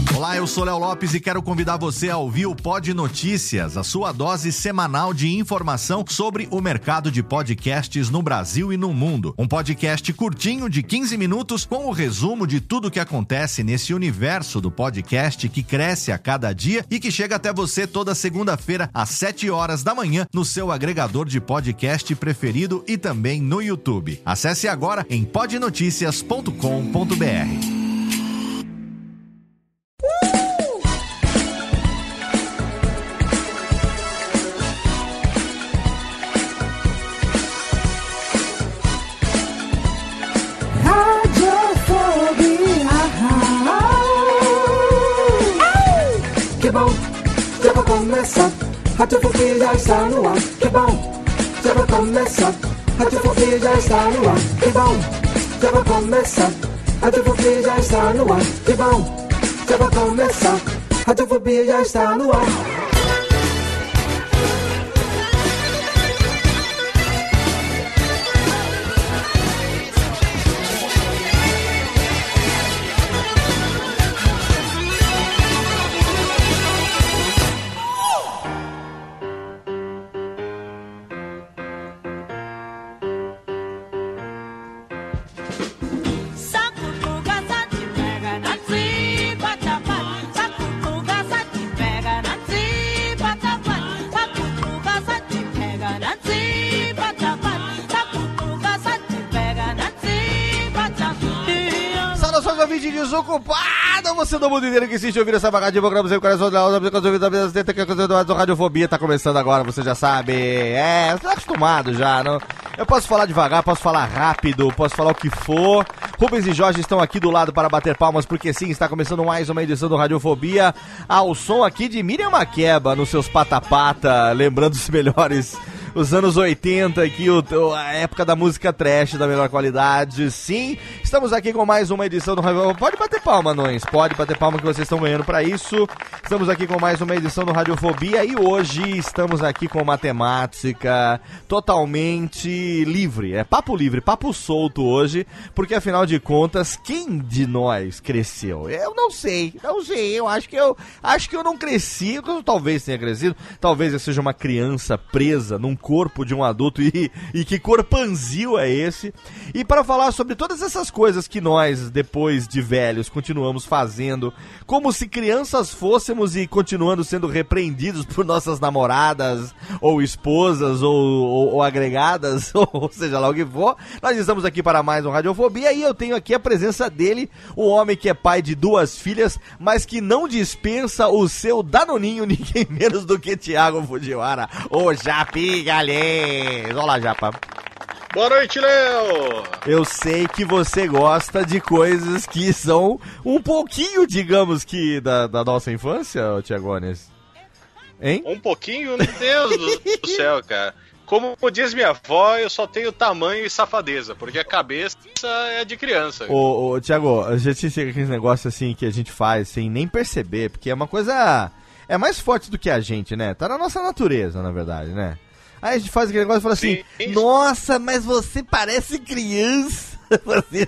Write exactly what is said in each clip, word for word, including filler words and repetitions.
Olá, eu sou Léo Lopes e quero convidar você a ouvir o Pod Notícias, a sua dose semanal de informação sobre o mercado de podcasts no Brasil e no mundo. Um podcast curtinho de quinze minutos com o resumo de tudo que acontece nesse universo do podcast que cresce a cada dia e que chega até você toda segunda-feira às sete horas da manhã no seu agregador de podcast preferido e também no YouTube. Acesse agora em pod noticias ponto com ponto b r. Já vai começar, Radiofobia já está no ar, que bom. Já vai começar, Radiofobia já está no ar, que bom. Já vai começar, Radiofobia já está no ar, que bom. Já vai começar, Radiofobia já está no ar. Desocupado, você do mundo inteiro que insiste em ouvir essa bagagem de programa sem o coração da outra, porque os ouvidos da que a coisa do Radiofobia tá começando agora, você já sabe. É, você tá acostumado já, não? Eu posso falar devagar, posso falar rápido, posso falar o que for. Rubens e Jorge estão aqui do lado para bater palmas, porque sim, está começando mais uma edição do Radiofobia, ao som aqui de Miriam Makeba nos seus pata-pata, lembrando os melhores... Os anos oitenta aqui, o, a época da música trash da melhor qualidade. Sim, estamos aqui com mais uma edição do Radiofobia. Pode bater palma, anões, pode bater palma que vocês estão ganhando pra isso. Estamos aqui com mais uma edição do Radiofobia e hoje estamos aqui com uma temática totalmente livre. É papo livre, papo solto hoje, porque afinal de contas, quem de nós cresceu? Eu não sei, não sei, eu acho que eu acho que eu não cresci, eu talvez tenha crescido, talvez eu seja uma criança presa num corpo de um adulto e, e que corpanzil é esse? E para falar sobre todas essas coisas que nós, depois de velhos, continuamos fazendo, como se crianças fôssemos e continuando sendo repreendidos por nossas namoradas, ou esposas, ou, ou, ou agregadas, ou seja lá o que for, nós estamos aqui para mais um Radiofobia e eu tenho aqui a presença dele, o homem que é pai de duas filhas, mas que não dispensa o seu danoninho, ninguém menos do que Thiago Fujiwara, o Japi Galês. Olá, Japa. Boa noite, Léo. Eu sei que você gosta de coisas que são um pouquinho, digamos que, da, da nossa infância, Thiagones. Hein? Um pouquinho? Meu Deus do, do céu, cara. Como diz minha avó, eu só tenho tamanho e safadeza, porque a cabeça é de criança. Ô, ô Thiago, a gente chega aquele negócio assim que a gente faz sem nem perceber, porque é uma coisa... É mais forte do que a gente, né? Tá na nossa natureza, na verdade, né? Aí a gente faz aquele negócio e fala assim, sim, nossa, mas você parece criança fazendo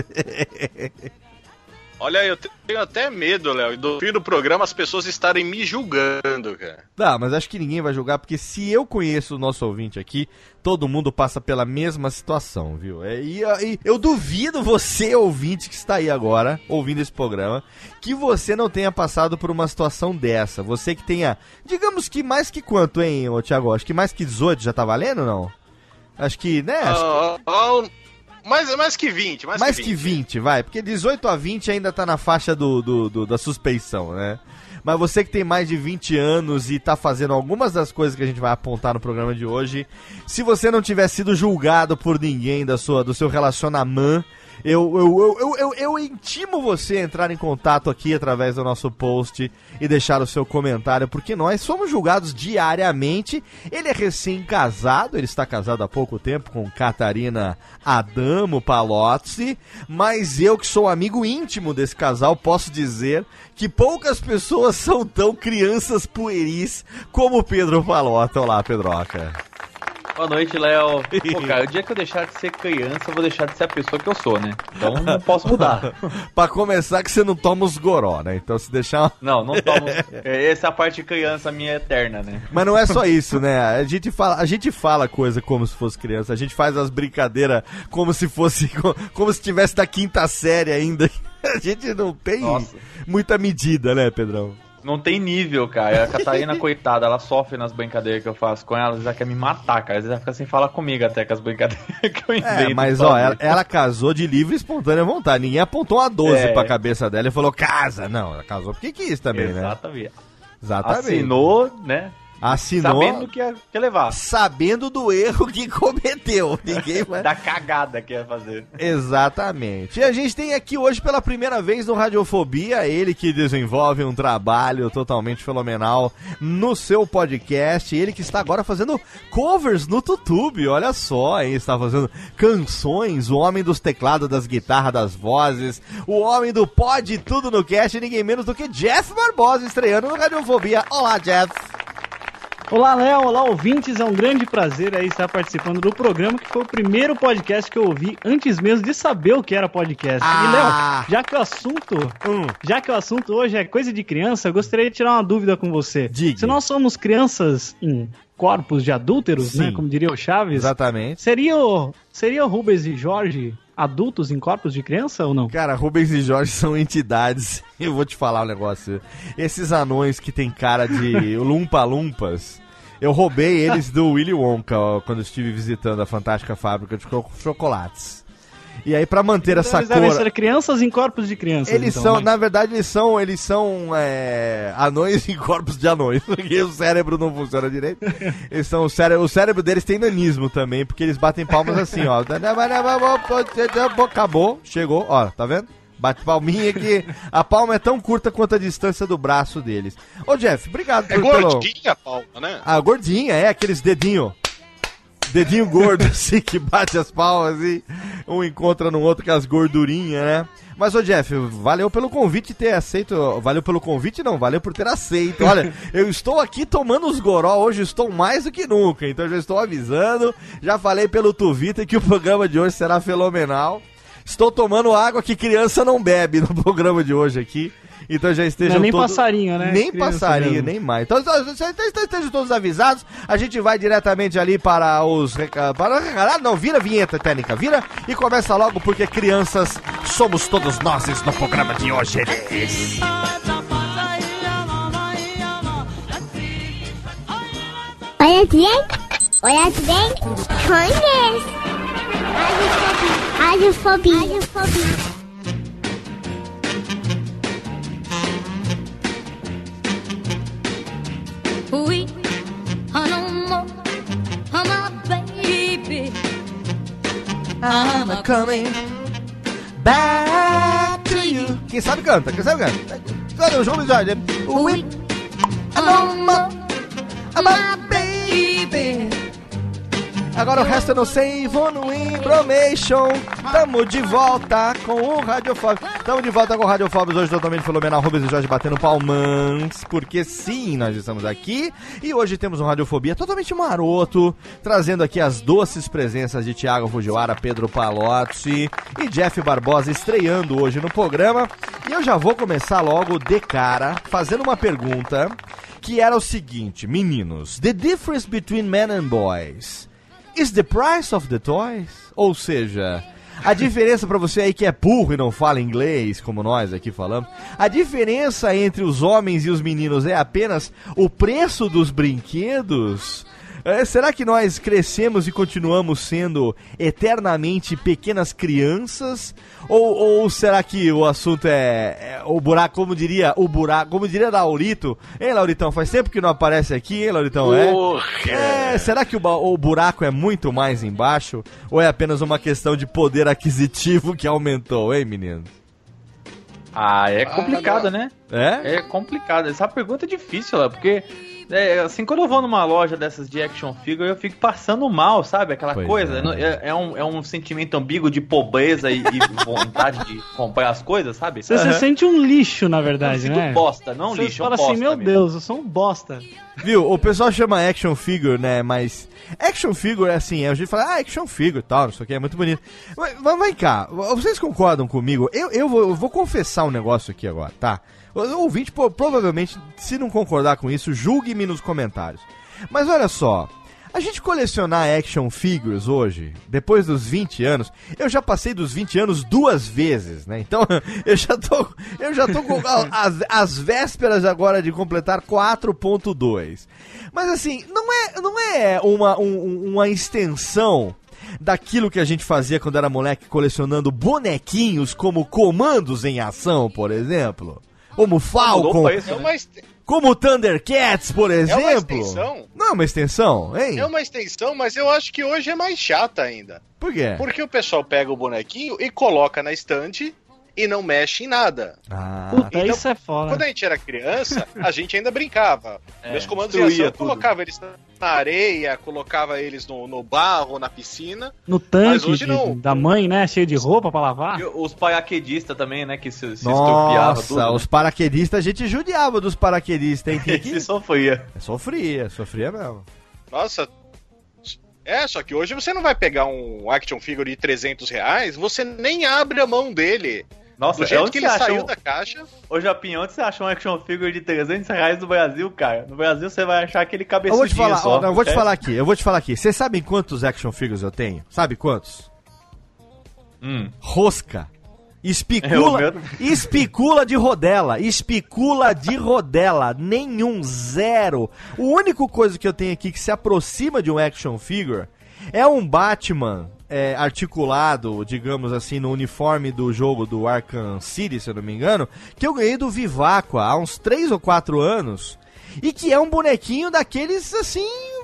isso. Olha, eu tenho até medo, Léo, do fim do programa as pessoas estarem me julgando, cara. Tá, mas acho que ninguém vai julgar, porque se eu conheço o nosso ouvinte aqui, todo mundo passa pela mesma situação, viu? E, e eu duvido você, ouvinte, que está aí agora, ouvindo esse programa, que você não tenha passado por uma situação dessa. Você que tenha, digamos que mais que quanto, hein, ô Thiago? Acho que mais que dezoito já tá valendo ou não? Acho que, né? Acho uh, que... uh, Mais, mais que vinte, mais, mais que que vinte. vinte, vai, porque dezoito a vinte ainda tá na faixa do, do, do, da suspeição, né? Mas você que tem mais de vinte anos e tá fazendo algumas das coisas que a gente vai apontar no programa de hoje, se você não tiver sido julgado por ninguém da sua, do seu relacionamento, Eu, eu, eu, eu, eu, eu intimo você a entrar em contato aqui através do nosso post e deixar o seu comentário, porque nós somos julgados diariamente. Ele é recém-casado, ele está casado há pouco tempo com Catarina Adamo Palozzi, mas eu que sou amigo íntimo desse casal posso dizer que poucas pessoas são tão crianças pueris como o Pedro Palota. Olá, Pedroca. Boa noite, Léo. Pô, cara, o dia que eu deixar de ser criança, eu vou deixar de ser a pessoa que eu sou, né? Então não posso mudar. Pra começar que você não toma os goró, né? Então se deixar... Não, não tomo. Essa é a parte de criança minha eterna, né? Mas não é só isso, né? A gente fala, a gente fala coisa como se fosse criança. A gente faz as brincadeiras como se fosse... Como se tivesse da quinta série ainda. A gente não tem Nossa. muita medida, né, Pedrão? Não tem nível, cara. A Catarina, coitada, ela sofre nas brincadeiras que eu faço com ela, ela já quer me matar, cara. Às vezes ela fica sem falar comigo até com as brincadeiras que eu invento. É, mas ó, ela, ela casou de livre e espontânea vontade. Ninguém apontou uma doze é. pra cabeça dela e falou, casa. Não, ela casou porque quis também, Exatamente. né? Exatamente. Assinou, né? Assinou. Sabendo que ia, que ia levar. Sabendo do erro que cometeu. Ninguém vai... Da cagada que ia fazer. Exatamente. E a gente tem aqui hoje pela primeira vez no Radiofobia, ele que desenvolve um trabalho totalmente fenomenal no seu podcast. Ele que está agora fazendo covers no YouTube. Olha só, hein? Está fazendo canções. O homem dos teclados, das guitarras, das vozes. O homem do Pode Tudo no Cast. Ninguém menos do que Jeff Barbosa estreando no Radiofobia. Olá, Jeff. Olá, Léo, olá, ouvintes, é um grande prazer aí estar participando do programa, que foi o primeiro podcast que eu ouvi antes mesmo de saber o que era podcast. Ah. E, Léo, já que o assunto, hum. já que o assunto hoje é coisa de criança, eu gostaria de tirar uma dúvida com você. Diga. Se nós somos crianças em corpos de adúlteros, Sim. né, como diria o Chaves, exatamente. Seria o, seria o Rubens e Jorge adultos em corpos de criança ou não? Cara, Rubens e Jorge são entidades. Eu vou te falar um negócio. Esses anões que tem cara de lumpa-lumpas, eu roubei eles do Willy Wonka, ó, quando estive visitando a fantástica fábrica de chocolates. E aí, pra manter então, essa eles cor... devem ser crianças em corpos de crianças. Eles então, são, né? na verdade, eles são, eles são é, anões em corpos de anões, porque o cérebro não funciona direito. Eles são, o, cérebro, o cérebro deles tem nanismo também, porque eles batem palmas assim, ó. Acabou, chegou, ó, tá vendo? Bate palminha que a palma é tão curta quanto a distância do braço deles. Ô, Jeff, obrigado é por, gordinha pelo... a palma, né? Ah, gordinha, é, aqueles dedinhos. Dedinho gordo, assim, que bate as palmas e um encontra no outro com as gordurinhas, né? Mas, ô Jeff, valeu pelo convite ter aceito. Valeu pelo convite, não, valeu por ter aceito. Olha, eu estou aqui tomando os goró, hoje estou mais do que nunca. Então já estou avisando, já falei pelo Twitter que o programa de hoje será fenomenal. Estou tomando água que criança não bebe no programa de hoje aqui. Então já estejam não é nem todos... passarinho, né? Nem criança passarinho, mesmo. nem mais. Então estejam todos avisados. A gente vai diretamente ali para os... Reca... Para o recado. Não, vira a vinheta técnica, vira e começa logo, porque crianças somos todos nós no programa de hoje. Olha bem, olha bem, conhece. Radiofobia. Radiofobia. We are no more, I'm a baby. I'm coming back to you. Quem sabe canta, quem sabe canta. Cadê o João Luiz Jorge? We are no more, I'm a baby. Agora o resto eu não sei, vou no Imbromation. Tamo de volta com o Radiofóbio. Tamo de volta com o Radiofóbios hoje totalmente fenomenal. Rubens e Jorge batendo palmãs, porque sim, nós estamos aqui. E hoje temos um Radiofobia totalmente maroto, trazendo aqui as doces presenças de Thiago Fujiwara, Pedro Palozzi e Jeff Barbosa estreando hoje no programa. E eu já vou começar logo de cara, fazendo uma pergunta, que era o seguinte: meninos, the difference between men and boys is the price of the toys? Ou seja, a diferença pra você aí que é burro e não fala inglês, como nós aqui falamos, a diferença entre os homens e os meninos é apenas o preço dos brinquedos? É, será que nós crescemos e continuamos sendo eternamente pequenas crianças? Ou, ou será que o assunto é, é o buraco, como diria o buraco, como diria Laurito? Hein, Lauritão? Faz tempo que não aparece aqui, hein, Lauritão? É? É, será que o, o buraco é muito mais embaixo? Ou é apenas uma questão de poder aquisitivo que aumentou, hein, menino? Ah, é complicado, né? É? É complicado. Essa pergunta é difícil, lá, porque É, assim, quando eu vou numa loja dessas de action figure, eu fico passando mal, sabe? Aquela Pois coisa. é. É, é um, é um sentimento ambíguo de pobreza e, e vontade de comprar as coisas, sabe? Você se sente um lixo, na Eu verdade, sinto né? bosta, não Você lixo, fala é um bosta assim, meu mesmo. Deus, eu sou um bosta. Viu? O pessoal chama action figure, né? Mas action figure é assim, a gente fala, ah, action figure e tal, não sei o que, é muito bonito. Mas, mas vem cá, vocês concordam comigo? Eu, eu, vou, eu vou confessar um negócio aqui agora, tá? O ouvinte, pô, provavelmente, se não concordar com isso, julgue-me nos comentários. Mas olha só, a gente colecionar action figures hoje, depois dos vinte anos, eu já passei dos vinte anos duas vezes, né? Então, eu já tô, eu já tô com as, as vésperas agora de completar quatro ponto dois. Mas assim, não é, não é uma, um, uma extensão daquilo que a gente fazia quando era moleque, colecionando bonequinhos como comandos em ação, por exemplo? Como Falcon, É uma, est- como Thundercats, por exemplo. é uma extensão. Não é uma extensão, hein? É uma extensão, mas eu acho que hoje é mais chata ainda. Por quê? Porque o pessoal pega o bonequinho e coloca na estante e não mexe em nada. Ah, Puta, então, isso é foda. Quando a gente era criança, a gente ainda brincava. É, Meus comandos de destruía ação, eu tudo. colocava eles na areia, colocava eles no, no barro, na piscina. No Mas tanque hoje de- não. da mãe, né? Cheio de roupa pra lavar. E os paraquedistas também, né? Que se, se estupiava nossa, tudo. os paraquedistas, a gente judiava dos paraquedistas, hein? Né? Que, Se sofria. sofria, sofria mesmo. Nossa. É, só que hoje você não vai pegar um action figure de trezentos reais, você nem abre a mão dele. Nossa, Do jeito onde que você ele acha saiu um- da caixa. Ô Japinha, onde você achou um action figure de trezentos reais no Brasil, cara? No Brasil você vai achar aquele Eu cabeçudinho vou te falar, só. ó, não, eu vou te É. falar aqui, eu vou te falar aqui. Vocês sabem quantos action figures eu tenho? Sabe quantos? Hum. Rosca. É, o Espicula, meu- espicula de rodela, espicula de rodela, nenhum, zero. O único coisa que eu tenho aqui que se aproxima de um action figure é um Batman é, articulado, digamos assim, no uniforme do jogo do Arkham City, se eu não me engano, que eu ganhei do Viváqua há uns três ou quatro anos, e que é um bonequinho daqueles, assim,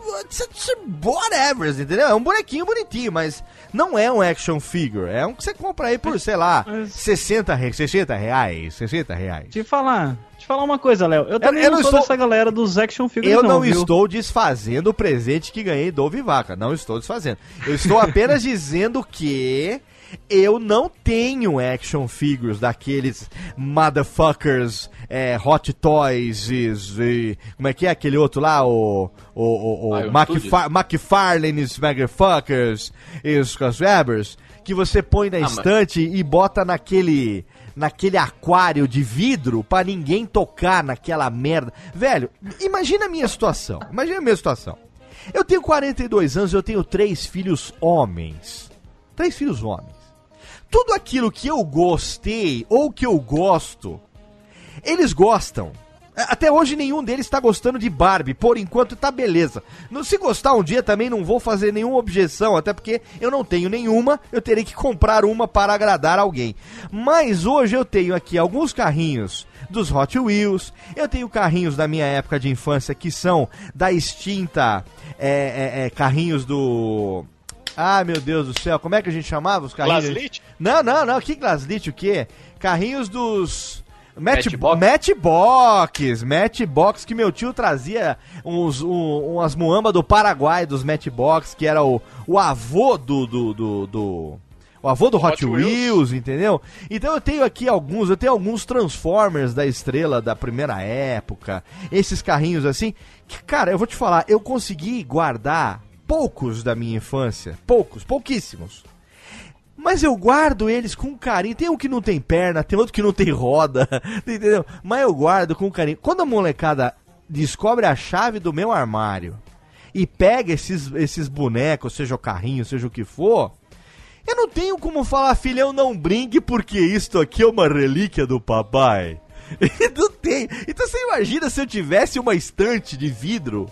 whatever, entendeu? É um bonequinho bonitinho, mas não é um action figure, é um que você compra aí por, sei lá, Mas- sessenta, re- sessenta reais, sessenta reais. Te falar, te falar uma coisa, Léo. Eu também eu não não sou estou- dessa galera dos action figures, Eu não viu? estou desfazendo o presente que ganhei do Vivaca. Não estou desfazendo. Eu estou apenas dizendo que eu não tenho action figures daqueles motherfuckers é, Hot Toys e, e- como é que é aquele outro lá? O, o, o, o Ah, o McFar McFarlane's Motherfuckers e os Coswebers, que você põe na Ah, mas- estante e bota naquele... naquele aquário de vidro pra ninguém tocar naquela merda. Velho, imagina a minha situação. Imagina a minha situação. Eu tenho quarenta e dois anos, eu tenho três filhos homens. Três filhos homens. Tudo aquilo que eu gostei ou que eu gosto, eles gostam. Até hoje nenhum deles tá gostando de Barbie, por enquanto tá beleza. Não, se gostar um dia também não vou fazer nenhuma objeção, até porque eu não tenho nenhuma, eu terei que comprar uma para agradar alguém. Mas hoje eu tenho aqui alguns carrinhos dos Hot Wheels, eu tenho carrinhos da minha época de infância que são da extinta é, é, é, carrinhos do... Ah, meu Deus do céu, como é que a gente chamava os carrinhos? Glaslit? Não, não, não, que Glaslit o quê? Carrinhos dos... Match, Matchbox? Matchbox, Matchbox, que meu tio trazia uns, um, umas muamba do Paraguai dos Matchbox, que era o, o avô do, do, do, do- o avô do Hot, Hot Wheels, Wheels, entendeu? Então eu tenho aqui alguns, eu tenho alguns Transformers da estrela da primeira época, esses carrinhos assim, que, cara, eu vou te falar, eu consegui guardar poucos da minha infância, poucos, pouquíssimos. Mas eu guardo eles com carinho. Tem um que não tem perna, tem outro que não tem roda, entendeu? Mas eu guardo com carinho. Quando a molecada descobre a chave do meu armário e pega esses, esses bonecos, seja o carrinho, seja o que for, eu não tenho como falar, filhão, não brinque porque isto aqui é uma relíquia do papai. Não tem. Então você imagina se eu tivesse uma estante de vidro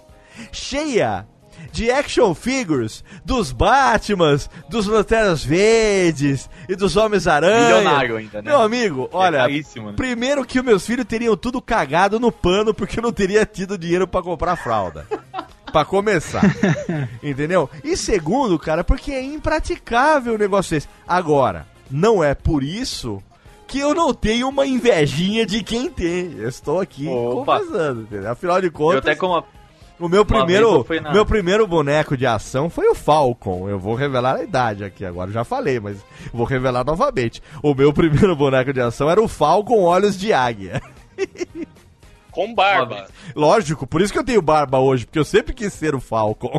cheia de action figures dos Batmans, dos Lanternas Verdes e dos Homens-Aranha. Milionário ainda, né? Meu amigo, olha, É caríssimo, né? primeiro que os meus filhos teriam tudo cagado no pano porque eu não teria tido dinheiro pra comprar fralda. Pra começar. Entendeu? E segundo, cara, porque é impraticável o negócio desse. Agora, não é por isso que eu não tenho uma invejinha de quem tem. Eu estou aqui Opa. conversando, entendeu? Afinal de Eu contas... até como, O meu Uma vez primeiro, eu fui na- meu primeiro boneco de ação foi o Falcon. Eu vou revelar a idade aqui agora, já falei, mas vou revelar novamente. O meu primeiro boneco de ação era o Falcon Olhos de Águia. Com barba. Lógico, por isso que eu tenho barba hoje, porque eu sempre quis ser o Falcon.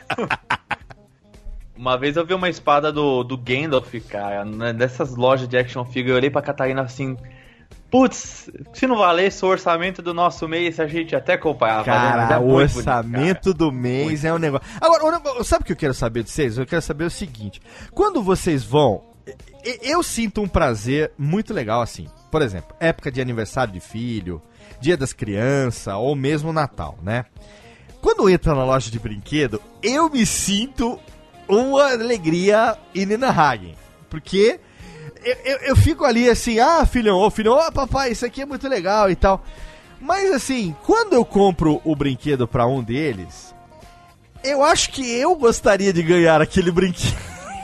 Uma vez eu vi uma espada do, do Gandalf, cara, né, dessas lojas de action figure, eu olhei pra Catarina assim... Putz, se não valesse o orçamento do nosso mês, a gente até acompanhava. Cara, né? Mas é o muito orçamento bonito, do mês é um negócio... Agora, o nego- sabe o que eu quero saber de vocês? Eu quero saber o seguinte. Quando vocês vão... e- Eu sinto um prazer muito legal assim. Por exemplo, época de aniversário de filho, Dia das Crianças ou mesmo Natal, né? Quando entra na loja de brinquedo, eu me sinto uma alegria inenarrável. Porque... Eu, eu, eu fico ali assim, ah, filhão, ô filhão, ó, papai, isso aqui é muito legal e tal. Mas assim, quando eu compro o brinquedo pra um deles, eu acho que eu gostaria de ganhar aquele brinquedo.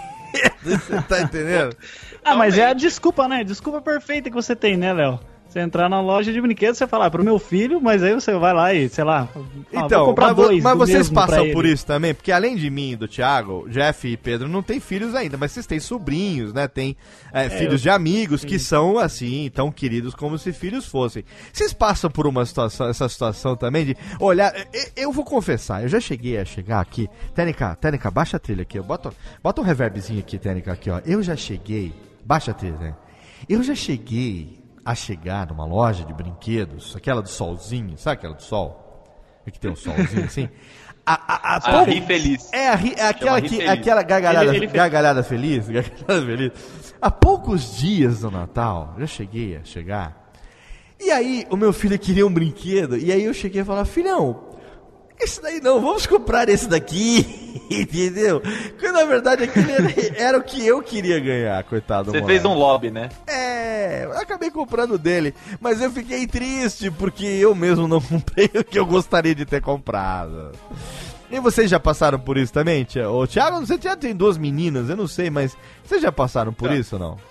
Você tá entendendo? Ah, mas é a desculpa, né? Desculpa perfeita que você tem, né, Léo? Você entrar na loja de brinquedos, você fala, ah, pro meu filho, mas aí você vai lá e, sei lá, ah, Então, vou comprar mas, vo- dois mas do vocês mesmo passam pra por ele. isso também? Porque além de mim e do Thiago, Jeff e Pedro não tem filhos ainda, mas vocês têm sobrinhos, né? Tem é, filhos de amigos que são assim, tão queridos como se filhos fossem. Vocês passam por uma situação, essa situação também de olhar... Eu, eu vou confessar, eu já cheguei a chegar aqui... Tênica, Tênica, baixa a trilha aqui. Bota, bota um reverbzinho aqui, Tênica, aqui, ó. Eu já cheguei... Baixa a trilha, né? Eu já cheguei... a chegar numa loja de brinquedos, aquela do solzinho, sabe aquela do sol? Que tem um solzinho assim? A, a, a, A pouco- Ri Feliz. É, a ri, é aquela, Ri que, Feliz. aquela gargalhada, Ele- ele fez- gargalhada feliz, gargalhada feliz. Há poucos dias do Natal, já cheguei a chegar, e aí o meu filho queria um brinquedo, e aí eu cheguei a falar, filhão, esse daí não, vamos comprar esse daqui, entendeu? Quando na verdade aquele era, era o que eu queria ganhar, coitado do Você moleque. fez um lobby, né? É, eu acabei comprando dele, mas eu fiquei triste porque eu mesmo não comprei o que eu gostaria de ter comprado. E vocês já passaram por isso também, Tia? Ô, Thiago, você já tem duas meninas, eu não sei, mas vocês já passaram por Tá. isso ou não?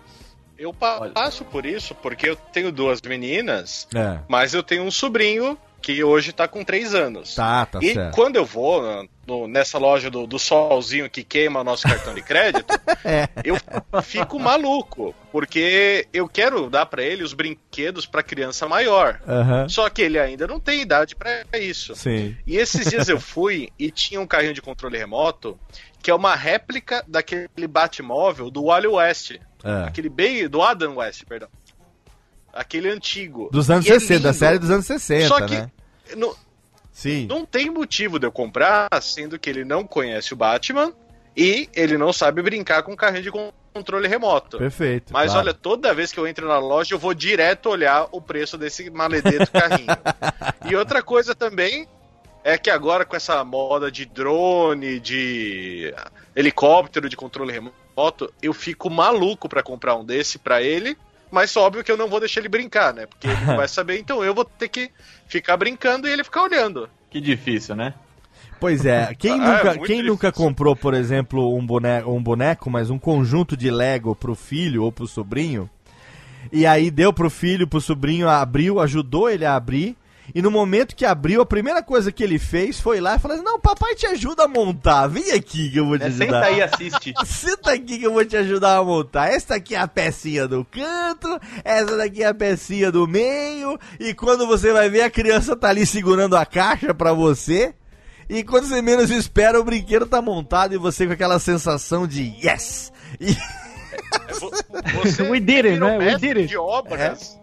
Eu pa- passo por isso porque eu tenho duas meninas, É. mas eu tenho um sobrinho que hoje tá com três anos. Tá, tá e certo. quando eu vou no- no- nessa loja do, do solzinho que queima o nosso cartão de crédito, É. eu fico maluco, porque eu quero dar pra ele os brinquedos pra criança maior. Aham. Só que ele ainda não tem idade pra isso. Sim. E esses dias eu fui e tinha um carrinho de controle remoto que é uma réplica daquele Batmóvel do Wally West. É. Aquele bem do Adam West, perdão. Aquele antigo. Dos anos E é sessenta, da lindo. série dos anos sessenta, Só que né? não, Sim. não tem motivo de eu comprar, sendo que ele não conhece o Batman e ele não sabe brincar com carrinho de con- controle remoto. Perfeito. Mas claro. olha, toda vez que eu entro na loja, eu vou direto olhar o preço desse maledeto carrinho. E outra coisa também é que agora com essa moda de drone, de helicóptero de controle remoto, eu fico maluco pra comprar um desse pra ele, mas óbvio que eu não vou deixar ele brincar, né? Porque ele não vai saber, então eu vou ter que ficar brincando e ele ficar olhando. Que difícil, né? Pois é, quem, Ah, é nunca, muito quem difícil. nunca comprou, por exemplo, um boneco, um boneco, mas um conjunto de Lego pro filho ou pro sobrinho, e aí deu pro filho, pro sobrinho, abriu, ajudou ele a abrir, e no momento que abriu, a primeira coisa que ele fez foi lá e falou assim, não, papai te ajuda a montar, vem aqui que eu vou te É, ajudar. senta aí e assiste. Senta aqui que eu vou te ajudar a montar. Essa aqui é a pecinha do canto, essa daqui é a pecinha do meio, e quando você vai ver, a criança tá ali segurando a caixa pra você, e quando você menos espera, o brinquedo tá montado e você com aquela sensação de yes! E... É, vo- Você We did it, virou né? We mestre did it. de obras.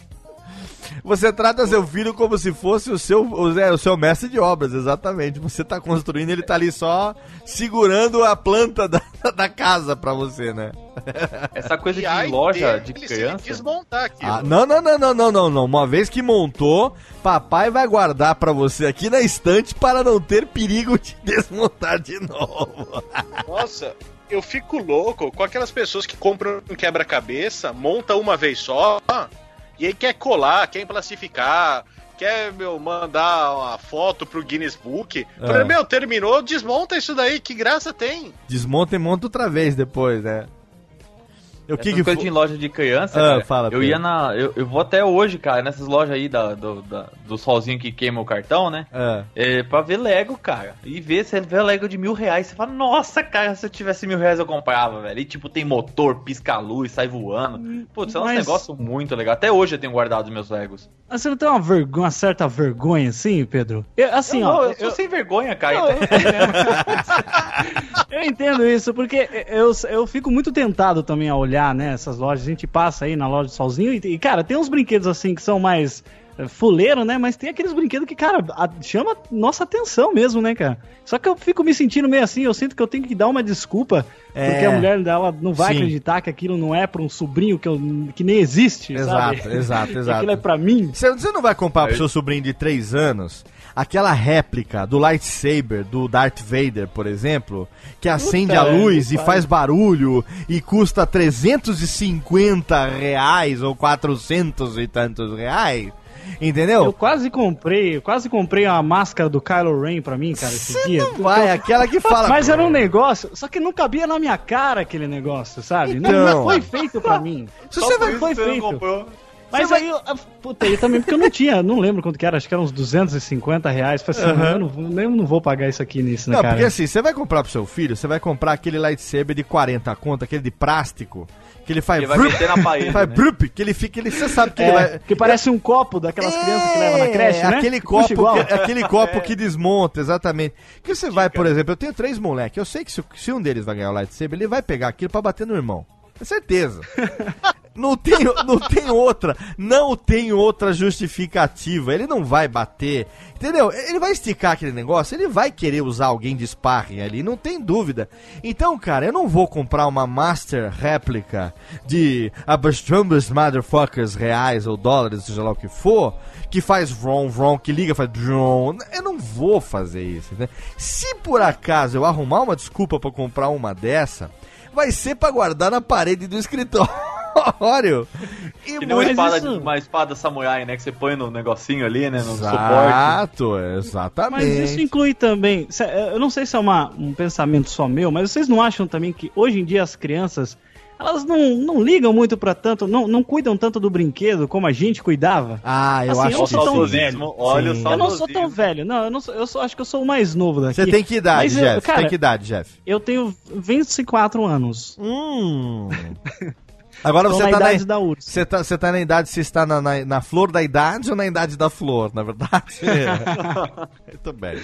Você trata seu filho como se fosse o seu, o, é, o seu mestre de obras, exatamente. Você tá construindo, ele tá ali só segurando a planta da, da casa pra você, né? Essa coisa E de ai loja dele de se ele criança. desmontar aquilo. Ah, não, não, não, não, não, não, não. Uma vez que montou, papai vai guardar pra você aqui na estante para não ter perigo de desmontar de novo. Nossa, eu fico louco com aquelas pessoas que compram um quebra-cabeça, monta uma vez só, e aí quer colar, quer plastificar, quer, meu, mandar uma foto pro Guinness Book. É. Falei, meu, terminou, desmonta isso daí, que graça tem. Desmonta e monta outra vez depois, né? O que Essas que coisas foi? de loja de criança, Ah, cara, fala, eu Pedro. ia na... Eu, eu vou até hoje, cara, nessas lojas aí da, do, da- do solzinho que queima o cartão, né? Ah. É, pra ver Lego, cara. E ver, você vê Lego de mil reais, você fala, nossa, cara, se eu tivesse mil reais eu comprava, velho. E tipo, tem motor, pisca a luz, sai voando. Putz, é um Mas- negócio muito legal. Até hoje eu tenho guardado os meus Legos. Mas você não tem uma, vergonha, uma certa vergonha, assim, Pedro? Eu, assim, eu, ó. eu sou sem vergonha, cara. Não, eu, eu entendo isso, porque eu, eu fico muito tentado também a olhar, né, essas lojas. A gente passa aí na loja de solzinho e, e, cara, tem uns brinquedos assim que são mais é, fuleiro, né? Mas tem aqueles brinquedos que, cara, a, chama nossa atenção mesmo, né, cara? Só que eu fico me sentindo meio assim, eu sinto que eu tenho que dar uma desculpa, É. porque a mulher dela não vai Sim. acreditar que aquilo não é pra um sobrinho que, eu, que nem existe, Exato, sabe? exato, Que exato. aquilo é pra mim. Você você não vai comprar pro seu sobrinho de três anos aquela réplica do lightsaber do Darth Vader, por exemplo, que acende a velho, luz e pai. faz barulho e custa trezentos e cinquenta reais ou quatrocentos e tantos reais? Entendeu? Eu quase comprei, eu quase comprei uma máscara do Kylo Ren pra mim, cara, esse dia. Não vai, aquela que fala. Mas era um negócio, só que não cabia na minha cara aquele negócio, sabe? Não- Então. não foi feito pra mim. Se você vai. foi Você não feito. comprou. Mas Você aí, eu, puta, eu também, porque eu não tinha, não lembro quanto que era, acho que eram uns duzentos e cinquenta reais. Falei assim, Aham. eu, não, vou- eu não vou pagar isso aqui nisso, né, Não, cara? porque assim, você vai comprar pro seu filho, você vai comprar aquele lightsaber de quarenta conto, aquele de plástico, que ele faz. Ele vai vrup, meter na parede, faz né? vrup, que ele fica. Ele, você sabe que ele É, vai. que parece um copo daquelas crianças que levam na creche, né? Aquele Puxa copo, igual. que, aquele copo que desmonta, exatamente. Que você vai, por exemplo, eu tenho três moleques, eu sei que se, se um deles vai ganhar o lightsaber, ele vai pegar aquilo pra bater no irmão. É certeza. Não tem, não tem outra, não tem outra justificativa. Ele não vai bater, entendeu? Ele vai esticar aquele negócio, ele vai querer usar alguém de sparring ali, não tem dúvida. Então, cara, eu não vou comprar uma master réplica de Abastrambus Motherfuckers reais ou dólares, seja lá o que for, que faz vrom, vrom, que liga, faz vrom. Eu não vou fazer isso, né? Se por acaso eu arrumar uma desculpa pra comprar uma dessa, vai ser pra guardar na parede do escritório. E Que nem uma Mas espada, isso- uma espada samurai, né? Que você põe no negocinho ali, né? No suporte. Exato, exatamente. Mas isso inclui também, se- eu não sei se é uma, um pensamento só meu, mas vocês não acham também que hoje em dia as crianças, elas não, não ligam muito pra tanto, não, não cuidam tanto do brinquedo como a gente cuidava? Ah, eu Assim, acho eu não que sou tão sim. velho. Olha Sim. o Eu não sou tão saudosismo. velho, não, eu, não sou, eu sou, acho que eu sou o mais novo daqui. Você tem que idade, Mas eu- Jeff? cara, tem que idade, Jeff? Eu tenho vinte e quatro anos. Hum. Agora Tô você na tá, idade na, da U R S S. você, tá, você tá na idade, você está na, na, na flor da idade ou na idade da flor, na verdade? Muito bem.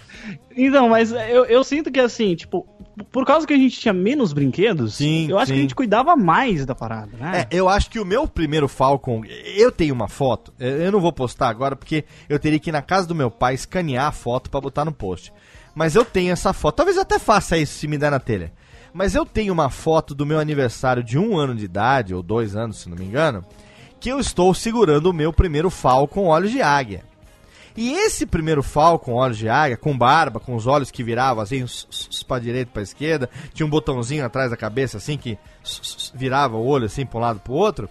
Então, mas eu, eu sinto que assim, tipo, por causa que a gente tinha menos brinquedos, Sim, eu acho sim. que a gente cuidava mais da parada, né? É, eu acho que o meu primeiro Falcon, eu tenho uma foto, eu não vou postar agora porque eu teria que ir na casa do meu pai escanear a foto pra botar no post. Mas eu tenho essa foto, talvez eu até faça isso se me der na telha. Mas eu tenho uma foto do meu aniversário de um ano de idade, ou dois anos se não me engano, que eu estou segurando o meu primeiro Falcon Olhos de Águia. E esse primeiro Falcon Olhos de Águia, com barba, com os olhos que viravam assim, pra direita e pra esquerda, tinha um botãozinho atrás da cabeça assim, que virava o olho assim pra um lado pro outro.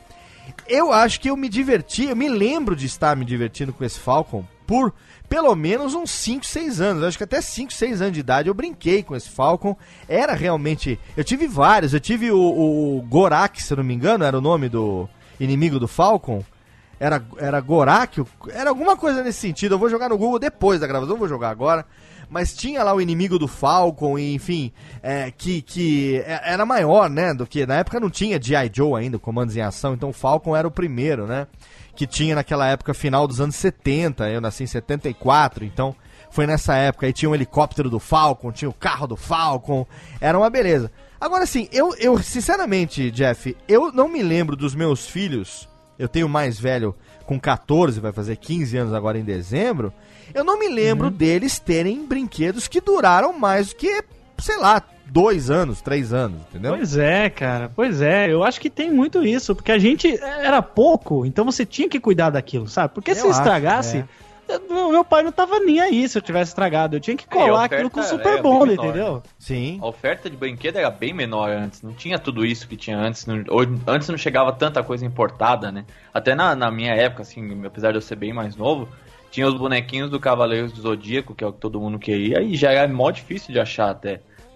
Eu acho que eu me diverti, eu me lembro de estar me divertindo com esse Falcon por pelo menos uns cinco, seis anos. Eu acho que até cinco, seis anos de idade eu brinquei com esse Falcon. Era realmente... Eu tive vários. Eu tive o, o Gorak, se eu não me engano, era o nome do inimigo do Falcon. Era, era Gorak, era alguma coisa nesse sentido. Eu vou jogar no Google depois da gravação, não vou jogar agora. Mas tinha lá o inimigo do Falcon, e, enfim, é, que, que era maior, né, do que... Na época não tinha G I. Joe ainda, Comandos em Ação, então o Falcon era o primeiro, né, que tinha naquela época, final dos anos setenta, eu nasci em setenta e quatro, então foi nessa época, aí tinha o helicóptero do Falcon, tinha o carro do Falcon, era uma beleza. Agora, assim, eu, eu sinceramente, Jeff, eu não me lembro dos meus filhos, eu tenho o mais velho com catorze, vai fazer quinze anos agora em dezembro, eu não me lembro uhum. deles terem brinquedos que duraram mais do que, sei lá, dois anos, três anos, entendeu? Pois é, cara, pois é, eu acho que tem muito isso, porque a gente era pouco, então você tinha que cuidar daquilo, sabe? Porque eu se acho, estragasse, é. meu, meu pai não tava nem aí se eu tivesse estragado, eu tinha que colar é, oferta, aquilo com Super é, Bonder, entendeu? Sim. A oferta de brinquedo era bem menor antes, não tinha tudo isso que tinha antes, não, antes não chegava tanta coisa importada, né? Até na, na minha época, assim, apesar de eu ser bem mais novo, tinha os bonequinhos do Cavaleiros do Zodíaco, que é o que todo mundo queria, e já era mó difícil de achar até.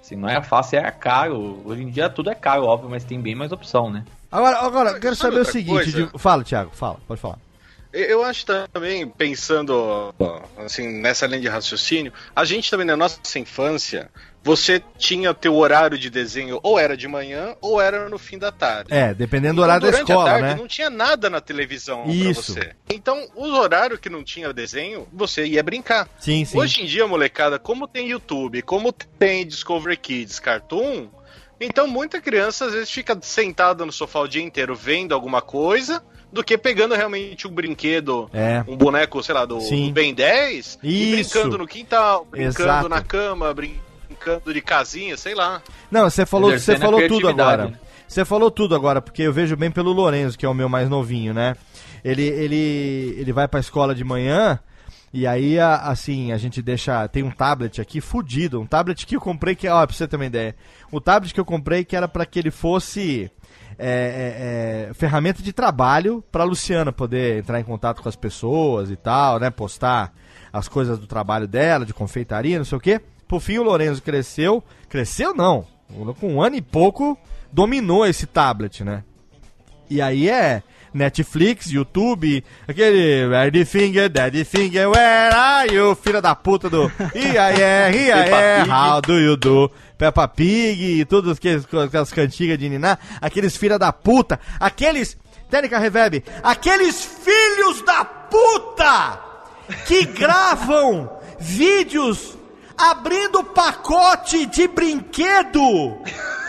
Assim, não é fácil, é caro. Hoje em dia tudo é caro, óbvio, mas tem bem mais opção, né? Agora, agora eu quero Sabe saber o outra seguinte. coisa? De... Fala, Thiago, fala, pode falar. Eu acho também, pensando assim, nessa linha de raciocínio, a gente também na nossa infância, você tinha teu horário de desenho ou era de manhã ou era no fim da tarde. É, dependendo do Então, horário da durante escola, a tarde, né? não tinha nada na televisão Isso. pra você. Então, os horários que não tinha desenho, você ia brincar. Sim, sim. Hoje em dia, molecada, como tem YouTube, como tem Discovery Kids, Cartoon, então muita criança às vezes fica sentada no sofá o dia inteiro vendo alguma coisa, do que pegando realmente um brinquedo, É. um boneco, sei lá, do, Sim. do Ben dez, e Isso. brincando no quintal, brincando Exato. na cama, brincando de casinha, sei lá. Não, você falou, você Exercendo a falou tudo criatividade, agora. né? Você falou tudo agora, porque eu vejo bem pelo Lorenzo, que é o meu mais novinho, né? Ele, ele, ele vai pra escola de manhã, e aí, a- assim, a gente deixa... Tem um tablet aqui fudido, um tablet que eu comprei, que, ó, pra você ter uma ideia. O tablet que eu comprei que era pra que ele fosse... É, é, é, ferramenta de trabalho pra Luciana poder entrar em contato com as pessoas e tal, né? Postar as coisas do trabalho dela, de confeitaria, não sei o quê. Por fim, o Lorenzo cresceu. Cresceu, não. Com um ano e pouco, dominou esse tablet, né? E aí é Netflix, YouTube, aquele Daddy Finger, Daddy Finger, where are you? Filha da puta do E aí é, e aí é, how do you do? Peppa Pig e todas aquelas, aquelas cantigas de Niná, aqueles filha da puta, aqueles, Técnica Reverb, aqueles filhos da puta que gravam vídeos abrindo pacote de brinquedo.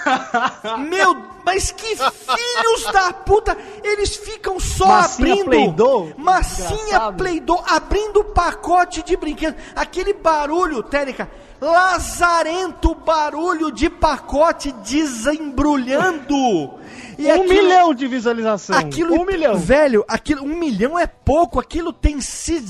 Meu, mas que filhos da puta! Eles ficam só Massinha abrindo. Play-Doh? Massinha Desgraçado. Play-Doh, abrindo pacote de brinquedo. Aquele barulho, Técnica, lazarento barulho de pacote desembrulhando. E um aquilo- milhão de visualização. Aquilo, um milhão. Velho, aquilo, um milhão é pouco. Aquilo tem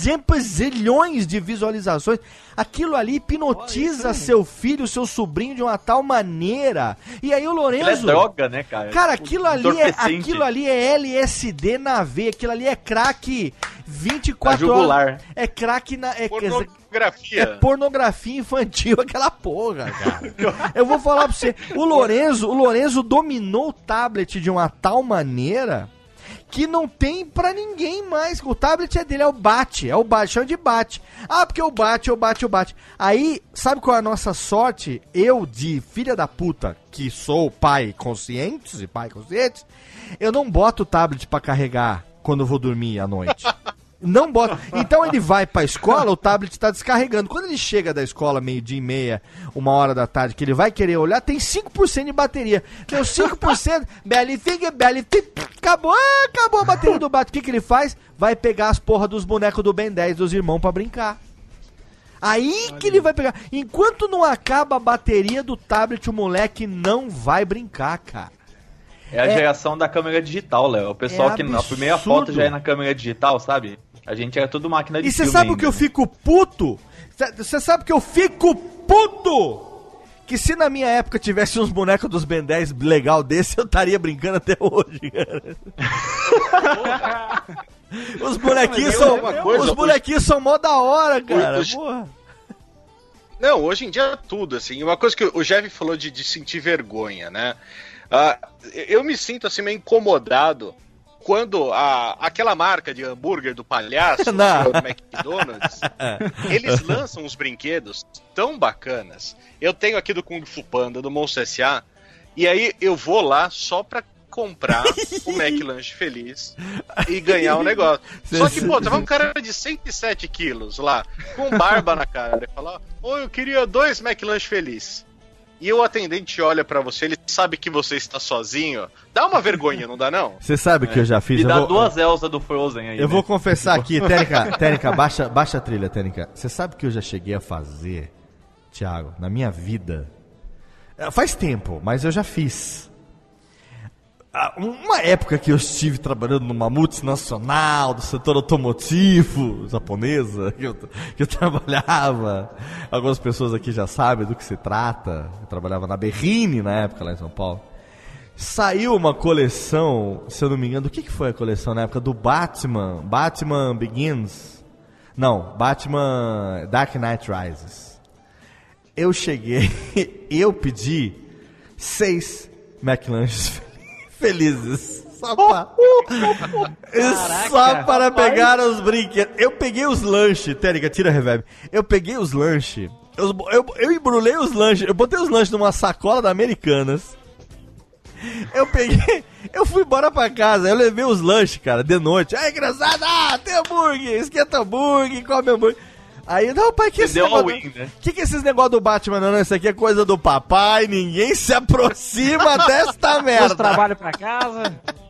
zilhões de visualizações. Aquilo ali hipnotiza seu filho, seu sobrinho de uma tal maneira. E aí o Lorenzo... Ele é droga, né, cara? Cara, Tipo, aquilo ali, é, entorpecente. aquilo ali é L S D na veia. Aquilo ali é crack vinte e quatro Na jugular. horas. É crack na... É, quer dizer, Pornografia. é pornografia infantil, aquela porra, cara. Eu vou falar pra você, o Lorenzo, o Lorenzo dominou o tablet de uma tal maneira que não tem pra ninguém mais. O tablet é dele, é o bate, é o bate, chama de bate. Ah, porque o bate, o bate, o bate. Aí, sabe qual é a nossa sorte? Eu, de filha da puta, que sou pai consciente, e pai consciente, eu não boto o tablet pra carregar quando eu vou dormir à noite. Não bota. Então ele vai pra escola, o tablet tá descarregando. Quando ele chega da escola, meio-dia e meia, uma hora da tarde, que ele vai querer olhar, tem cinco por cento de bateria. Deu cinco por cento, belly finger, belly finger, acabou, ah, acabou a bateria do bate. O que, que ele faz? Vai pegar as porra dos bonecos do Ben dez dos irmãos pra brincar. Aí que ele vai pegar. Enquanto não acaba a bateria do tablet, o moleque não vai brincar, cara. É a É- geração da câmera digital, Léo. O pessoal É que na absurdo. primeira foto já é na câmera digital, sabe? A gente era tudo máquina de E você filme sabe o ainda, que eu né? fico puto? Você sabe que eu fico puto? Que se na minha época tivesse uns bonecos dos Ben dez legal desse, eu estaria brincando até hoje, cara. Os bonequinhos Mas é são, uma coisa, os bonequinhos são mó da hora, cara. Hoje- Porra. Não, hoje em dia é tudo, assim. Uma coisa que o Jeff falou de, de sentir vergonha, né? Ah, eu me sinto, assim, meio incomodado quando a, aquela marca de hambúrguer do palhaço, Não. o McDonald's, eles lançam uns brinquedos tão bacanas. Eu tenho aqui do Kung Fu Panda, do Monstro S A, e aí eu vou lá só pra comprar o McLanche Feliz e ganhar um negócio. Só que, pô, tava um cara de cento e sete quilos lá, com barba na cara, e fala, ô, eu queria dois McLanche Feliz. E o atendente olha pra você, ele sabe que você está sozinho. Dá uma vergonha, não dá não? Você sabe o que eu já fiz? E Eu dá vou- duas Elsa do Frozen aí, Eu né? vou confessar aqui, Tênica, Tênica, baixa, baixa a trilha, Tênica. Você sabe que eu já cheguei a fazer, Thiago, na minha vida? É, faz tempo, mas eu já fiz. Ah, uma época que eu estive trabalhando numa multinacional do setor automotivo japonesa, que eu, que eu trabalhava. Algumas pessoas aqui já sabem do que se trata. Eu trabalhava na Berrine na época, lá em São Paulo. Saiu uma coleção, se eu não me engano, do que, que foi a coleção na época? Do Batman, Batman Begins. Não, Batman Dark Knight Rises. eu cheguei, eu pedi seis McLanches felizes. Só pra, só para pegar os brinquedos. Eu peguei os lanches, Térica, tira a reverb. Eu peguei os lanches, eu, eu, eu embrulhei os lanches, eu botei os lanches numa sacola da Americanas. Eu peguei, eu fui embora pra casa, eu levei os lanches, cara, de noite. Aí, engraçado, ah, tem hambúrguer, esquenta hambúrguer, come hambúrguer. Aí, não, pai, que esse negócio... Win, né? Que que é esses negócios do Batman? Não, não, isso aqui é coisa do papai, ninguém se aproxima desta merda. Trabalho pra casa.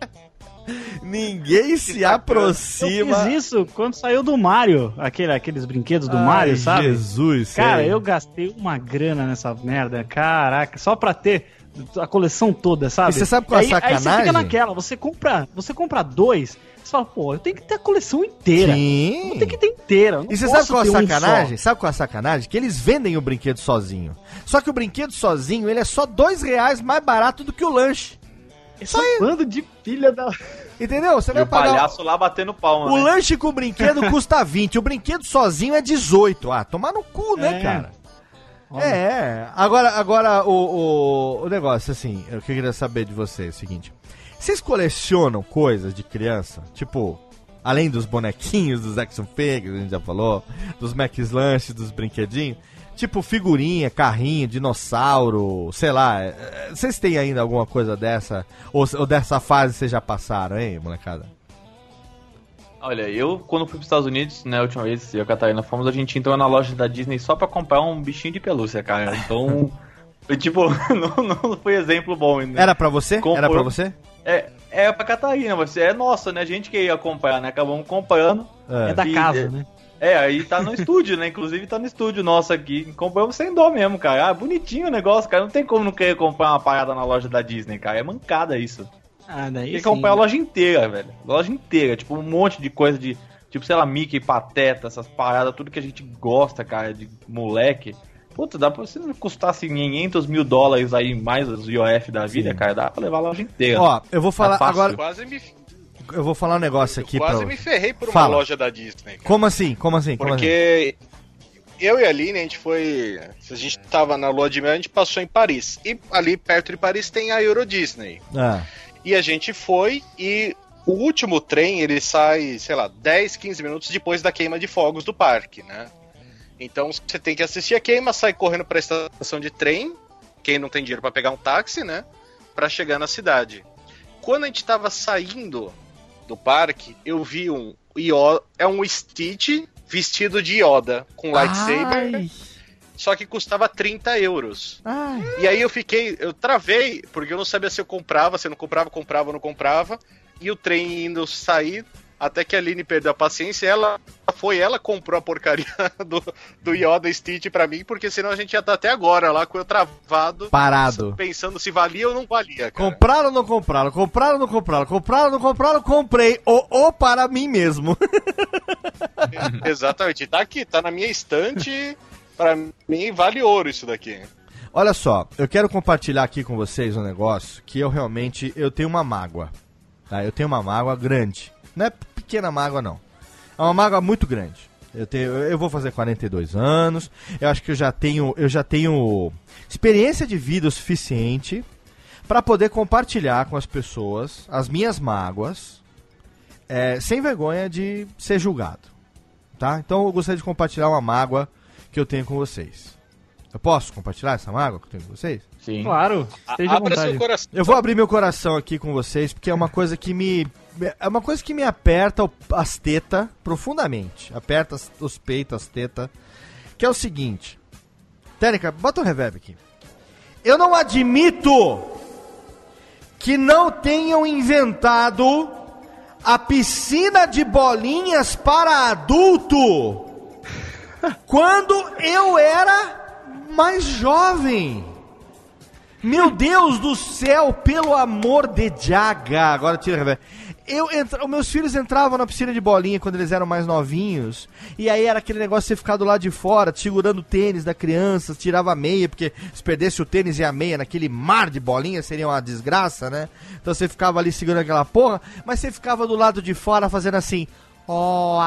Ninguém se aproxima. Eu fiz isso quando saiu do Mario, aquele, aqueles brinquedos do Ai, Mario, sabe? Jesus, cara, sério. Eu gastei uma grana nessa merda, caraca, só pra ter a coleção toda, sabe? E você sabe qual é a sacanagem? Aí você fica naquela, você compra, você compra dois, você fala, pô, eu tenho que ter a coleção inteira. Sim. Eu tenho que ter inteira. E você sabe qual é a sacanagem? Um sabe qual é a sacanagem? Que eles vendem o brinquedo sozinho. Só que o brinquedo sozinho, ele é só dois reais mais barato do que o lanche. Esse é um bando de filha da... Entendeu? Você e vai o pagar... palhaço lá batendo palma, O né? lanche com o brinquedo custa vinte, o brinquedo sozinho é dezoito. Ah, tomar no cu, né, é. cara? Olha. É, agora, agora o, o, o negócio, assim, eu queria saber de vocês, é o seguinte. Vocês colecionam coisas de criança? Tipo, além dos bonequinhos, dos action figures, a gente já falou, dos Max Lanches, dos brinquedinhos, tipo figurinha, carrinho, dinossauro, sei lá. Vocês têm ainda alguma coisa dessa? Ou, ou dessa fase vocês já passaram, hein, molecada? Olha, eu quando fui pros Estados Unidos, né, a última vez, eu e a Catarina fomos, a gente entrou na loja da Disney só pra comprar um bichinho de pelúcia, cara. Então, foi tipo, não, não foi exemplo bom ainda. Era pra você? Comprou... Era pra você? É, é pra Catarina, mas é nossa, né, a gente que ia comprar, né, acabamos comprando. É, é da e, casa, é, né? É, aí tá no estúdio, né, inclusive tá no estúdio nosso aqui. Compramos sem dó mesmo, cara. Ah, bonitinho o negócio, cara, não tem como não querer comprar uma parada na loja da Disney, cara, é mancada isso. Ah, daí tem que sim. comprar a loja inteira, velho. Loja inteira, tipo, um monte de coisa de... Tipo, sei lá, Mickey, Pateta, essas paradas, tudo que a gente gosta, cara, de moleque. Puta, dá pra você não custar assim quinhentos mil dólares aí, mais os I O F da vida, sim, cara, dá pra levar a loja inteira. Ó, eu vou falar é agora... Quase me... Eu vou falar um negócio aqui eu quase pra... me ferrei por uma Fala. loja da Disney, cara. Como assim? Como assim? Como Porque... assim? Eu e a Aline, a gente foi... A gente tava na lua de mel, a gente passou em Paris. E ali perto de Paris tem a Euro Disney. Ah. E a gente foi e o último trem, ele sai, sei lá, dez, quinze minutos depois da queima de fogos do parque, né? Então você tem que assistir a queima, sai correndo pra estação de trem, quem não tem dinheiro pra pegar um táxi, né? Pra chegar na cidade. Quando a gente tava saindo do parque, eu vi um Yoda, é um Stitch vestido de Yoda, com lightsaber... Ai. Só que custava trinta euros. Ai. E aí eu fiquei, eu travei, porque eu não sabia se eu comprava, se eu não comprava, comprava ou não comprava. E o trem indo sair, até que a Aline perdeu a paciência, ela foi, ela comprou a porcaria do, do Yoda Stitch pra mim, porque senão a gente ia estar até agora lá com eu travado. Parado. Pensando se valia ou não valia, cara. Compraram ou não compraram? Compraram ou não compraram? Compraram ou não compraram? Comprei. Ou, ou para mim mesmo. Exatamente. Tá aqui, tá na minha estante... Pra mim, vale ouro isso daqui. Olha só, eu quero compartilhar aqui com vocês um negócio que eu realmente, eu tenho uma mágoa. Tá? Eu tenho uma mágoa grande. Não é pequena mágoa, não. É uma mágoa muito grande. Eu, tenho, eu vou fazer quarenta e dois anos. Eu acho que eu já tenho, eu já tenho experiência de vida o suficiente para poder compartilhar com as pessoas as minhas mágoas, é, sem vergonha de ser julgado. Tá? Então eu gostaria de compartilhar uma mágoa que eu tenho com vocês. Eu posso compartilhar essa mágoa que eu tenho com vocês? Sim. Claro. Esteja à vontade. Seu coração. Eu vou abrir meu coração aqui com vocês, porque é uma coisa que me... É uma coisa que me aperta as tetas profundamente. Aperta os peitos, as tetas. Que é o seguinte. Tênica, bota um reverb aqui. Eu não admito que não tenham inventado a piscina de bolinhas para adulto quando eu era mais jovem. Meu Deus do céu, pelo amor de Jaga. Agora tira a reverb. Eu entra... Os meus filhos entravam na piscina de bolinha quando eles eram mais novinhos. E aí era aquele negócio de você ficar do lado de fora, segurando o tênis da criança, tirava a meia, porque se perdesse o tênis e a meia naquele mar de bolinha seria uma desgraça, né? Então você ficava ali segurando aquela porra, mas você ficava do lado de fora fazendo assim... Oh,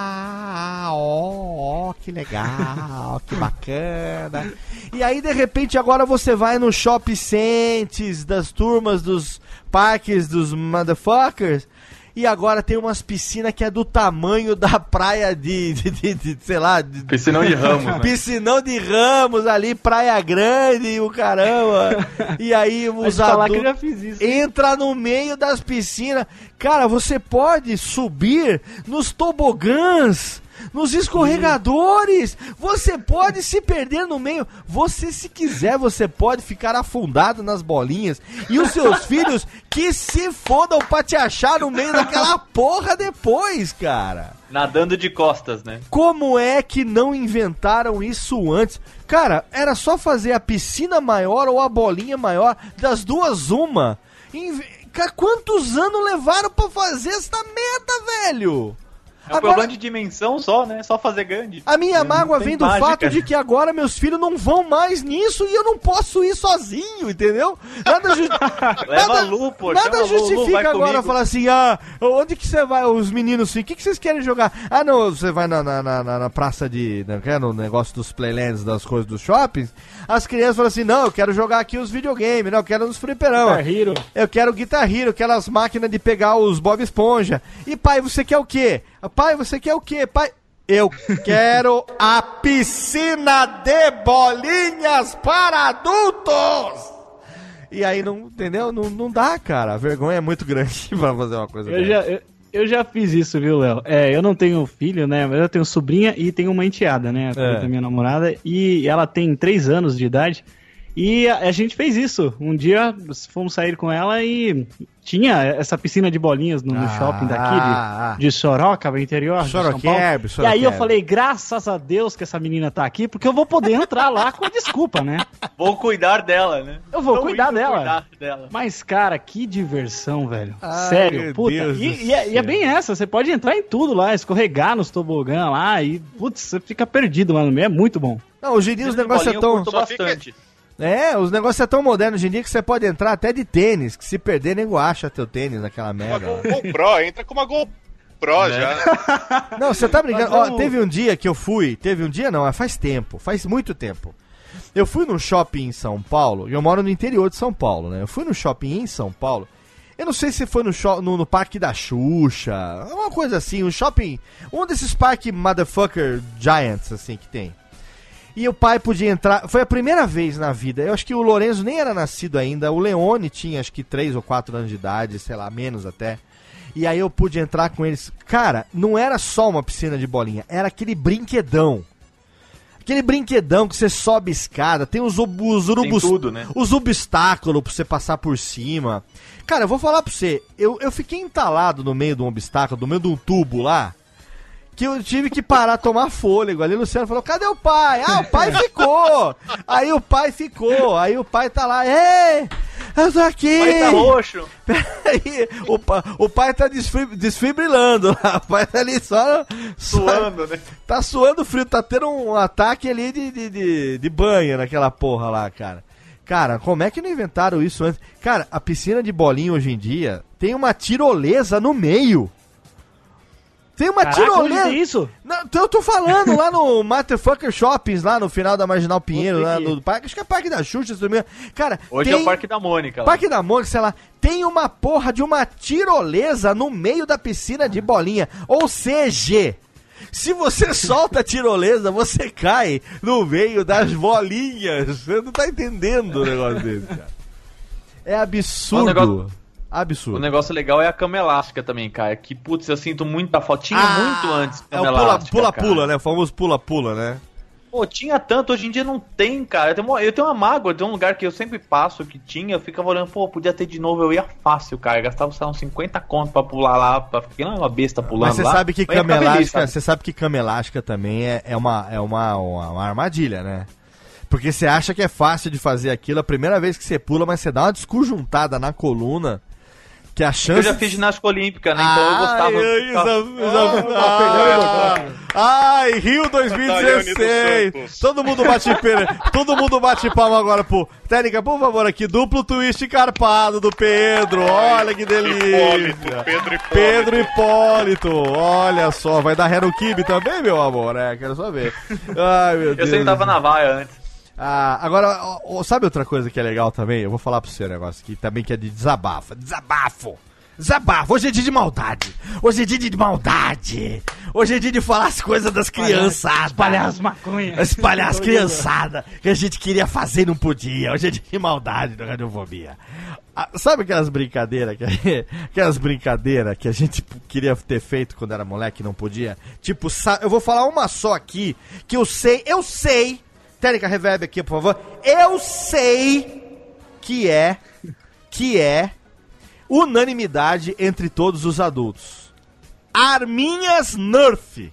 ah, oh, oh, que legal, que bacana. E aí, de repente, agora você vai no shopping centes das turmas dos parques dos motherfuckers. E agora tem umas piscinas que é do tamanho da praia de, de, de, de sei lá... De, Piscinão de Ramos, né? Piscinão de Ramos ali, Praia Grande, o caramba. E aí os adultos entra no meio das piscinas. Cara, você pode subir nos tobogãs, nos escorregadores. Você pode se perder no meio. Você, se quiser, você pode ficar afundado nas bolinhas. E os seus filhos que se fodam pra te achar no meio daquela porra depois, cara. Nadando de costas, né? Como é que não inventaram isso antes? Cara, era só fazer a piscina maior ou a bolinha maior, das duas uma. Inve... Quantos anos levaram pra fazer essa merda, velho? É um agora, problema de dimensão só, né? Só fazer grande. A minha mágoa vem do mágica. fato de que agora meus filhos não vão mais nisso e eu não posso ir sozinho, entendeu? Nada, ju Leva nada, Lu, pô, nada justifica Lu, agora comigo. falar assim, ah, onde que você vai, os meninos assim, o que, que vocês querem jogar? Ah, não, você vai na, na, na, na praça de, não quer, no negócio dos playlands, das coisas dos shoppings, as crianças falam assim, não, eu quero jogar aqui os videogames, não, eu quero nos fliperão. Guitar Hero. Eu quero Guitar Hero, aquelas máquinas de pegar os Bob Esponja. E pai, você quer o quê? Pai, você quer o quê? Pai, eu quero a piscina de bolinhas para adultos. E aí, não, entendeu? Não, não dá, cara. A vergonha é muito grande pra fazer uma coisa eu já, eu, eu já fiz isso, viu, Léo? É, eu não tenho filho, né? Mas eu tenho sobrinha e tenho uma enteada, né? É. Da minha namorada. E ela tem três anos de idade. E a, a gente fez isso. Um dia fomos sair com ela e tinha essa piscina de bolinhas no, no Ah, shopping daqui, ah, de, de Sorocaba, interior de São Paulo. Sorocaba, E Sorocaba. aí eu falei, graças a Deus que essa menina tá aqui, porque eu vou poder entrar lá com a desculpa, né? Vou cuidar dela, né? Eu vou Tô cuidar indo dela. cuidar dela. Mas, cara, que diversão, velho. Ai, Sério, meu puta. Deus E, do e é, e é céu. bem essa, você pode entrar em tudo lá, escorregar nos tobogã lá e, putz, você fica perdido lá no meio, é muito bom. Não, hoje em dia os negócios é Bolinha eu tão... curto Só fica- bastante. É, os negócios é tão modernos hoje em dia que você pode entrar até de tênis, que se perder, nego acha teu tênis naquela Uma merda. lá. GoPro, entra com uma GoPro já. Não, você tá brincando. Mas Ó, vamos- teve um dia que eu fui, teve um dia não, é faz tempo, faz muito tempo. Eu fui num shopping em São Paulo, e eu moro no interior de São Paulo, né? Eu fui no shopping em São Paulo, eu não sei se foi no, sho- no, no Parque da Xuxa, uma coisa assim, um shopping, um desses parques motherfucker giants, assim, que tem. E o pai podia entrar, foi a primeira vez na vida, eu acho que o Lorenzo nem era nascido ainda, o Leone tinha acho que três ou quatro anos de idade, sei lá, menos até. E aí eu pude entrar com eles. Cara, não era só uma piscina de bolinha, era aquele brinquedão. Aquele brinquedão que você sobe escada, tem os, ob- os urubus, Tem tudo, né? os obstáculos pra você passar por cima. Cara, eu vou falar pra você, eu, eu fiquei entalado no meio de um obstáculo, no meio de um tubo lá, que eu tive que parar, tomar fôlego. Ali o Luciano falou, cadê o pai? Ah, o pai ficou. Aí o pai ficou, aí o pai tá lá, ei, eu tô aqui. O pai tá roxo. Peraí, o, pa, o pai tá desfib, desfibrilando lá, o pai tá ali só, só Suando, né? tá suando frio, tá tendo um ataque ali de, de, de, de banha naquela porra lá, cara. Cara, como é que não inventaram isso antes? Cara, a piscina de bolinha hoje em dia tem uma tirolesa no meio. Tem uma Caraca, onde tirolesa. tem isso? Não, eu tô falando lá no Motherfucker Shoppings, lá no final da Marginal Pinheiro, Vou ter lá que ir. no parque. Acho que é Parque da Xuxa, se não me engano. Cara, Hoje tem... é o Parque da Mônica. Lá. Parque da Mônica, sei lá, tem uma porra de uma tirolesa no meio da piscina de bolinha. Ou seja, se você solta a tirolesa, você cai no meio das bolinhas. Você não tá entendendo o negócio desse, cara. É absurdo. O negócio- Absurdo. O negócio legal é a cama elástica também, cara. Que, putz, eu sinto muita falta. Tinha Ah, muito antes É o cama pula- elástica, pula-pula, cara. né? O famoso pula-pula, né? Pô, tinha tanto, hoje em dia não tem, cara. Eu tenho uma, eu tenho uma mágoa, tem um lugar que eu sempre passo que tinha, eu ficava olhando, pô, podia ter de novo, eu ia fácil, cara. Eu gastava, sei lá, uns cinquenta conto pra pular lá, pra ficar uma besta pulando Mas você lá. sabe que Eu ia cama ficar feliz, elástica, sabe? você sabe que cama elástica também é, é, uma, é uma, uma, uma armadilha, né? Porque você acha que é fácil de fazer aquilo a primeira vez que você pula, mas você dá uma desconjuntada na coluna, que a chance... Eu já fiz ginástica olímpica, né? Então eu gostava. Ai, de ficar- isso- isso- ah, ah, Ai, Rio dois mil e dezesseis. Todo mundo bate pera, todo mundo bate palma agora pro Técnica, por favor, aqui, duplo twist carpado do Pedro. Olha que delícia. Hipólito, Pedro Hipólito. Pedro Hipólito. Olha só, vai dar Hero Kibe também, meu amor, né? Quero só ver. Ai, meu Deus. Eu sempre tava na vaia antes. Ah, agora, ó, ó, sabe outra coisa que é legal também? Eu vou falar pro seu negócio aqui também, que é de desabafo. Desabafo! Desabafo! Hoje é dia de maldade! Hoje é dia de maldade! Hoje é dia de falar as coisas das criançadas! Espalhar as maconhas! Espalhar as criançadas! Que a gente queria fazer e não podia! Hoje é dia de maldade do Radiofobia! Ah, sabe aquelas brincadeiras que, aquelas brincadeiras que a gente queria ter feito quando era moleque e não podia? Tipo, eu vou falar uma só aqui, que eu sei, eu sei... Técnica, reverb aqui, por favor. Eu sei que é, que é unanimidade entre todos os adultos. Arminhas Nerf.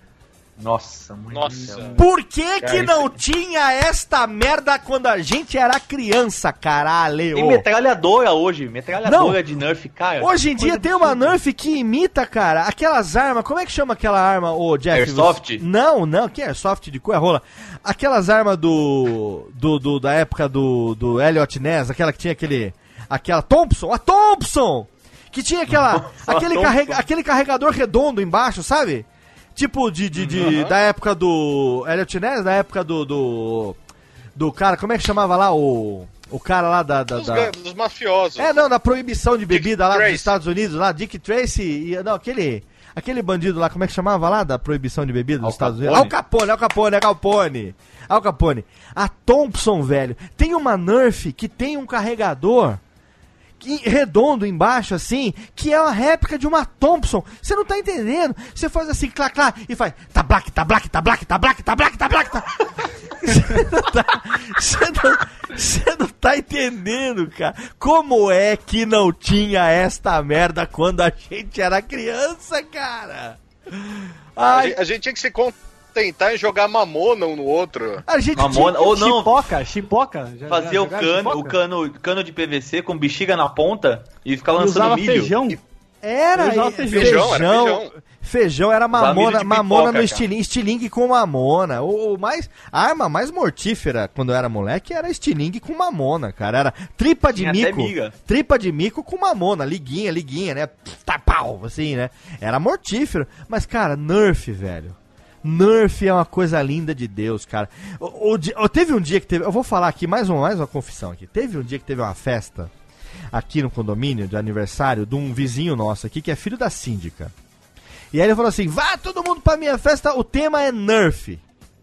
Nossa, mãe. Nossa. Por que Cara, que não isso- tinha esta merda quando a gente era criança, caralho? Tem metralhadora hoje, metralhadora de Nerf, cara. Hoje em dia Coisa tem uma absurda. Nerf que imita, cara, aquelas armas. Como é que chama aquela arma, ô Jeff? Airsoft? Você- Não, não, que Airsoft de cu é rola. Aquelas armas do, do, do- da época do, do Elliot Ness, aquela que tinha aquele. Aquela Thompson, a Thompson! Que tinha aquela. Nossa, aquele, a carrega, Thompson. aquele carregador redondo embaixo, sabe? Tipo de. de, de- Uhum. Da época do. Elliot Ness, da época do. Do, do cara, como é que chamava lá? O. O cara lá da. da, Dos, da- ga- dos mafiosos. é, não, da proibição de bebida lá Tracy. dos Estados Unidos, lá, Dick Tracy e. Não, aquele. Aquele bandido lá, como é que chamava lá? Da proibição de bebida dos Al Estados Capone. Unidos? Al Capone, Al Capone, Al Capone. Al Capone. A Thompson, velho, tem uma Nerf que tem um carregador que- redondo embaixo, assim, que é uma réplica de uma Thompson. Você não tá entendendo. Você faz assim, clá, clá, e faz tá black, tá black, tá black, tá black, tá black, tá black, tá... Você não tá... Você não, você não tá entendendo, cara. Como é que não tinha esta merda quando a gente era criança, cara? A, Ai, gente, a gente tinha que se contentar em jogar mamona um no outro. a gente Mamona, tinha... ou não, Chipoca, chipoca. Já- fazer já o jogaram cano, chipoca? o cano, cano de P V C com bexiga na ponta e ficar E lançando usava milho. feijão. Era, Eu usava e- feijão. Feijão, era feijão. Feijão era Usava milho mamona, de mamona pipoca, no cara. estilingue, estilingue com mamona. O, o mais, a arma mais mortífera quando eu era moleque era estilingue com mamona, cara. Era tripa de Tinha até mico. miga. Tripa de mico com mamona, liguinha, liguinha, né? Tá pau, assim, né? Era mortífero. Mas, cara, Nerf, velho. Nerf é uma coisa linda de Deus, cara. O, o di- o- teve um dia que teve. Eu vou falar aqui mais uma, mais uma confissão aqui. Teve um dia que teve uma festa aqui no condomínio de aniversário de um vizinho nosso aqui que é filho da síndica. E aí ele falou assim: vá todo mundo pra minha festa, o tema é Nerf.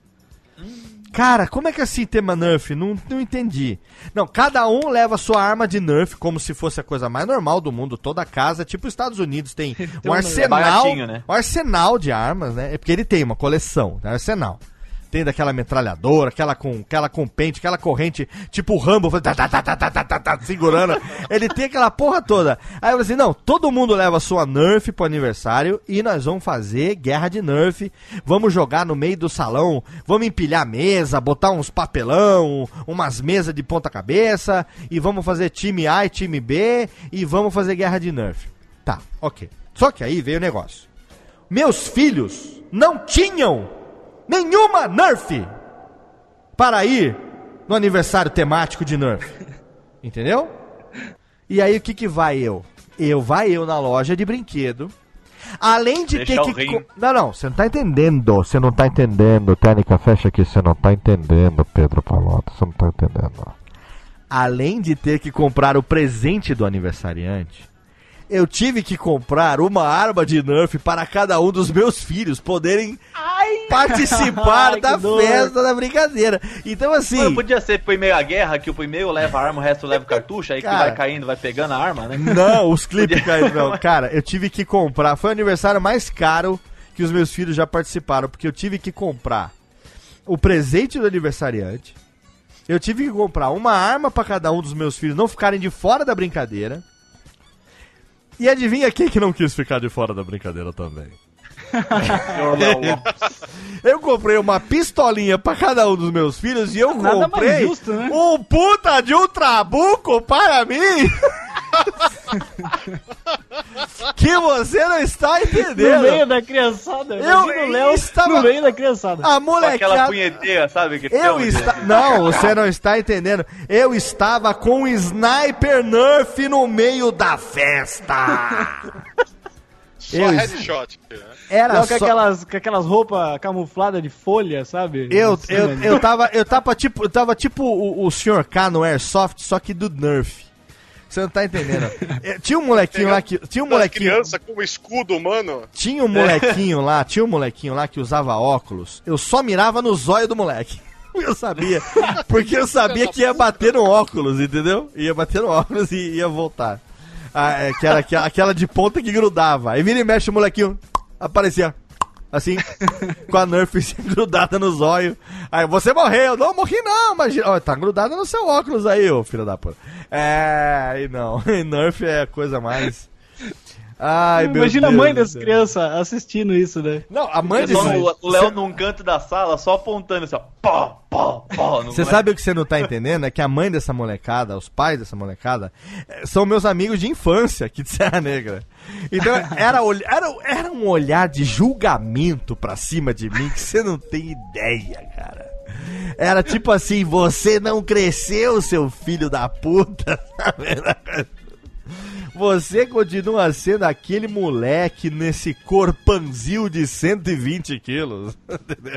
Cara, como é que é assim tema Nerf? Não, não entendi. Não, cada um leva a sua arma de Nerf como se fosse a coisa mais normal do mundo. Toda casa, tipo os Estados Unidos, tem um um arsenal, baratinho, né? um arsenal de armas, né? É porque ele tem uma coleção, né? Arsenal. Tem daquela metralhadora, aquela com, aquela com pente, aquela corrente, tipo o Rambo, faz tá, tá, tá, tá, tá, tá, tá, tá, segurando. Ele tem aquela porra toda. Aí eu falei assim, não, todo mundo leva a sua Nerf pro aniversário e nós vamos fazer guerra de Nerf. Vamos jogar no meio do salão, vamos empilhar a mesa, botar uns papelão, umas mesas de ponta cabeça e vamos fazer time A e time B e vamos fazer guerra de Nerf. Tá, ok. Só que aí veio o negócio. Meus filhos não tinham nenhuma Nerf para ir no aniversário temático de Nerf. Entendeu? E aí o que que vai eu? Eu vai eu na loja de brinquedo. Além de Deixar ter o que... rim. co- Não, não, você não tá entendendo. Você não tá entendendo. Técnica, fecha aqui. Você não tá entendendo, Pedro Palota. Você não tá entendendo. Além de ter que comprar o presente do aniversariante, eu tive que comprar uma arma de Nerf para cada um dos meus filhos poderem participar Ai, da que dor. festa da brincadeira. Então, assim... Mano, podia ser Primeira Guerra, que o primeiro leva a arma, o resto leva o cartucho, aí Cara. que vai caindo, vai pegando a arma, né? Não, os clipes caíram. Não, cara, eu tive que comprar. Foi o aniversário mais caro que os meus filhos já participaram, porque eu tive que comprar o presente do aniversariante. Eu tive que comprar uma arma pra cada um dos meus filhos não ficarem de fora da brincadeira. E adivinha quem que não quis ficar de fora da brincadeira também? Eu comprei uma pistolinha pra cada um dos meus filhos e eu Nada mais comprei justo, né? um puta de um trabuco para mim. que você não está entendendo. No meio da criançada. Eu Imagina o Léo estava- no meio da criançada. A Com molecada... aquela punheteira, sabe? Que Eu tem, está... Não, você não está entendendo. Eu estava com um sniper nerf no meio da festa. Só Eu- headshot. Né? Era Léo com só... aquelas, com aquelas roupas camufladas de folha, sabe? Eu, Em cima eu, ali. eu tava, eu tava tipo, eu tava tipo o, o senhor K no Airsoft, só que do Nerf. Você não tá entendendo. É, Tinha um molequinho lá que. Tinha um Das molequinho. crianças com escudo, mano. Tinha um molequinho lá, tinha um molequinho lá que usava óculos. Eu só mirava no zóio do moleque. Eu sabia. Porque eu sabia que ia bater no óculos, entendeu? Ia bater no óculos e ia voltar. Ah, é, que era aquela, aquela de ponta que grudava. Aí vira e mexe o molequinho. Aparecia. Assim, com a Nerf grudada no zóio. Aí, você morreu. Não, morri não, mas ó, tá grudada no seu óculos aí, ô filho da puta. É, aí não. Nerf é a coisa mais... Ai, meu Imagina Deus a mãe do das céu. crianças assistindo isso, né? Não, a mãe Só desse... o o Léo num canto da sala, só apontando assim, ó. Pó, pó, pó. Você sabe o que você não tá entendendo? É que a mãe dessa molecada, os pais dessa molecada, eh, são meus amigos de infância aqui de Serra Negra. Então era, ol- era, era um olhar de julgamento pra cima de mim que você não tem ideia, cara. Era tipo assim, você não cresceu, seu filho da puta, sabe? Você continua sendo aquele moleque nesse corpanzil de cento e vinte quilos, entendeu?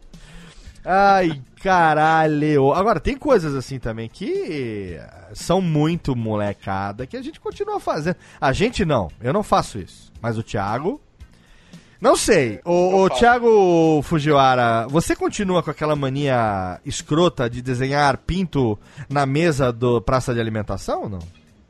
Ai, caralho. Agora, tem coisas assim também que são muito molecada que a gente continua fazendo. A gente não, eu não faço isso. Mas o Thiago... Não sei. O, o Thiago Fujiwara, você continua com aquela mania escrota de desenhar pinto na mesa do praça de alimentação ou não?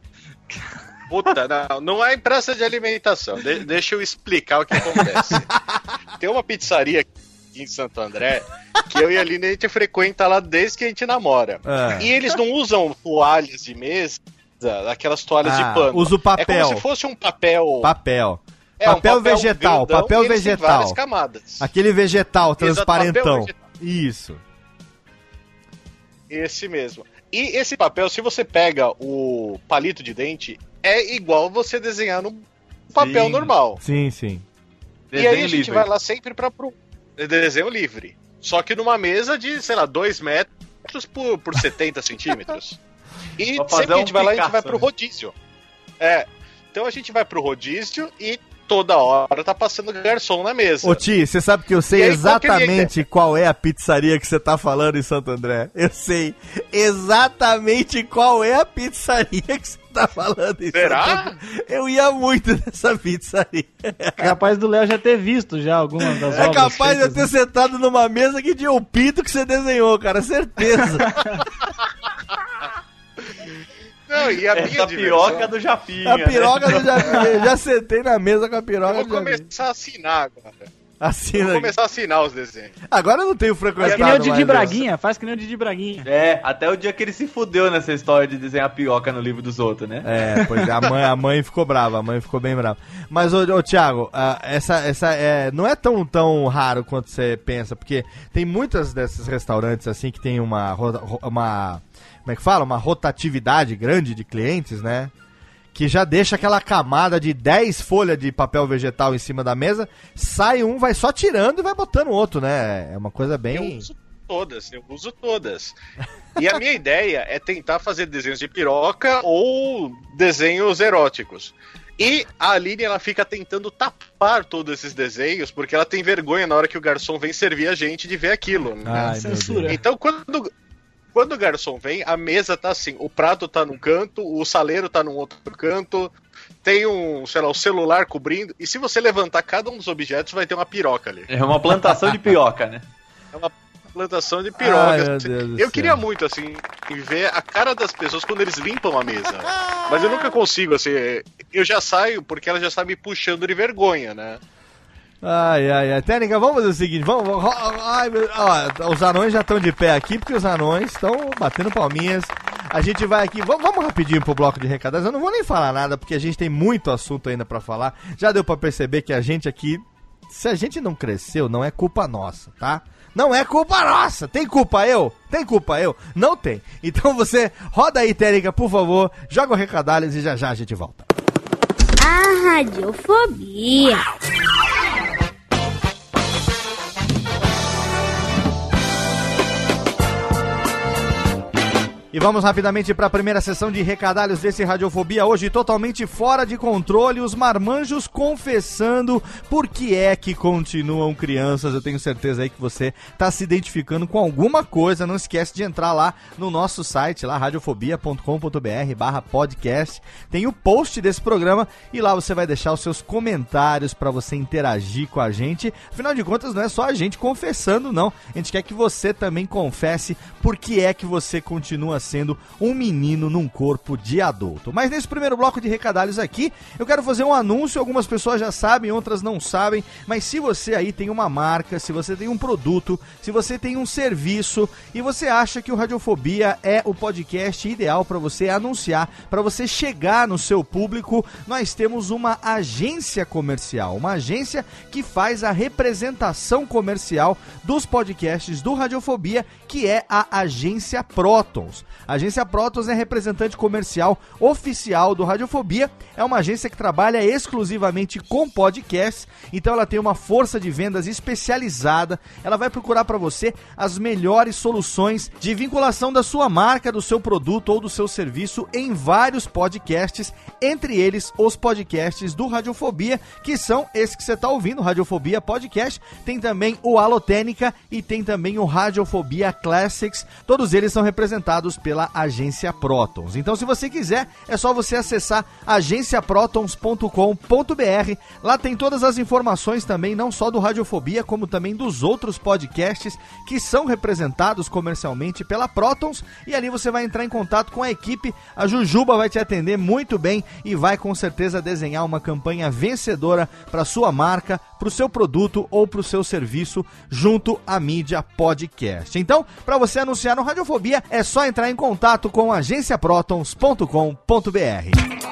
Puta, não, não é em praça de alimentação. De- deixa eu explicar o que acontece. Tem uma pizzaria aqui em Santo André que eu e a Aline a gente frequenta lá desde que a gente namora. É. E eles não usam toalhas de mesa, aquelas toalhas Ah, de pano. usa o papel. É como se fosse um papel. Papel. é, um papel vegetal, grandão, papel e eles têm vegetal. várias camadas. Aquele vegetal Exato, transparentão. papel vegetal. Isso. Esse mesmo. E esse papel, se você pega o palito de dente, é igual você desenhar num papel Sim. normal. Sim, sim. E aí Desenho a gente livre. vai lá sempre pra pro desenho livre. Só que numa mesa de, sei lá, dois metros por, por setenta centímetros. E Pra fazer sempre que a gente um vai lá, a gente Picasso, vai pro né? rodízio. É. Então a gente vai pro rodízio e toda hora tá passando garçom na mesa. Ô Ti, você sabe que eu sei E aí, qual que é a minha exatamente qual é a pizzaria que você tá falando em Santo André. Eu sei exatamente qual é a pizzaria que você tá falando em Será? Santo André. Eu ia muito nessa pizzaria. É capaz do Léo já ter visto já algumas das É obras capaz de eu feitas, ter sentado numa mesa que tinha o pinto que você desenhou, cara, certeza. Não, e a minha Essa diversão- piroca do Japinha. A piroca né? do Javi. Já sentei na mesa com a Eu piroca vou do Javi. começar a assinar agora. Assim, Eu vou né? começar a assinar os desenhos. Agora eu não tenho Faz frequentado que nem o Didi mais Braguinha, faz que nem o Didi Braguinha. É, até o dia que ele se fudeu nessa história de desenhar piroca no livro dos outros, né? É, pois é, a mãe, a mãe ficou brava, a mãe ficou bem brava. Mas, ô, ô Thiago, ah, essa, essa é, não é tão, tão raro quanto você pensa, porque tem muitos desses restaurantes assim que tem uma, ro- ro- uma, como é que fala? Uma rotatividade grande de clientes, né? Que já deixa aquela camada de dez folhas de papel vegetal em cima da mesa, sai um, vai só tirando e vai botando outro, né? É uma coisa Eu bem... uso todas, eu uso todas. E a minha ideia é tentar fazer desenhos de piroca ou desenhos eróticos. E a Aline, ela fica tentando tapar todos esses desenhos, porque ela tem vergonha na hora que o garçom vem servir a gente de ver aquilo, né? Ai, meu Censura. Deus. Então, quando, quando o garçom vem, a mesa tá assim, o prato tá num canto, o saleiro tá num outro canto, tem um, sei lá, o celular cobrindo, e se você levantar cada um dos objetos, vai ter uma piroca ali. É uma plantação de piroca, né? É uma plantação de Ai, pirocas. meu Deus do eu céu. queria muito, assim, ver a cara das pessoas quando eles limpam a mesa. Mas eu nunca consigo, assim. Eu já saio porque ela já está me puxando de vergonha, né? Ai, ai, ai. Técnica, vamos fazer o seguinte, vamos... vamos- ai, meu- ó, os anões já estão de pé aqui, porque os anões estão batendo palminhas. A gente vai aqui, vamos, vamos rapidinho pro bloco de recadas. Eu não vou nem falar nada, porque a gente tem muito assunto ainda pra falar. Já deu pra perceber que a gente aqui, se a gente não cresceu, não é culpa nossa, tá? Não é culpa nossa. Tem culpa eu? Tem culpa eu? Não tem. Então você roda aí, Técnica, por favor, joga o recadalhos e já já a gente volta. Ah, Radiofobia. E vamos rapidamente para a primeira sessão de recadalhos desse Radiofobia, hoje totalmente fora de controle, os marmanjos confessando por que é que continuam crianças. Eu tenho certeza aí que você está se identificando com alguma coisa, não esquece de entrar lá no nosso site, lá radiofobia ponto com ponto br barra podcast, tem o post desse programa e lá você vai deixar os seus comentários para você interagir com a gente. Afinal de contas, não é só a gente confessando, não, a gente quer que você também confesse por que é que você continua sendo um menino num corpo de adulto. Mas nesse primeiro bloco de recadalhos aqui, eu quero fazer um anúncio. Algumas pessoas já sabem, outras não sabem, mas se você aí tem uma marca, se você tem um produto, se você tem um serviço e você acha que o Radiofobia é o podcast ideal para você anunciar, para você chegar no seu público, nós temos uma agência comercial, uma agência que faz a representação comercial dos podcasts do Radiofobia, que é a Agência Protons. A Agência Protons é representante comercial oficial do Radiofobia, é uma agência que trabalha exclusivamente com podcasts, então ela tem uma força de vendas especializada, ela vai procurar para você as melhores soluções de vinculação da sua marca, do seu produto ou do seu serviço em vários podcasts, entre eles os podcasts do Radiofobia, que são esses que você está ouvindo, o Radiofobia Podcast, tem também o Alotênica e tem também o Radiofobia Classics, todos eles são representados pela Agência Protons. Então, se você quiser, é só você acessar agência protons ponto com ponto br. Lá tem todas as informações também, não só do Radiofobia, como também dos outros podcasts que são representados comercialmente pela Protons. E ali você vai entrar em contato com a equipe. A Jujuba vai te atender muito bem e vai com certeza desenhar uma campanha vencedora para sua marca, para o seu produto ou para o seu serviço junto à mídia podcast. Então, para você anunciar no Radiofobia, é só entrar em contato com agência protons ponto com ponto br.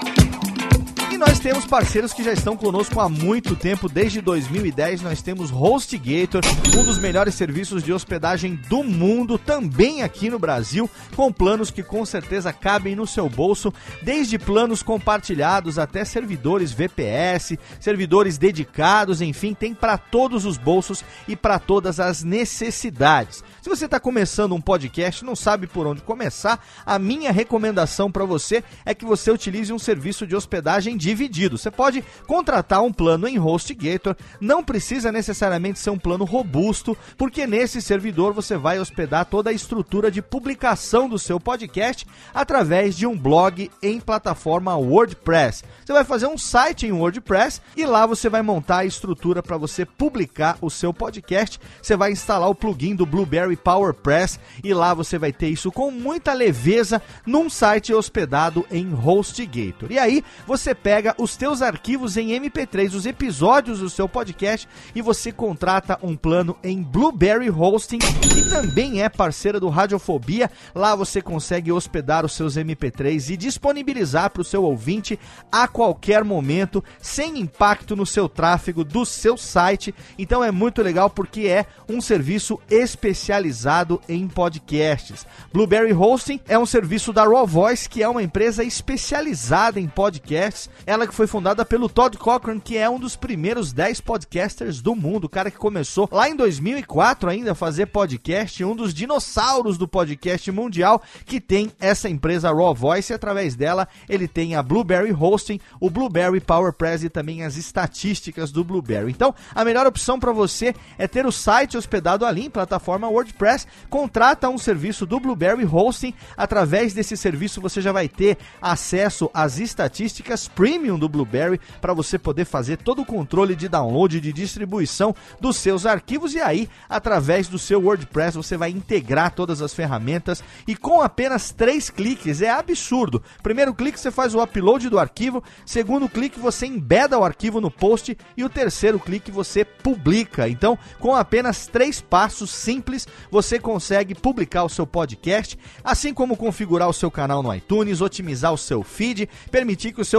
E nós temos parceiros que já estão conosco há muito tempo, desde dois mil e dez nós temos HostGator, um dos melhores serviços de hospedagem do mundo, também aqui no Brasil, com planos que com certeza cabem no seu bolso, desde planos compartilhados até servidores V P S, servidores dedicados, enfim, tem para todos os bolsos e para todas as necessidades. Se você está começando um podcast, não sabe por onde começar, a minha recomendação para você é que você utilize um serviço de hospedagem dividido. Você pode contratar um plano em HostGator, não precisa necessariamente ser um plano robusto, porque nesse servidor você vai hospedar toda a estrutura de publicação do seu podcast através de um blog em plataforma WordPress. Você vai fazer um site em WordPress e lá você vai montar a estrutura para você publicar o seu podcast. Você vai instalar o plugin do Blueberry PowerPress e lá você vai ter isso com muita leveza num site hospedado em HostGator. E aí você pega os teus arquivos em M P três, os episódios do seu podcast, e você contrata um plano em Blueberry Hosting, que também é parceira do Radiofobia. Lá você consegue hospedar os seus M P três e disponibilizar para o seu ouvinte a qualquer momento, sem impacto no seu tráfego do seu site. Então é muito legal porque é um serviço especializado em podcasts. Blueberry Hosting é um serviço da Raw Voice, que é uma empresa especializada em podcasts. Ela que foi fundada pelo Todd Cochran, que é um dos primeiros dez podcasters do mundo, o cara que começou lá em dois mil e quatro ainda a fazer podcast, um dos dinossauros do podcast mundial, que tem essa empresa Raw Voice, e através dela ele tem a Blueberry Hosting, o Blueberry PowerPress e também as estatísticas do Blueberry. Então, a melhor opção para você é ter o site hospedado ali em plataforma WordPress. Contrata um serviço do Blueberry Hosting. Através desse serviço você já vai ter acesso às estatísticas premium do Blueberry para você poder fazer todo o controle de download e de distribuição dos seus arquivos, e aí, através do seu WordPress, você vai integrar todas as ferramentas e com apenas três cliques. É absurdo. Primeiro clique você faz o upload do arquivo, segundo clique você embeda o arquivo no post e o terceiro clique você publica. Então, com apenas três passos simples, você consegue publicar o seu podcast, assim como configurar o seu canal no iTunes, otimizar o seu feed, permitir que o seu programa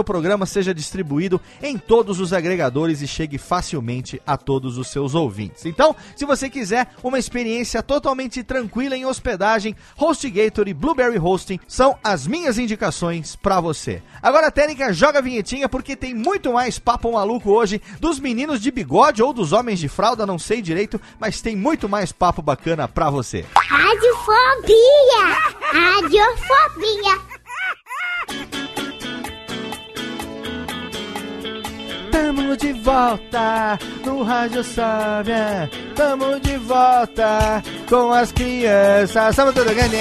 seja distribuído em todos os agregadores e chegue facilmente a todos os seus ouvintes. Então, se você quiser uma experiência totalmente tranquila em hospedagem, HostGator e Blueberry Hosting são as minhas indicações pra você. Agora, Técnica, joga a vinhetinha porque tem muito mais papo maluco hoje dos meninos de bigode ou dos homens de fralda, não sei direito, mas tem muito mais papo bacana pra você. Radiofobia! Radiofobia! Tamo de volta no Rádio Sábia, tamo de volta com as crianças, tamo tudo ganhando.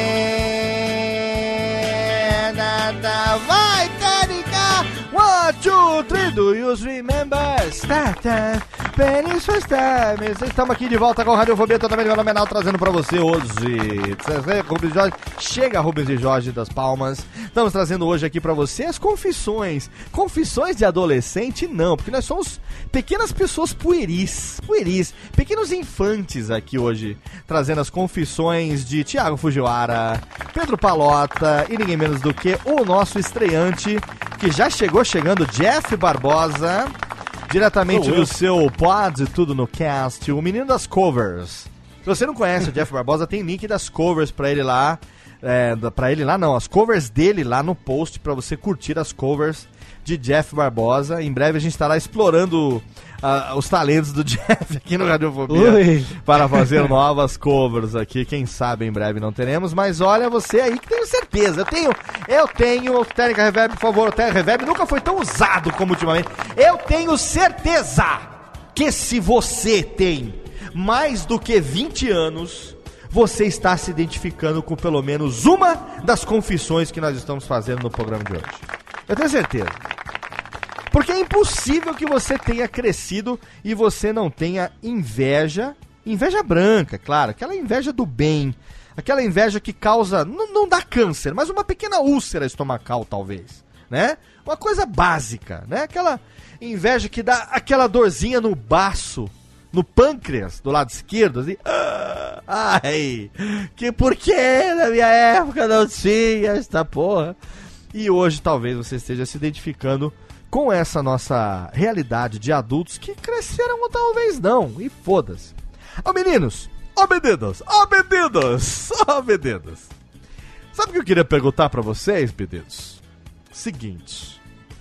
Vai, Técnica! One, two, three, do you remember? Start Penis first time. Estamos aqui de volta com a Radiofobia totalmente fenomenal, trazendo pra você hoje. Rubens Jorge, chega Rubens e Jorge das Palmas. Estamos trazendo hoje aqui pra você as confissões. Confissões de adolescente, não, porque nós somos pequenas pessoas pueris, pueris, pequenos infantes aqui hoje, trazendo as confissões de Thiago Fujiwara, Pedro Palota e ninguém menos do que o nosso estreante, que já chegou chegando, Jeff Barbosa, diretamente do seu Pod Tudo no Cast, o menino das covers. Se você não conhece o Jeff Barbosa, tem link das covers pra ele lá, é, pra ele lá não, as covers dele lá no post pra você curtir as covers de Jeff Barbosa. Em breve a gente estará explorando uh, os talentos do Jeff aqui no Radiofobia Ui. para fazer novas covers aqui. Quem sabe em breve não teremos, mas olha você aí que tenho certeza. Eu tenho, eu tenho, Técnica Reverb, por favor, o Técnica Reverb nunca foi tão usado como ultimamente. Eu tenho certeza que se você tem mais do que vinte anos, você está se identificando com pelo menos uma das confissões que nós estamos fazendo no programa de hoje. Eu tenho certeza. Porque é impossível que você tenha crescido e você não tenha inveja, inveja branca, claro, aquela inveja do bem, aquela inveja que causa, não, não dá câncer, mas uma pequena úlcera estomacal talvez, né? Uma coisa básica, né? Aquela inveja que dá aquela dorzinha no baço, no pâncreas, do lado esquerdo, assim. Ah, ai, que por que na minha época não tinha esta porra? E hoje talvez você esteja se identificando com essa nossa realidade de adultos que cresceram ou talvez não, e foda-se. Ó meninos, ó meninas, ó meninas, ó meninas. Sabe o que eu queria perguntar pra vocês, meninos? Seguinte,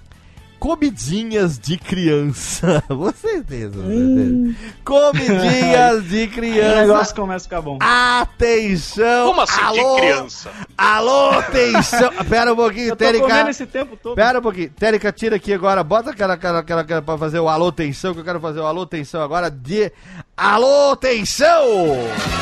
comidinhas de criança. Vocês têm essas hum. Comidinhas de criança. O negócio começa a ficar bom. Atenção. Como assim alô, de criança? Alô, atenção. Pera um pouquinho, eu tô Térica. comendo esse tempo todo. Pera um pouquinho. Térica, tira aqui agora. Bota aquela, aquela, aquela, aquela pra fazer o alô, atenção, que eu quero fazer o alô, atenção agora de... Alô, atenção.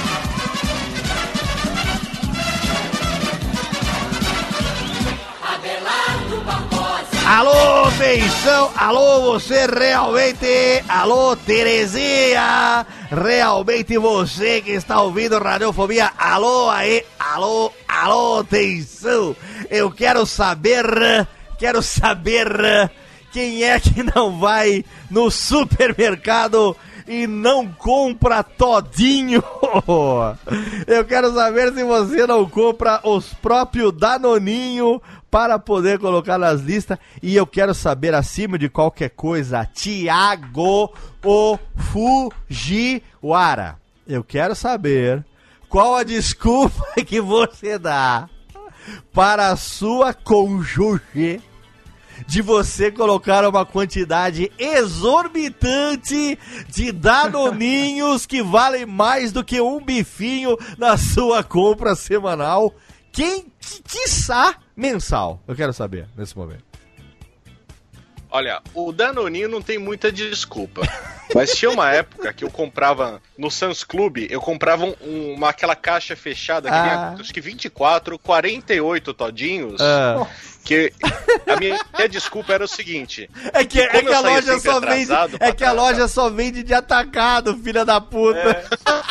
Alô, atenção, alô, você realmente, alô, Terezinha, realmente você que está ouvindo Radiofobia, alô aí, alô, alô, atenção, eu quero saber, quero saber quem é que não vai no supermercado e não compra todinho. Eu quero saber se você não compra os próprios Danoninho para poder colocar nas listas. E eu quero saber, acima de qualquer coisa, Thiago o Fujiwara, eu quero saber qual a desculpa que você dá para a sua cônjuge de você colocar uma quantidade exorbitante de danoninhos que valem mais do que um bifinho na sua compra semanal, quem, quiçá, mensal. Eu quero saber, nesse momento. Olha, o Danoninho não tem muita desculpa. Mas tinha uma época que eu comprava no Sam's Club, eu comprava um, uma, aquela caixa fechada que Ah. vinha, acho que vinte e quatro, quarenta e oito todinhos. Ah. Que a minha, minha desculpa era o seguinte: É que, é como que eu a saía loja sempre só vende, atrasado é pra que a trabalhar- loja só vende de atacado, filha da puta.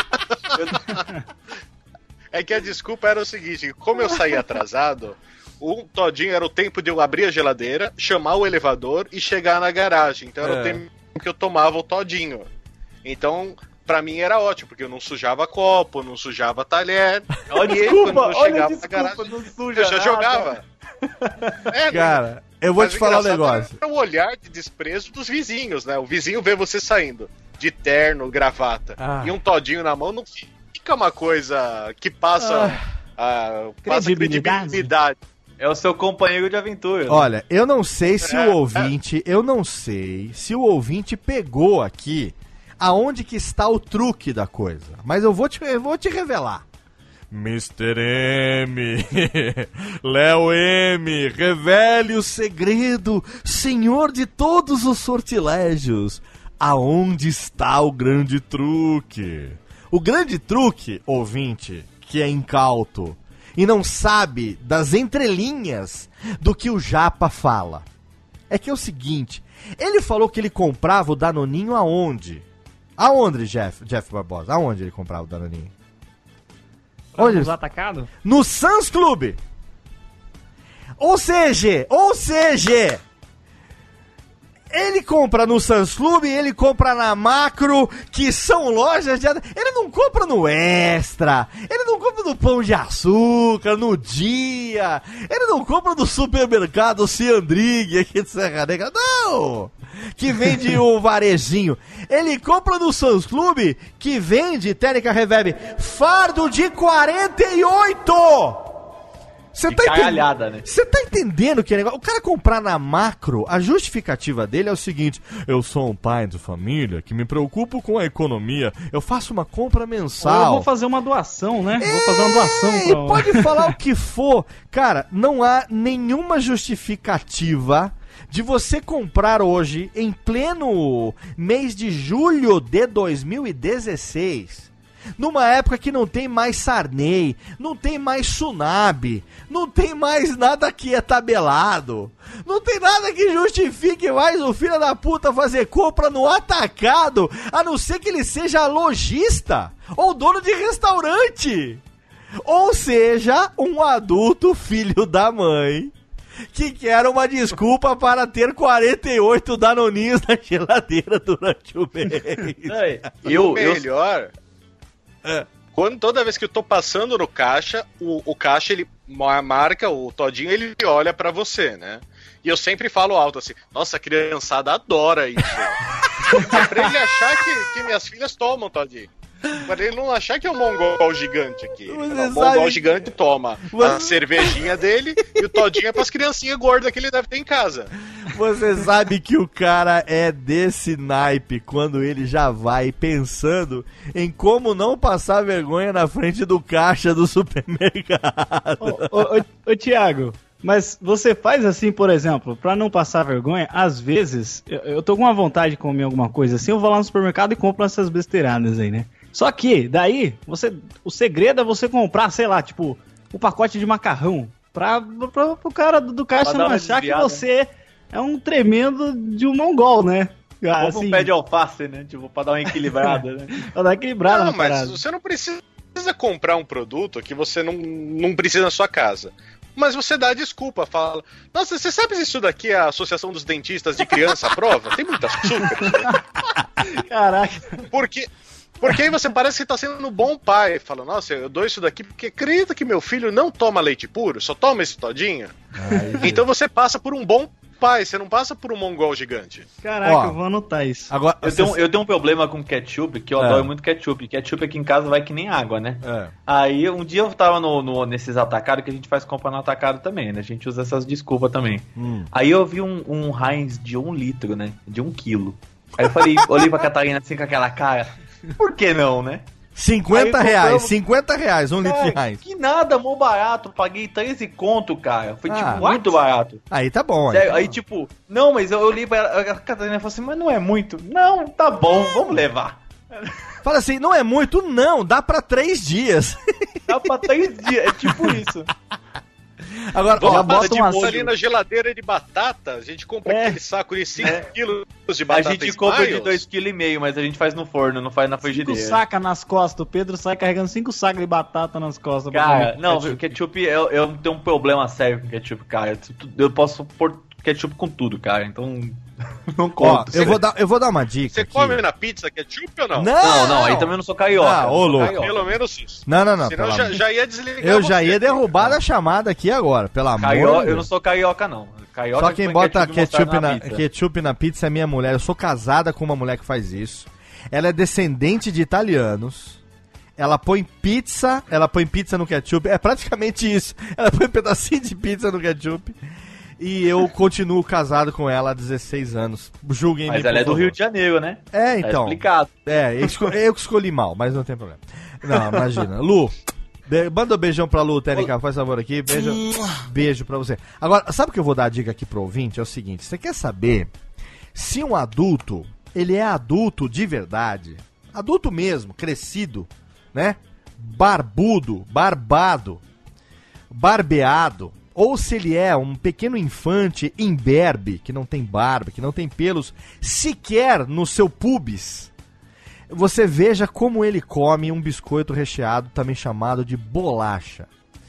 É que a desculpa era o seguinte: como eu saía atrasado, um todinho era o tempo de eu abrir a geladeira, chamar o elevador e chegar na garagem. Então era É. o tempo que eu tomava o todinho. Então, pra mim era ótimo, porque eu não sujava copo, não sujava talher. Olha a E aí, desculpa, quando eu olha a chegava na desculpa, garagem, não suja eu já nada. jogava. É, Cara, Eu vou Mas te falar um engraçado negócio. É o olhar de desprezo dos vizinhos, né? O vizinho vê você saindo de terno, gravata Ah. e um todinho na mão, não fica uma coisa que passa, ah, passa Credibilidade. credibilidade. É o seu companheiro de aventura. né? Olha, eu não sei se É, o ouvinte, eu não sei se o ouvinte pegou aqui aonde que está o truque da coisa. Mas eu vou te, eu vou te revelar. mister M, Léo M, revele o segredo, senhor de todos os sortilégios. Aonde está o grande truque? O grande truque, ouvinte, que é incauto e não sabe das entrelinhas do que o Japa fala, é que é o seguinte, ele falou que ele comprava o Danoninho aonde? Aonde, Jeff, Jeff Barbosa? Aonde ele comprava o Danoninho? Onde? Nos atacados? No Sans Club. Ou seja, ou seja, ele compra no Sans Club, ele compra na Macro, que são lojas de... Ele não compra no Extra, ele não compra no Pão de Açúcar, no Dia, ele não compra no supermercado Ciandrig aqui de Serra Negra, não! Que vende o varejinho. Ele compra no Sans Club, que vende, técnica reverb, fardo de quarenta e oito! Você De tá caralhada, entendendo? né? Você tá entendendo que é negócio? O cara comprar na Macro, a justificativa dele é o seguinte: eu sou um pai de família que me preocupo com a economia, eu faço uma compra Ou eu mensal. vou fazer uma doação, né? Vou fazer uma doação Ei, pra... pode falar o que for. Cara, não há nenhuma justificativa de você comprar hoje, em pleno mês de julho de dois mil e dezesseis, numa época que não tem mais Sarney, não tem mais Tsunami, não tem mais nada que é tabelado, não tem nada que justifique mais o filho da puta fazer compra no atacado, a não ser que ele seja lojista ou dono de restaurante, ou seja, um adulto filho da mãe que quer uma desculpa para ter quarenta e oito danoninhos na geladeira durante o mês. Aí, O eu, eu, melhor... É. Quando toda vez que eu tô passando no caixa, o, o caixa ele ma- marca o todinho, ele olha pra você, né? E eu sempre falo alto assim: nossa, a criançada adora isso. É pra ele achar que, que minhas filhas tomam todinho. Pra ele não achar que é um mongol gigante aqui. Você Não, o sabe- mongol gigante toma a Você- cervejinha dele e o todinho é pras criancinhas gordas que ele deve ter em casa. Você sabe que o cara é desse naipe quando ele já vai pensando em como não passar vergonha na frente do caixa do supermercado. Ô, ô, ô, ô, Thiago, mas você faz assim, por exemplo, pra não passar vergonha, às vezes, eu, eu tô com uma vontade de comer alguma coisa assim, eu vou lá no supermercado e compro essas besteiradas aí, né? Só que, daí, você, o segredo é você comprar, sei lá, tipo, o pacote de macarrão, pra, pra, pro cara do, do caixa Pra dar não uma achar desviada. que você é um tremendo de um mongol, né? Ah, compro um pé de alface, né? Tipo, pra dar uma equilibrada, né? pra dar equilibrada Não, na mas parada. você não precisa comprar um produto que você não, não precisa na sua casa. Mas você dá a desculpa, fala: nossa, você sabe se isso daqui é a Associação dos Dentistas de Criança aprova? Tem muito açúcar. Caraca. Porque, porque aí você parece que tá sendo um bom pai. Fala: nossa, eu dou isso daqui porque acredita que meu filho não toma leite puro, só toma esse todinho. Então você passa por um bom pai, você não passa por um mongol gigante. Caraca, Ó, eu vou anotar isso. Agora, Eu tenho, eu tenho um problema com ketchup, que eu É. adoro muito ketchup. Ketchup aqui em casa vai que nem água, né? É. Aí um dia eu tava no, no- nesses atacados, que a gente faz compra no atacado também, né? A gente usa essas desculpas também. Hum. Aí eu vi um, um Heinz de um litro, né? De um quilo. Aí eu falei, olhei pra Catarina assim com aquela cara. Por que não, né? cinquenta Aí reais, compramos- cinquenta reais, um litro de Cara, Heinz. que nada, mó barato. Paguei treze conto, cara. Foi, Ah, tipo, what? muito barato. Aí tá bom, Sério, aí. aí, tipo, não, mas eu olhei pra ela, a Catarina falou assim, mas não é muito. Não, tá bom, vamos levar. Fala assim, não é muito, não, dá pra três dias. Dá pra três dias, é tipo isso. Agora, Vamos ó, bota fazer de uma- molho ali na geladeira de batata. A gente compra É. aquele saco de cinco quilos de A batata gente compra de Smiles. dois vírgula cinco quilos, mas a gente faz no forno, não faz na Cinco frigideira. sacas nas costas. O Pedro sai carregando cinco sacos de batata nas costas. pra Cara, comer. não, Ketchup. o ketchup, eu, eu tenho um problema sério com ketchup, cara. Eu posso pôr ketchup com tudo, cara, então não ó, conto. eu, vou dar, eu vou dar uma dica Você aqui. come na pizza ketchup ou não? Não, não, aí também eu não sou carioca. Ah, não ô, sou louco. carioca. Pelo menos isso. Não, não, não. Senão pelo já, amor- já ia desligar Eu já você. ia derrubar a chamada aqui agora, pelo amor Carioca, de eu Deus. não sou carioca, não. Carioca Só quem põe bota ketchup e mostarda ketchup na, pizza. ketchup na pizza é minha mulher. Eu sou casada com uma mulher que faz isso. Ela é descendente de italianos. Ela põe pizza, ela põe pizza no ketchup. É praticamente isso. Ela põe um pedacinho de pizza no ketchup. E eu continuo casado com ela há dezesseis anos. Julguem-me. Mas ela é do Rio de Janeiro, né? É, então. É explicado. É, eu, esco- eu que escolhi mal, mas não tem problema. Não, imagina. Lu, be- manda um beijão pra Lu, Tênica, faz favor aqui. Beijo, beijo pra você. Agora, sabe o que eu vou dar a dica aqui pro ouvinte? É o seguinte, você quer saber se um adulto, ele é adulto de verdade, adulto mesmo, crescido, né? Barbudo, barbado, barbeado, ou se ele é um pequeno infante imberbe, que não tem barba, que não tem pelos sequer no seu pubis, você veja como ele come um biscoito recheado, também chamado de bolacha.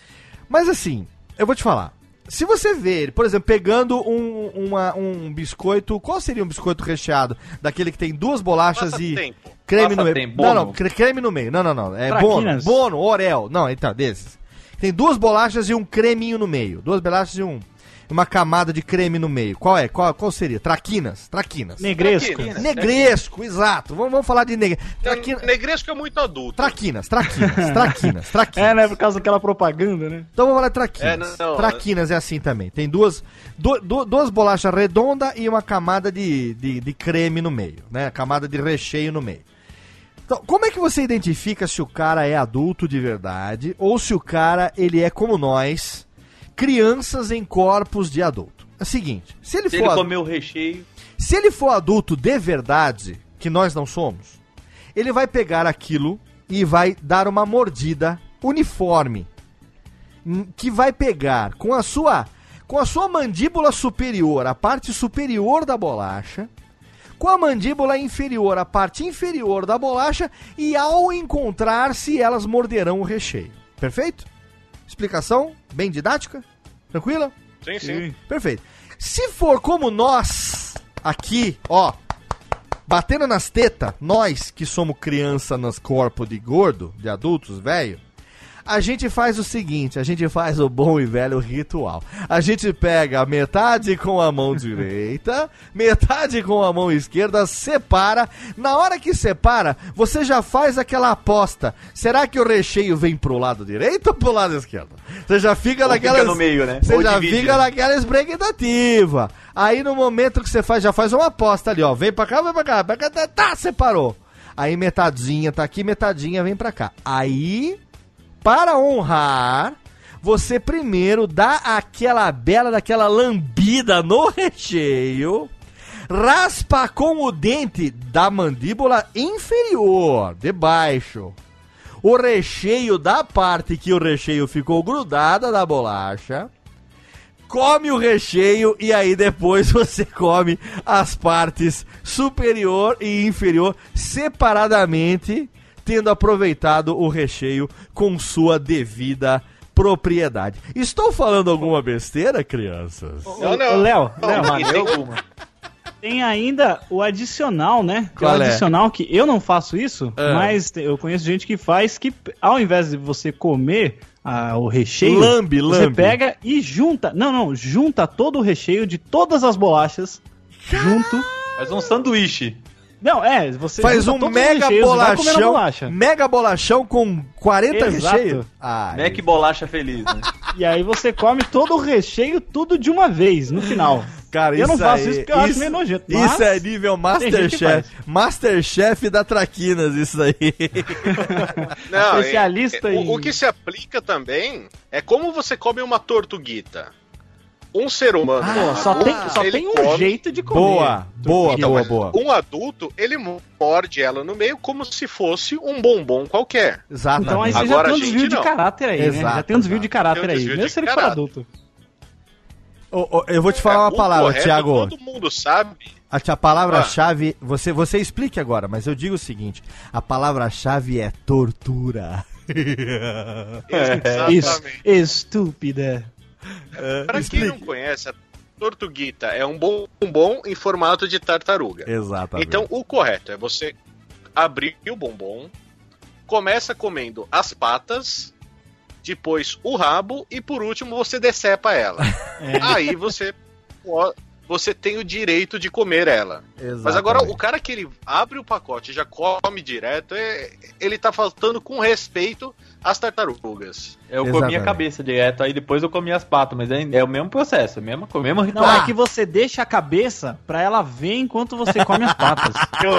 Mas assim, eu vou te falar, se você vê ele, por exemplo, pegando um, uma, um biscoito, qual seria um biscoito recheado? Daquele que tem duas bolachas Passa e tempo. creme Passa no meio. tempo, Não, não, Bono. cre- creme no meio. Não, não, não. É Bono, Traquinas. Bono, Orel. Não, então, desses. Tem duas bolachas e um creminho no meio. Duas bolachas e um, uma camada de creme no meio. Qual é? Qual, qual seria? Traquinas. Traquinas. Negresco. Traquinas. Negresco, exato. Vamos, vamos falar de negresco. Traquina, Negresco é muito adulto. traquinas, traquinas, traquinas, traquinas. É, né? Por causa daquela propaganda, né? Então vamos falar de traquinas. É, não, não. Traquinas é assim também. Tem duas, du- du- duas bolachas redondas e uma camada de, de, de creme no meio, né? Camada de recheio no meio. Então, como é que você identifica se o cara é adulto de verdade ou se o cara, ele é como nós, crianças em corpos de adulto? É o seguinte, se ele Se for ele adu- comer o recheio, se ele for adulto de verdade, que nós não somos, ele vai pegar aquilo e vai dar uma mordida uniforme, hum, que vai pegar com a sua com a sua mandíbula superior, a parte superior da bolacha, com a mandíbula inferior, a parte inferior da bolacha, e ao encontrar-se, elas morderão o recheio. Perfeito? Explicação bem didática? Tranquila? Sim, sim. Perfeito. Se for como nós, aqui, ó, batendo nas tetas, nós que somos criança nos corpos de gordo, de adultos, velho, a gente faz o seguinte, a gente faz o bom e velho ritual. A gente pega metade com a mão direita, metade com a mão esquerda, separa. Na hora que separa, você já faz aquela aposta. Será que o recheio vem pro lado direito ou pro lado esquerdo? Você já fica Ou naquela... fica no meio, né? Você Ou já divide, fica né? naquela expectativa. Aí no momento que você faz, já faz uma aposta ali, ó. Vem pra cá, vem pra cá, pra cá, tá, tá, separou. Aí metadinha tá aqui, metadinha vem pra cá. Aí, para honrar, você primeiro dá aquela bela, daquela lambida no recheio, raspa com o dente da mandíbula inferior, de baixo, o recheio da parte que o recheio ficou grudada da bolacha, come o recheio e aí depois você come as partes superior e inferior separadamente, tendo aproveitado o recheio com sua devida propriedade. Estou falando alguma besteira, crianças? Não, não. Ô, Léo, Não, Léo, mas tem- alguma. tem ainda o adicional, né? Tem Qual o é? adicional que eu não faço isso, Ah. mas te- eu conheço gente que faz que ao invés de você comer ah, o recheio, Lambe, você lambe. pega e junta. Não, não, junta todo o recheio de todas as bolachas junto. Faz um sanduíche. Não, é, você Faz junta um todos os mega recheios e vai comendo a bolachão, bolacha. mega bolachão com quarenta Exato. recheios. Ai. Mac bolacha feliz, né? E aí você come todo o recheio, tudo de uma vez, no final. Cara, Eu não isso faço aí- isso porque eu acho meio nojento, mas Isso é nível tem gente que Masterchef. faz. Masterchef da Traquinas, isso aí. Não, Especialista é- é- em- o, o que se aplica também é como você come uma tortuguita. Um ser humano. Pô, só adulto, tem, só ele tem um come- jeito de comer. Boa, boa, Então, boa, mas boa. um adulto, ele morde ela no meio como se fosse um bombom qualquer. Exatamente. Então aí você já Agora tem um a gente desvio de não. caráter aí, né? Exato, Já tem um desvio exato. de caráter Tem um aí, desvio mesmo de se ele for caráter. adulto. Ô, ô, eu vou te falar É, uma o palavra, correto, Thiago. Todo mundo sabe. A, a palavra-chave, você, você explique agora, mas eu digo o seguinte: a palavra-chave é tortura. Isso, Exatamente. estúpida. Pra quem não conhece, a tortuguita é um bombom em formato de tartaruga. Exatamente. Então, o correto é você abrir o bombom, começa comendo as patas, depois o rabo e por último você decepa ela. É. Aí você po- você tem o direito de comer ela. Exatamente. Mas agora, o cara que ele abre o pacote e já come direto, é, ele tá faltando com respeito às tartarugas. Eu comi Exatamente. a cabeça direto, aí depois eu comi as patas, mas é, é o mesmo processo, é o mesmo, o mesmo ritual. Não, é que você deixa a cabeça pra ela ver enquanto você come as patas.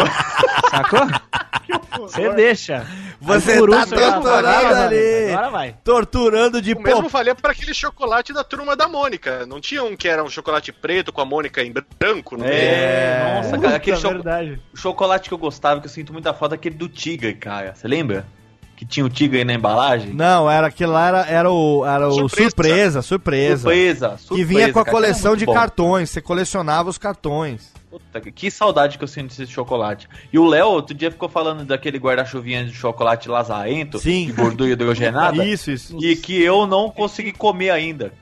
Sacou? Você deixa. Você Aí, por tá último, ela torturando vai, ali. Agora vai. Torturando de O mesmo pop. valia para aquele chocolate da Turma da Mônica. Não tinha um que era um chocolate preto com a Mônica em branco no meio? É, nossa, cara, aquele Puta, cho- verdade. o chocolate que eu gostava, que eu sinto muita falta, é aquele do Tigre, cara. Você lembra? Que tinha o Tigre aí na embalagem? Não, era aquilo lá, era, era o, era o Surpresa. surpresa, surpresa. Surpresa, surpresa. Que vinha com a cara, coleção era de muito bom. cartões, você colecionava os cartões. Puta, que saudade que eu sinto desse chocolate. E o Léo, outro dia ficou falando daquele guarda-chuvinha de chocolate lazarento, Sim. de gordura hidrogenada, Isso, isso. e que eu não consegui comer ainda.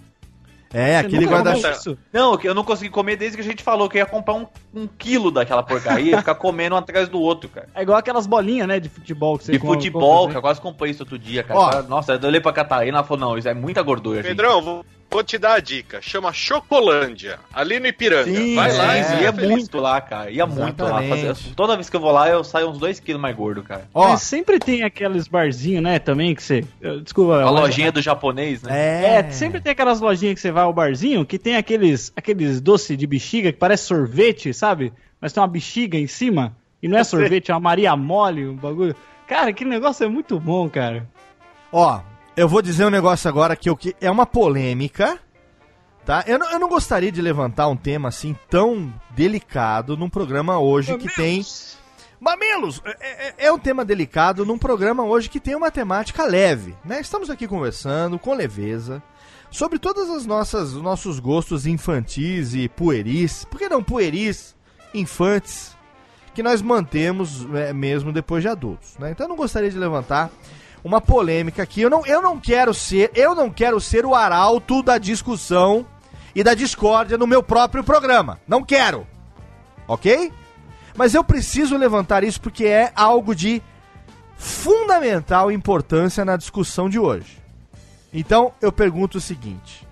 É, Você aquele nunca comeu guarda-chuva. isso? Não, que eu não consegui comer desde que a gente falou que ia comprar um, um quilo daquela porcaria e ficar comendo um atrás do outro, cara. É igual aquelas bolinhas, né, de futebol que você De compra- futebol, compra, que eu quase comprei isso outro dia, cara. Ó. Nossa, eu olhei pra Catarina e ela falou, não, isso é muita gordura, gente. Pedrão, vou, vou te dar a dica. Chama Chocolândia, ali no Ipiranga. Sim, Vai lá sim, e é, seja ia feliz. muito lá, cara. Ia muito lá. Exatamente. Fazer- toda vez que eu vou lá, eu saio uns dois quilos mais gordo, cara. Ó, Mas sempre tem aqueles barzinhos, né, também, que você... eu- Desculpa. A mas- lojinha do japonês, né? é. É, sempre tem aquelas lojinhas que você vai ao barzinho, que tem aqueles, aqueles doces de bexiga que parece sorvete, sabe? Mas tem uma bexiga em cima, e não é sorvete, é uma Maria Mole, um bagulho. Cara, aquele negócio é muito bom, cara. Ó, eu vou dizer um negócio agora que, eu, que é uma polêmica, tá? Eu não, eu não gostaria de levantar um tema assim tão delicado num programa hoje que tem... Mamilos! É, é- é um tema delicado num programa hoje que tem uma temática leve, né? Estamos aqui conversando com leveza sobre todas as nossas os nossos gostos infantis e pueris, por que não pueris, infantes, que nós mantemos é, mesmo depois de adultos, né? Então eu não gostaria de levantar uma polêmica aqui. Eu não, eu não quero ser, eu não quero ser o arauto da discussão e da discórdia no meu próprio programa. Não quero. OK? Mas eu preciso levantar isso porque é algo de fundamental importância na discussão de hoje. Então, eu pergunto o seguinte: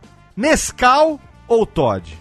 Nescau ou Toddy?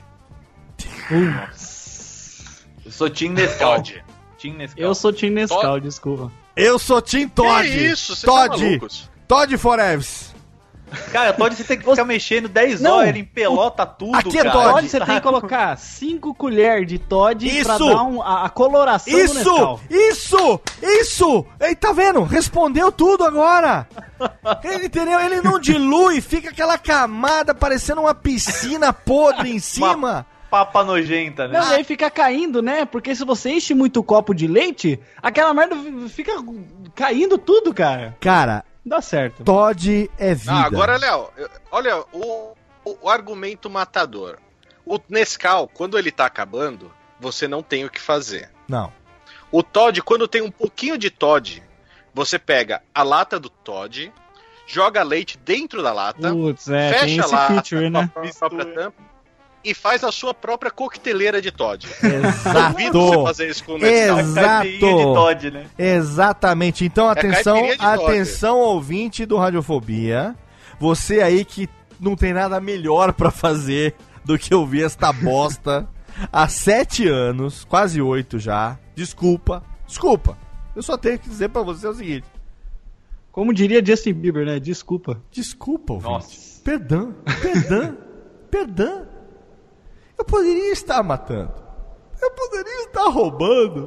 Eu sou Team Nescau. Todd. Team Nescau. Eu sou Tim Nescau, Todd. desculpa. Eu sou Team Todd. Que isso, vocês são Todd. malucos. Todd Forever. Cara, Todd você tem que ficar mexendo dez Não. horas, ele empelota tudo, Aqui é cara. Todd. Todd, você tem que colocar cinco colheres de Todd pra Isso. dar um- a, a coloração do Isso! Nescau. Isso! Isso! Ei, tá vendo? Respondeu tudo agora! Ele, entendeu? Ele não dilui, fica aquela camada parecendo uma piscina podre em cima. Papa nojenta, né? Não, e aí fica caindo, né? Porque se você enche muito copo de leite, aquela merda fica caindo tudo, cara. Cara, Dá certo. Todd é vida. Ah, agora, Léo, eu- olha o, o, o argumento matador. O Nescau, quando ele tá acabando, você não tem o que fazer. Não. O Todd, quando tem um pouquinho de Todd, você pega a lata do Todd, joga leite dentro da lata, Putz, é, tem fecha esse lá feature, né? com a própria tampa e faz a sua própria coqueteleira de Todd. Exato. Duvido você fazer isso com o Nescau. Exato. Caipirinha de Todd, né? Exatamente. Então, atenção, caipirinha de Todd. atenção, ouvinte do Radiofobia. Você aí que não tem nada melhor pra fazer do que ouvir esta bosta há sete anos, quase oito já. Desculpa, desculpa. Eu só tenho que dizer pra você o seguinte: Como diria Justin Bieber, né? Desculpa. desculpa, ouvinte. Nossa. Perdão, perdão, perdão. Eu poderia estar matando. Eu poderia estar roubando.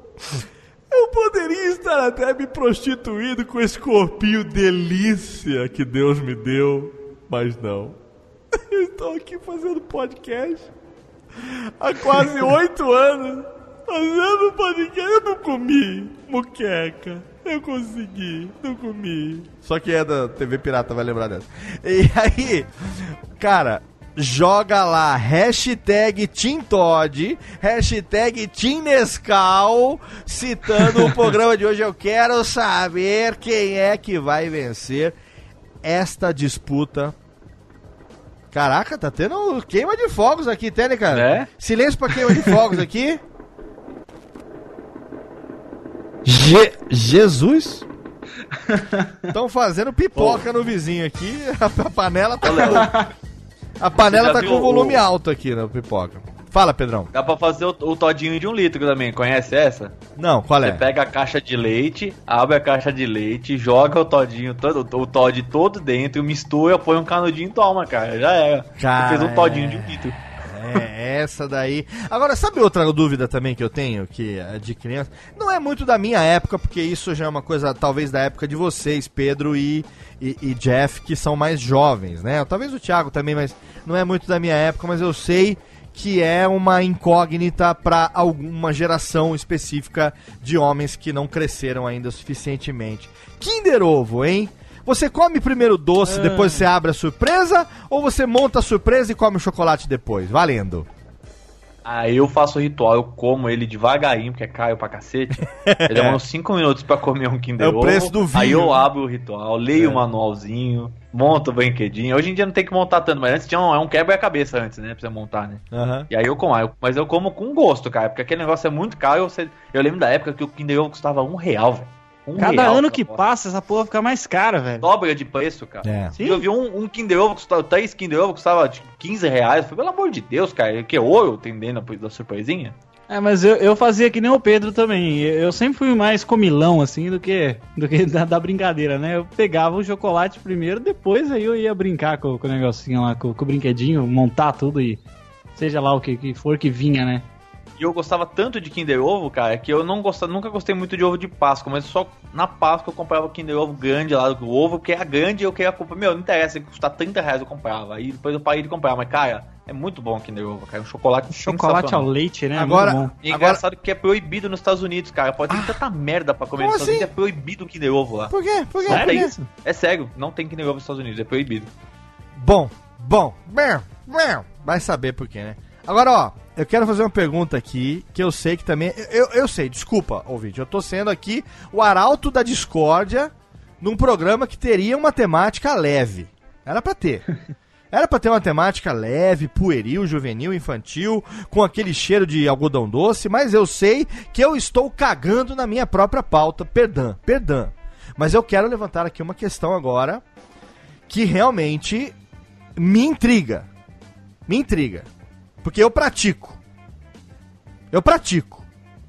Eu poderia estar até me prostituindo com esse corpinho delícia que Deus me deu. Mas não. Eu estou aqui fazendo podcast há quase oito anos. Fazendo podcast. Eu não comi muqueca. Eu consegui. Não comi. Só que é da T V Pirata, vai lembrar dessa. E aí, cara, joga lá, hashtag Team Todd, hashtag Team Nescau, citando o programa de hoje. Eu quero saber quem é que vai vencer esta disputa. Caraca, tá tendo queima de fogos aqui, tá, né, cara? É? Silêncio pra queima de fogos aqui. Je- Jesus! Estão fazendo pipoca no vizinho aqui, a panela tá... A panela Você já tá viu com volume o- alto aqui na pipoca. Fala, Pedrão. Dá pra fazer o, o todinho de um litro também, conhece essa? Não, qual Você é? pega a caixa de leite, abre a caixa de leite, joga o todinho, todo, o Todd todo dentro, mistura, põe um canudinho e toma, cara. Já era. Cara, Você fez um todinho é. de um litro. É, essa daí. Agora, sabe outra dúvida também que eu tenho, que é de criança? Não é muito da minha época, porque isso já é uma coisa, talvez, da época de vocês, Pedro e, e, e Jeff, que são mais jovens, né? Talvez o Thiago também, mas não é muito da minha época, mas eu sei que é uma incógnita para alguma geração específica de homens que não cresceram ainda suficientemente. Kinder Ovo, hein? Você come primeiro o doce, Ah. depois você abre a surpresa, ou você monta a surpresa e come o chocolate depois? Valendo. Aí eu faço o ritual, eu como ele devagarinho, porque é caro pra cacete. Eu demoro uns cinco minutos pra comer um Kinder É o Ovo. preço do vinho, Aí eu né? abro o ritual, leio É. o manualzinho, monto o brinquedinho. Hoje em dia não tem que montar tanto, mas antes tinha um, é um quebra-cabeça antes, né? Pra você montar, né? Aham. E aí eu como, aí eu- mas eu como com gosto, cara, porque aquele negócio é muito caro. Você, eu lembro da época que o Kinder Ovo custava um real, velho. Um Cada real, ano essa que porra. passa, essa porra fica mais cara, velho. Dobra de preço, cara. É. Sim. E eu vi um, um Kinder Ovo, custava, três Kinder Ovo custava tipo, quinze reais. Eu falei, pelo amor de Deus, cara, que ouro tem dentro da- da surpresinha? É, mas eu, eu fazia que nem o Pedro também. Eu, eu sempre fui mais comilão, assim, do que, do que da, da brincadeira, né? Eu pegava o chocolate primeiro, depois aí eu ia brincar com, com o negocinho lá, com, com o brinquedinho, montar tudo e seja lá o que, que for que vinha, né? E eu gostava tanto de Kinder Ovo, cara, que eu não gostava, nunca gostei muito de ovo de Páscoa, mas só na Páscoa eu comprava o Kinder Ovo grande lá do ovo, porque era grande e eu queria comprar. Meu, não interessa, se custar trinta reais eu comprava. Aí depois eu parei de comprar, mas cara, é muito bom o Kinder Ovo, cara. É um chocolate Chocolate ao sensacional. leite, né? Agora- Muito bom. E é Agora- engraçado que é proibido nos Estados Unidos, cara. Pode ter tanta merda pra comer como nos Estados assim? Unidos, é proibido o Kinder Ovo lá. Por quê? Por quê? Não Por tem quê? isso. É sério, não tem Kinder Ovo nos Estados Unidos, é proibido. Bom, bom. Bem, bem. Vai saber por quê, né? Agora, ó, eu quero fazer uma pergunta aqui, que eu sei que também... Eu, eu sei, desculpa, ouvinte, eu tô sendo aqui o arauto da discórdia num programa que teria uma temática leve. Era pra ter. Era pra ter uma temática leve, pueril, juvenil, infantil, com aquele cheiro de algodão doce, mas eu sei que eu estou cagando na minha própria pauta. Perdão, perdão. Mas eu quero levantar aqui uma questão agora que realmente me intriga. Me intriga. Porque eu pratico. Eu pratico.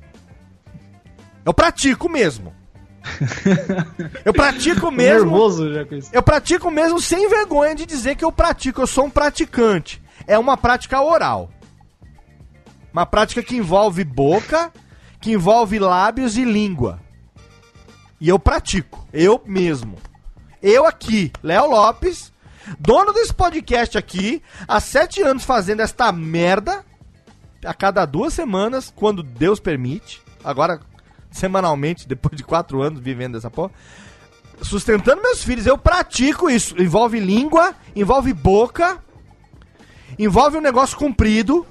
Eu pratico mesmo. Eu pratico mesmo. Nervoso já com isso. Eu pratico mesmo sem vergonha de dizer que eu pratico. Eu sou um praticante. É uma prática oral. Uma prática que envolve boca, que envolve lábios e língua. E eu pratico. Eu mesmo. Eu aqui, Léo Lopes, dono desse podcast aqui, há sete anos fazendo esta merda, a cada duas semanas, quando Deus permite, agora semanalmente, depois de quatro anos vivendo essa porra, sustentando meus filhos, eu pratico isso. Envolve língua, envolve boca, envolve um negócio comprido,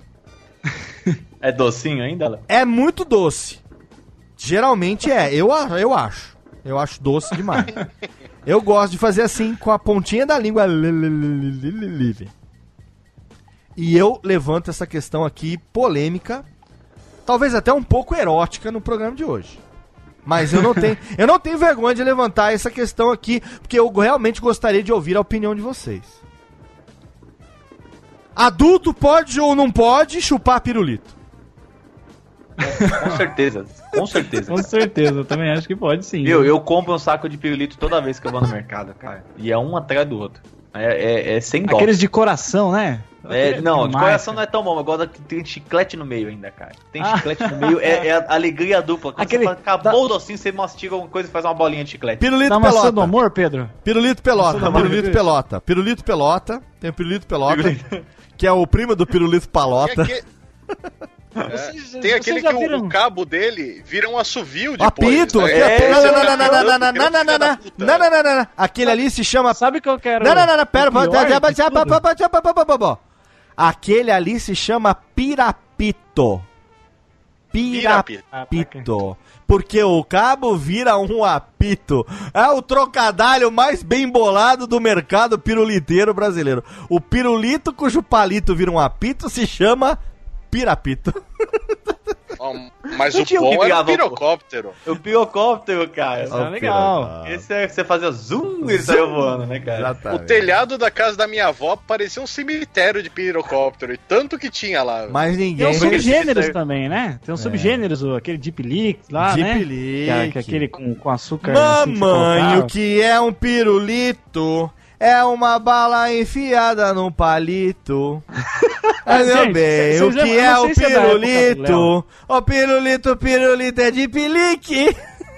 É docinho ainda, Léo? é muito doce. Geralmente é, eu, a- eu acho. Eu acho doce demais. Eu gosto de fazer assim, com a pontinha da língua. E eu levanto essa questão aqui, polêmica, talvez até um pouco erótica no programa de hoje. Mas eu não tenho, eu não tenho vergonha de levantar essa questão aqui, porque eu realmente gostaria de ouvir a opinião de vocês. Adulto pode ou não pode chupar pirulito? Com certeza, com certeza. Com certeza, eu também acho que pode sim. Viu, eu compro um saco de pirulito toda vez que eu vou no mercado, cara. E é um atrás do outro. É, é, é sem dó. Aqueles de coração, né? É, não, de Demais, coração cara. não é tão bom, mas agora tem chiclete no meio ainda, cara. Tem Ah. chiclete no meio, é, é a alegria dupla. Quando Aquele você fala, acabou da- o docinho, você mastiga alguma coisa e faz uma bolinha de chiclete. Pirulito Da maçã pelota. do amor, Pedro? Pirulito pelota, Maçã do amor, pirulito Pedro. pelota. Pirulito pelota, tem o pirulito pelota, que é o primo do pirulito Tem, palota. aque- Vocês- tem vocês aquele já que o- viram? o cabo dele vira um assovio depois. Apito, né? aqui, É, apito. Não, esse não, é não, o não, não, não, não, não, não, não, não, não, não, não, não. Aquele ali se chama... Sabe que eu quero... Não, não, não, não, pera. o pior de tudo? Aquele ali se chama pirapito. Pirapito. Pirapito. Porque o cabo vira um apito. É o trocadilho mais bem bolado do mercado piruliteiro brasileiro. O pirulito cujo palito vira um apito se chama pirapito. Mas Não o tinha o que bom era o virava o- pirocóptero. O pirocóptero, cara. Isso é legal. Esse é que você fazia zoom e ele saiu voando, né, cara? O Exatamente. telhado da casa da minha avó parecia um cemitério de pirocóptero. E tanto que tinha lá. Mas Tem ninguém... uns Porque subgêneros isso aí- também, né? Tem uns subgêneros, o- aquele Deep Leak lá, Deep né? Leak. Que é- que é aquele com, com açúcar. assim, que você Mamãe, colocava. o que é um pirulito? É uma bala enfiada num palito. Mas, meu Gente, bem, vocês o lembram- que eu é não o sei se é da época do pirulito? O pirulito, o pirulito é de pilique.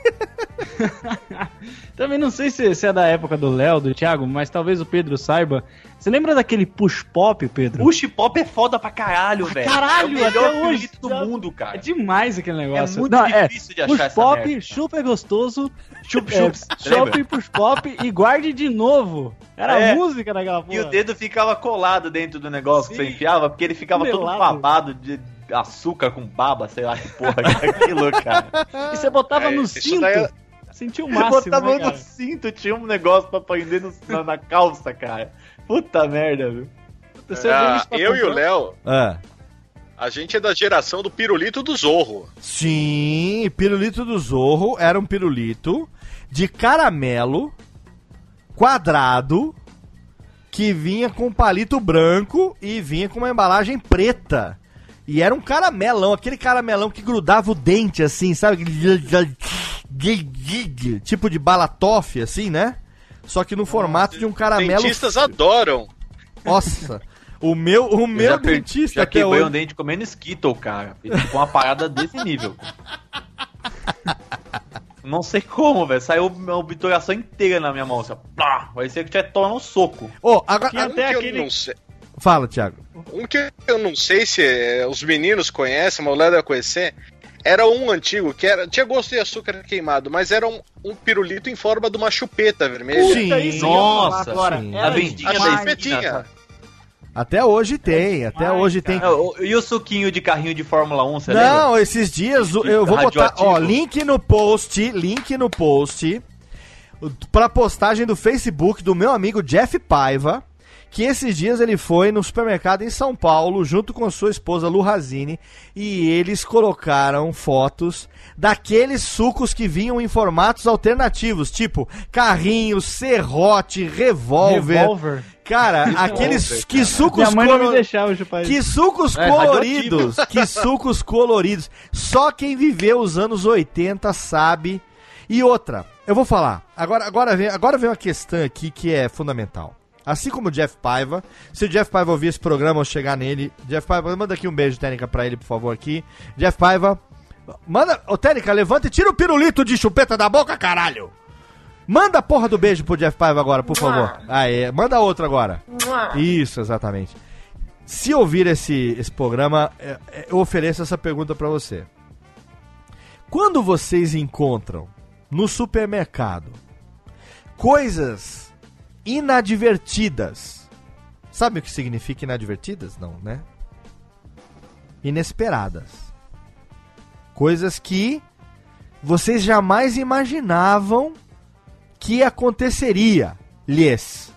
Também não sei se, se é da época do Léo, do Thiago, mas talvez o Pedro saiba. Você lembra daquele push pop, Pedro? Push pop é foda pra caralho, velho. Caralho, é o melhor até hoje, pirulito do tá- mundo, cara. É demais aquele negócio. É muito Não, difícil de achar push essa pop, merda. super gostoso. Chup, É, chup. Chopp, push pop e guarde de novo. Era É. a música daquela porra. E o dedo ficava colado dentro do negócio que Sim. você enfiava, porque ele ficava todo Melado. babado de açúcar com baba, sei lá que porra que é aquilo, cara. E você botava É, no isso cinto. daí é- Sentia o Eu máximo, botava né, no cara? cinto, tinha um negócio pra prender no- na, na calça, cara. Puta merda, viu? Você Ah, vê isso pra eu e o comprar. Léo, Ah. a gente é da geração do pirulito do Zorro. Sim, pirulito do Zorro era um pirulito de caramelo quadrado que vinha com palito branco e vinha com uma embalagem preta. E era um caramelão, aquele caramelão que grudava o dente assim, sabe? Tipo de bala toffee, assim, né? Só que no formato de um caramelo. Dentistas adoram. Nossa, o meu, o meu já per- dentista Já até quebrei hoje. um dente comendo Skittle, cara. Fiz tipo uma parada desse nível. Não sei como, velho. Saiu uma obturação inteira na minha mão. Assim, ó. Plá! Parecia que tinha tomado um soco. Ô, agora. Tinha Um até que eu aquele- não sei. Fala, Thiago. Um que eu não sei se eh, os meninos conhecem, mas o Léo deve conhecer. Era um antigo que era, tinha gosto de açúcar queimado, mas era um, um pirulito em forma de uma chupeta vermelha. Sim. Puta, isso eu ia falar Nossa, agora. sim. Era A vendinha demais. da chupetinha. esquina. sabe? Até hoje tem, até Ai, hoje tem. É, o- E o suquinho de carrinho de Fórmula um, você Não, lembra? esses dias o- eu vou botar, Radioativo. ó, link no post, link no post pra postagem do Facebook do meu amigo Jeff Paiva, que esses dias ele foi no supermercado em São Paulo junto com sua esposa Lu Razini e eles colocaram fotos daqueles sucos que vinham em formatos alternativos, tipo carrinho, serrote, revólver. Revolver. Cara, aqueles que sucos Minha mãe não me colo- deixava chupar isso. que sucos É, coloridos, que sucos coloridos. Só quem viveu os anos oitenta sabe. E outra, eu vou falar. Agora, agora, vem, agora vem uma questão aqui que é fundamental. Assim como o Jeff Paiva, se o Jeff Paiva ouvir esse programa ou chegar nele, Jeff Paiva, manda aqui um beijo, Técnica, pra ele, por favor, aqui. Jeff Paiva, manda, ô Técnica, levanta e tira o pirulito de chupeta da boca, caralho! Manda a porra do beijo pro Jeff Paiva agora, por favor. Aê, manda outro agora. Isso, exatamente. Se ouvir esse, esse programa, é, é, eu ofereço essa pergunta pra você. Quando vocês encontram no supermercado coisas inadvertidas, sabe o que significa inadvertidas? Não, né? Inesperadas. Coisas que vocês jamais imaginavam que aconteceria, lhes,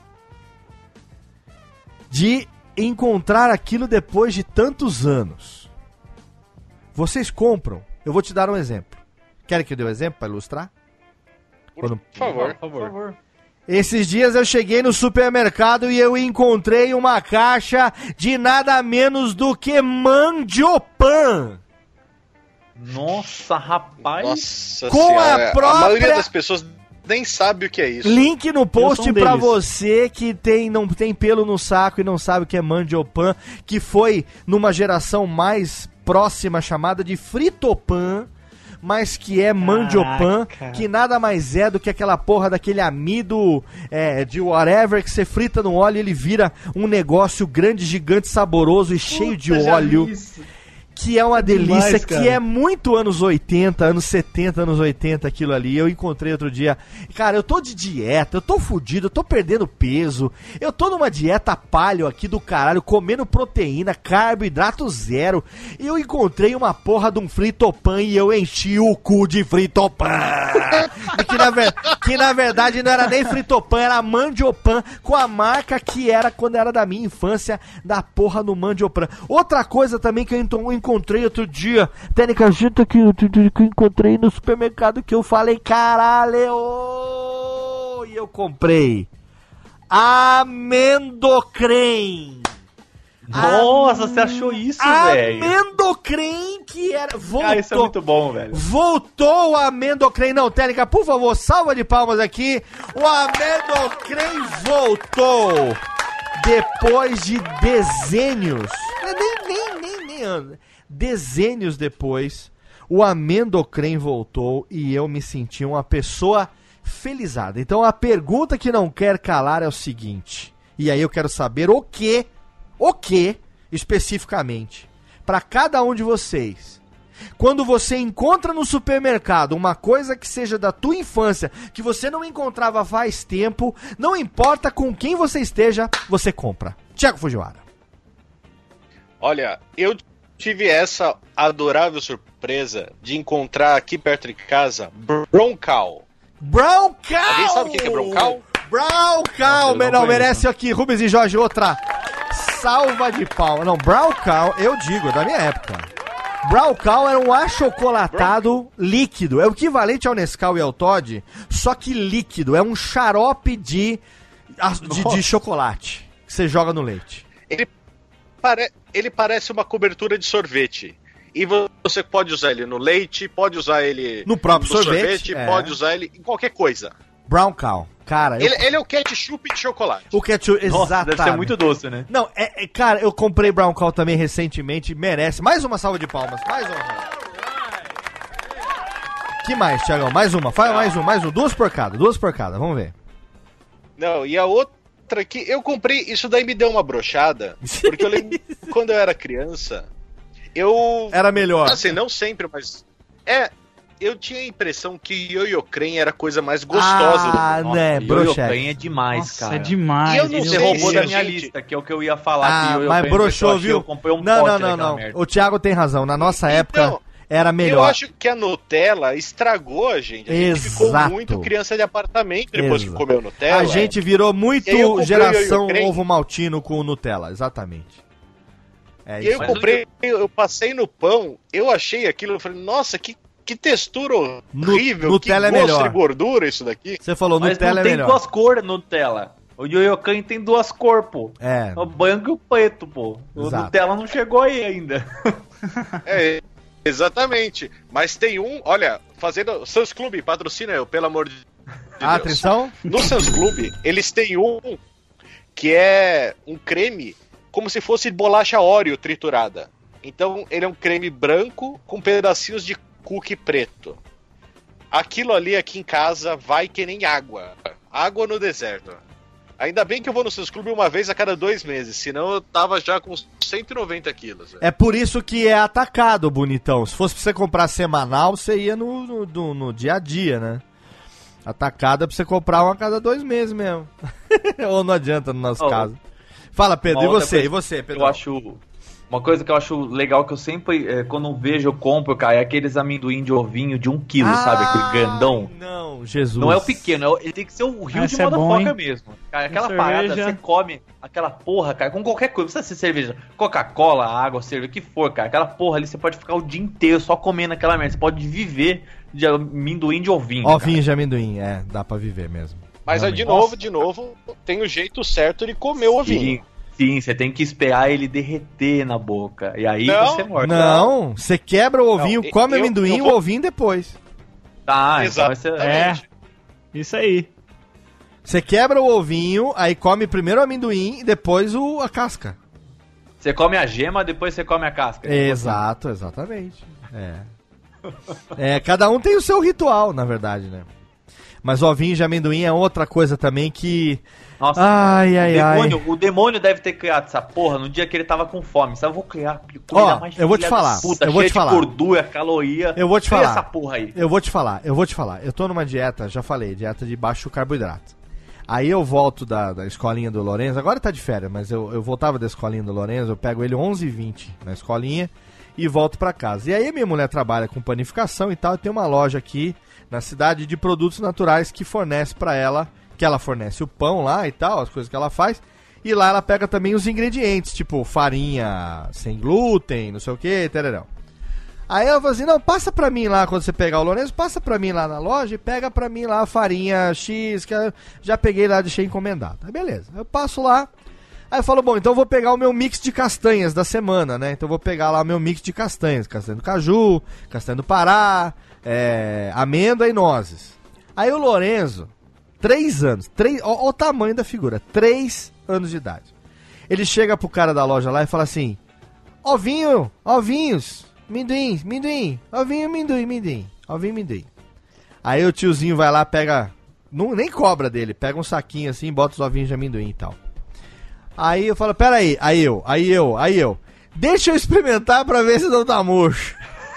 de encontrar aquilo depois de tantos anos. Vocês compram. Eu vou te dar um exemplo. Querem que eu dê um exemplo para ilustrar? Por Ou não- favor. Por favor. Esses dias eu cheguei no supermercado e eu encontrei uma caixa de nada menos do que mandiopan. Nossa, rapaz. Nossa Com senhora, a própria- a maioria das pessoas nem sabe o que é isso. Link no Eu post sou um pra deles. você que tem, não tem pelo no saco e não sabe o que é mandiopan, que foi numa geração mais próxima chamada de fritopan, mas que é mandiopan, que nada mais é do que aquela porra daquele amido é, de whatever que você frita no óleo e ele vira um negócio grande, gigante, saboroso e cheio de óleo. Que é uma delícia, demais, que cara. é muito anos oitenta, anos setenta, anos oitenta, aquilo ali. Eu encontrei outro dia. Cara, eu tô de dieta, eu tô fudido, eu tô perdendo peso. Eu tô numa dieta paleo aqui do caralho, comendo proteína, carboidrato zero. E eu encontrei uma porra de um fritopan e eu enchi o cu de fritopan. E que na verdade. Que na verdade não era nem fritopan, era mandiopan, com a marca que era quando era da minha infância, da porra no mandiopan. Outra coisa também que eu encontrei outro dia, técnica junta que eu, que eu encontrei no supermercado, que eu falei, caralho, oh! E eu comprei amendocrem. Nossa, você achou isso, velho? Amendocrem que era... Voltou. Ah, isso é muito bom, velho. Voltou o amendocrem. Não, técnica, por favor, salva de palmas aqui. O amendocrem voltou. Depois de dezenhos. Nem, nem, nem, nem anos. Dezenhos depois, o amendocrem voltou e eu me senti uma pessoa felizada. Então a pergunta que não quer calar é o seguinte. E aí eu quero saber o que... O que, especificamente, para cada um de vocês, quando você encontra no supermercado uma coisa que seja da tua infância, que você não encontrava faz tempo, não importa com quem você esteja, você compra. Thiago Fujiwara. Olha, eu tive essa adorável surpresa de encontrar aqui perto de casa Broncal. Broncal! Alguém sabe o que é Broncal? Broncal! Não, não merece aqui, Rubens e Jorge, outra salva de palmas. Não, Broncal, eu digo, é da minha época. Broncal era um achocolatado líquido. É o equivalente ao Nescau e ao Toddy, só que líquido. É um xarope de, de, de chocolate que você joga no leite. Ele, pare, ele parece uma cobertura de sorvete. E você pode usar ele no leite, pode usar ele no próprio no sorvete, sorvete é. Pode usar ele em qualquer coisa. Broncal. Cara, ele, eu... ele é o ketchup de chocolate. O ketchup, exatamente. Deve ser muito doce, né? Não, é, é, cara, eu comprei Broncal também recentemente, merece. Mais uma salva de palmas, mais uma. Que mais, Thiagão? Mais uma, fala mais uma, mais uma. Duas por cada, duas por cada, vamos ver. Não, e a outra que eu comprei, isso daí me deu uma brochada, porque eu lembro quando eu era criança, eu... Era melhor. Assim, não sempre, mas... É... Eu tinha a impressão que Yoyocren era a coisa mais gostosa ah, do mundo. Ah, né, Yoyocren é demais, Nossa, cara. é demais. E eu não Você sei roubou se da a minha gente... lista, que é o que eu ia falar. Ah, que mas broxou, viu? Eu comprei um não, pote não, não, não. merda. O Thiago tem razão. Na nossa então, época era melhor. Eu acho que a Nutella estragou a gente. A gente Exato. ficou muito criança de apartamento depois Exato. que comeu Nutella. A gente virou muito E aí eu comprei geração o Yoyocren. ovo maltino com Nutella, exatamente. É E aí eu isso. comprei, eu passei no pão, eu achei aquilo, eu falei, nossa, que, que textura horrível, Nu- que Nutella é gosto melhor. de gordura isso daqui. Você falou Mas Nutella não é tem melhor. duas cores Nutella. O Yoyocren tem duas cores, pô. É. O branco e o preto, pô. O Exato. Nutella não chegou aí ainda. É, exatamente. Mas tem um, olha, fazendo. Sans Club, patrocina eu, pelo amor de Deus. Ah, atenção. No Sans Club, eles têm um que é um creme como se fosse bolacha Oreo triturada. Então, ele é um creme branco com pedacinhos de cookie preto. Aquilo ali aqui em casa vai que nem água. Água no deserto. Ainda bem que eu vou no Sans Club uma vez a cada dois meses, senão eu tava já com cento e noventa quilos. Velho. É por isso que é atacado, bonitão. Se fosse pra você comprar semanal, você ia no, no, no, no dia a dia, né? Atacado é pra você comprar uma a cada dois meses mesmo. Ou não adianta no nosso Oh, caso. Fala, Pedro, e outra você? coisa E você, Pedro? Eu acho... Uma coisa que eu acho legal, que eu sempre, é, quando vejo, eu compro, cara, é aqueles amendoim de ovinho de um quilo, ah, sabe? Aquele grandão. Não, Jesus. Não é o pequeno, é o, ele tem que ser o rio Esse de é bom, motherfucker hein? mesmo. Cara, aquela Com parada, cerveja. você come aquela porra, cara, com qualquer coisa. Não precisa ser cerveja, Coca-Cola, água, cerveja, o que for, cara. Aquela porra ali, você pode ficar o dia inteiro só comendo aquela merda. Você pode viver de amendoim de ovinho. Ovinho cara. de amendoim, é, dá pra viver mesmo. Mas aí, de Realmente. novo, de novo, tem o jeito certo de comer o ovinho. Sim, sim, você tem que esperar ele derreter na boca. E aí Não, você morde. Não, você quebra o ovinho, Não, come eu- amendoim e eu vou- o ovinho depois. Tá, então esse é... Exatamente. Isso aí. Você quebra o ovinho, aí come primeiro o amendoim e depois o, a casca. Você come a gema, depois você come a casca. Exato, exatamente. É. É, cada um tem o seu ritual, na verdade, né? Mas o ovinho de amendoim é outra coisa também que... Nossa, Ai, ai, o, demônio, ai. o demônio deve ter criado essa porra no dia que ele tava com fome. Sabe, eu vou criar Ó, mais eu vou te filha da falar, puta, eu vou cheia te de falar. gordura, caloria. Eu vou te Cria falar. essa porra aí. Eu vou te falar, eu vou te falar. Eu tô numa dieta, já falei, dieta de baixo carboidrato. Aí eu volto da, da escolinha do Lourenço, agora tá de férias, mas eu, eu voltava da escolinha do Lourenço, eu pego ele onze e vinte na escolinha, e volto pra casa. E aí minha mulher trabalha com panificação e tal, e tem uma loja aqui na cidade de produtos naturais que fornece pra ela, que ela fornece o pão lá e tal, as coisas que ela faz, e lá ela pega também os ingredientes, tipo farinha sem glúten, não sei o que, tererão. Aí ela falou assim, não, passa pra mim lá, quando você pegar o Lourenço, passa pra mim lá na loja e pega pra mim lá a farinha X, que eu já peguei lá, deixei encomendado. Aí beleza, eu passo lá, aí eu falo, bom, então eu vou pegar o meu mix de castanhas da semana, né? Então eu vou pegar lá o meu mix de castanhas, castanha do caju, castanha do Pará, é, amêndoa e nozes. Aí o Lourenço, três anos, três, ó, ó o tamanho da figura, três anos de idade. Ele chega pro cara da loja lá e fala assim, ovinho, ovinhos, Minduim, minduim, ovinho, minduim, minduim, ovinho, minduim. Aí o tiozinho vai lá, pega, não, nem cobra dele, pega um saquinho assim, bota os ovinhos de amendoim e tal. Aí eu falo, pera aí, aí eu, aí eu, aí eu, deixa eu experimentar pra ver se não tá murcho.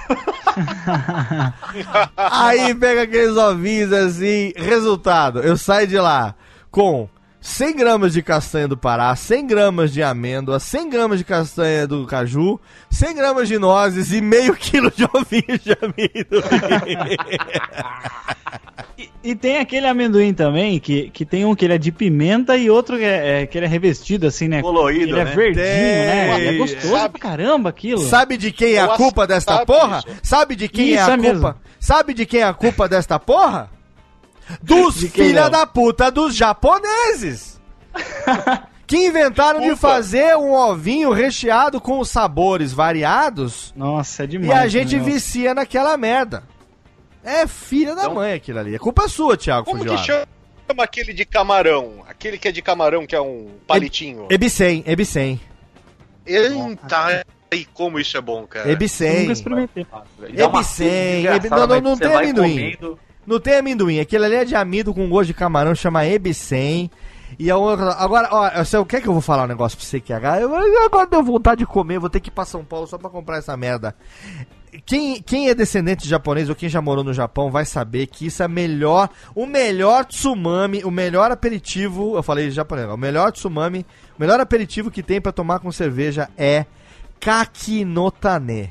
Aí pega aqueles ovinhos assim, resultado, eu saio de lá com cem gramas de castanha do Pará, cem gramas de amêndoa, cem gramas de castanha do caju, cem gramas de nozes e meio quilo de ovinhos de amendoim. E, e tem aquele amendoim também, que, que tem um que ele é de pimenta e outro que, é, é, que ele é revestido assim, né? Colorido, ele é né? verdinho, Tem. né? É gostoso Sabe- pra caramba aquilo. Sabe de quem é a Eu culpa desta sabe porra? isso. Sabe de quem Isso, é a é mesmo. culpa? Sabe de quem é a culpa desta porra? Dos De quem filha não? da puta dos japoneses! Que inventaram de Desculpa. fazer um ovinho recheado com os sabores variados Nossa, é e demais. a gente né, meu? vicia naquela merda. É filha da Então- mãe aquilo ali. É culpa sua, Thiago Como que Fujiwara. chama aquele de camarão? Aquele que é de camarão, que é um palitinho. Ebicem, Ebicem. Eita, e como isso é bom, cara. Ebicem. Nunca experimentei. Dá uma Ebicem, sede Ebi- desgraçada, não, não, mas não você tem vai amendoim. comendo. Não tem amendoim, aquele ali é de amido com gosto de camarão, chama Ebicem. E a outra. Agora, ó, você quer que eu vou falar um negócio pra você que agora? Eu agora deu vontade de comer, vou ter que ir pra São Paulo só pra comprar essa merda. Quem, quem é descendente de japonês ou quem já morou no Japão vai saber que isso é melhor, o melhor tsumami, o melhor aperitivo, eu falei japonês, o melhor tsumami, o melhor aperitivo que tem pra tomar com cerveja é Kaki no Tane.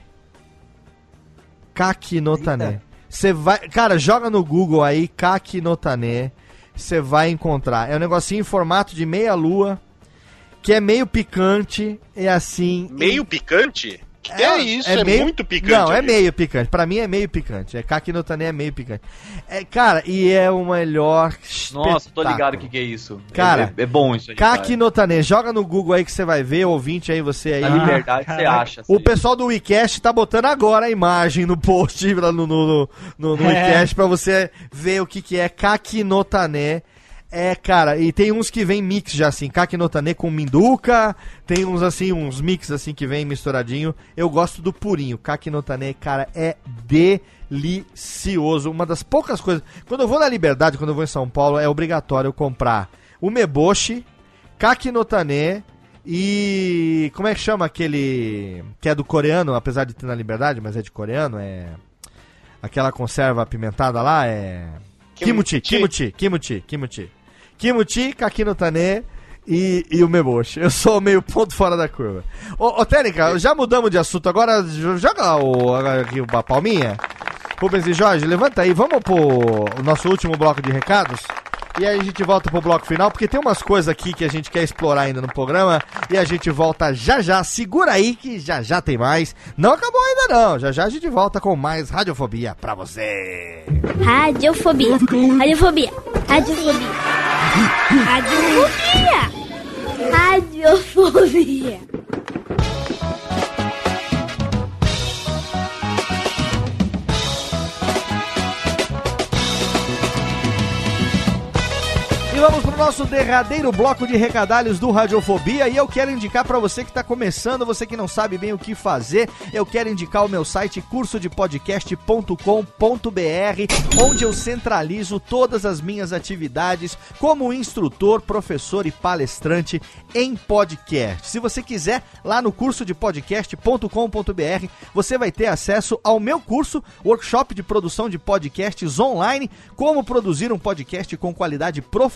Kaki no Tane. Você vai, cara, joga no Google aí Kaki no Tane, você vai encontrar. É um negocinho em formato de meia lua, que é meio picante, é assim. Meio picante? Que é, isso? É, meio- muito picante. Não, é amigo. meio picante. Pra mim é meio picante. É Kaki no Tane é meio picante. É, cara, e é o melhor. Nossa, tô ligado o espetáculo. que, que é isso. Cara, é, é, é bom isso aí. Kaki no Tane, joga no Google aí que você vai ver, ouvinte aí, você aí. Na liberdade Ah, você caraca. acha. O assim. pessoal do WeCast tá botando agora a imagem no post lá no, no, no, no, no É. WeCast pra você ver o que que é Kaki no Tane. É, cara, e tem uns que vem mix já assim, Kaki no Tane com minduca, tem uns assim, uns mix assim que vem misturadinho. Eu gosto do purinho, Kaki no Tane, cara, é delicioso. Uma das poucas coisas. Quando eu vou na Liberdade, quando eu vou em São Paulo, é obrigatório eu comprar umeboshi, Kaki no Tane e como é que chama aquele que é do coreano, apesar de ter na Liberdade, mas é de coreano, é aquela conserva apimentada lá, é Kimuchi, Kimuchi, Kimuchi, Kimuchi. Kimuchi, Kaki no Tane e, e o Meboshi. Eu sou meio ponto fora da curva. Ô, ô Tênica, já mudamos de assunto. Agora j- joga o, agora aqui a palminha. Rubens e Jorge, levanta aí. Vamos pro nosso último bloco de recados. E aí a gente volta pro bloco final, porque tem umas coisas aqui que a gente quer explorar ainda no programa. E a gente volta já já. Segura aí que já já tem mais. Não acabou ainda não. Já já a gente volta com mais Radiofobia pra você. Radiofobia. Radiofobia. Radiofobia. Radiofobia. Radiofobia. E vamos pro nosso derradeiro bloco de recadalhos do Radiofobia. E eu quero indicar pra você que tá começando, você que não sabe bem o que fazer, eu quero indicar o meu site curso de podcast ponto com ponto b r, onde eu centralizo todas as minhas atividades como instrutor, professor e palestrante em podcast. Se você quiser, lá no curso de podcast ponto com ponto b r, você vai ter acesso ao meu curso, workshop de produção de podcasts online, como produzir um podcast com qualidade profissional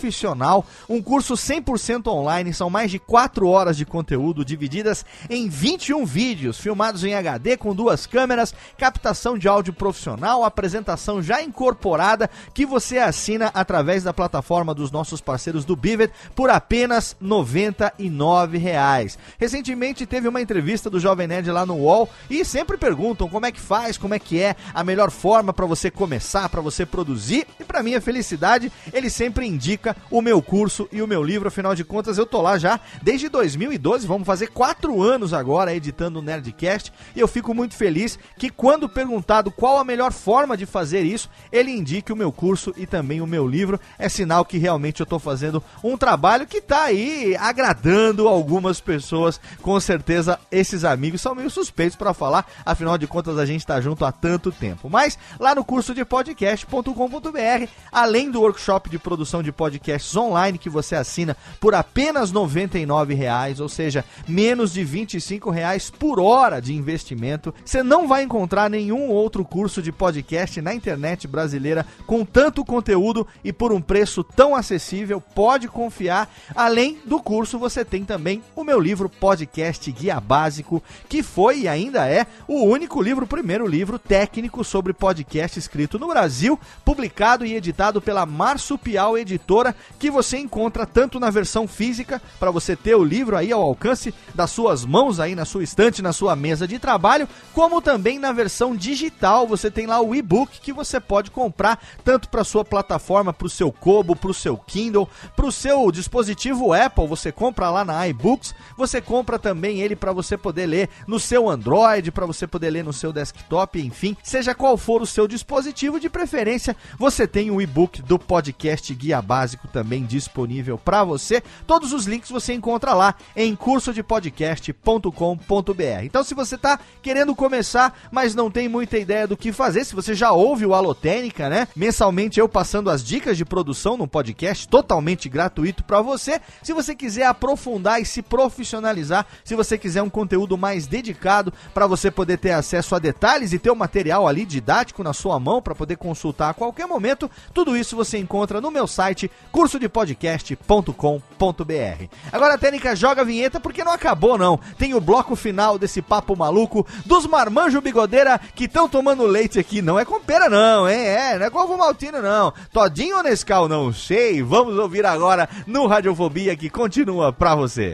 Profissional, um curso cem por cento online, são mais de quatro horas de conteúdo divididas em vinte e um vídeos, filmados em H D com duas câmeras, captação de áudio profissional, apresentação já incorporada, que você assina através da plataforma dos nossos parceiros do Bivet por apenas noventa e nove reais. Recentemente teve uma entrevista do Jovem Nerd lá no U O L e sempre perguntam como é que faz, como é que é a melhor forma para você começar, para você produzir, e para minha felicidade, ele sempre indica o meu curso e o meu livro, afinal de contas eu tô lá já desde dois mil e doze, vamos fazer quatro anos agora editando o Nerdcast, e eu fico muito feliz que quando perguntado qual a melhor forma de fazer isso, ele indique o meu curso e também o meu livro, é sinal que realmente eu tô fazendo um trabalho que tá aí agradando algumas pessoas, com certeza esses amigos são meio suspeitos para falar, afinal de contas a gente tá junto há tanto tempo, mas lá no curso de podcast ponto com ponto b r, além do workshop de produção de podcasts online que você assina por apenas noventa e nove reais, ou seja, menos de vinte e cinco reais por hora de investimento, você não vai encontrar nenhum outro curso de podcast na internet brasileira com tanto conteúdo e por um preço tão acessível, pode confiar. Além do curso, você tem também o meu livro Podcast Guia Básico, que foi e ainda é o único livro, o primeiro livro técnico sobre podcast escrito no Brasil, publicado e editado pela Marsupial Editora, que você encontra tanto na versão física, para você ter o livro aí ao alcance das suas mãos, aí na sua estante, na sua mesa de trabalho, como também na versão digital, você tem lá o e-book que você pode comprar, tanto para sua plataforma, para o seu Kobo, para o seu Kindle, para o seu dispositivo Apple, você compra lá na iBooks, você compra também ele para você poder ler no seu Android, para você poder ler no seu desktop, enfim, seja qual for o seu dispositivo, de preferência, você tem o e-book do Podcast Guia Básico também disponível para você. Todos os links você encontra lá em curso de podcast ponto com ponto b r. Então, se você está querendo começar, mas não tem muita ideia do que fazer, se você já ouve o Alotênica, né? Mensalmente eu passando as dicas de produção no podcast totalmente gratuito para você. Se você quiser aprofundar e se profissionalizar, se você quiser um conteúdo mais dedicado para você poder ter acesso a detalhes e ter o material ali didático na sua mão para poder consultar a qualquer momento, tudo isso você encontra no meu site curso de podcast ponto com ponto b r. Agora a Técnica joga a vinheta porque não acabou não. Tem o bloco final desse papo maluco dos marmanjo bigodeira que estão tomando leite aqui. Não é com pera não, hein? É, não é com ovo maltino não. Todinho ou Nescau, não sei. Vamos ouvir agora no Radiofobia, que continua pra você.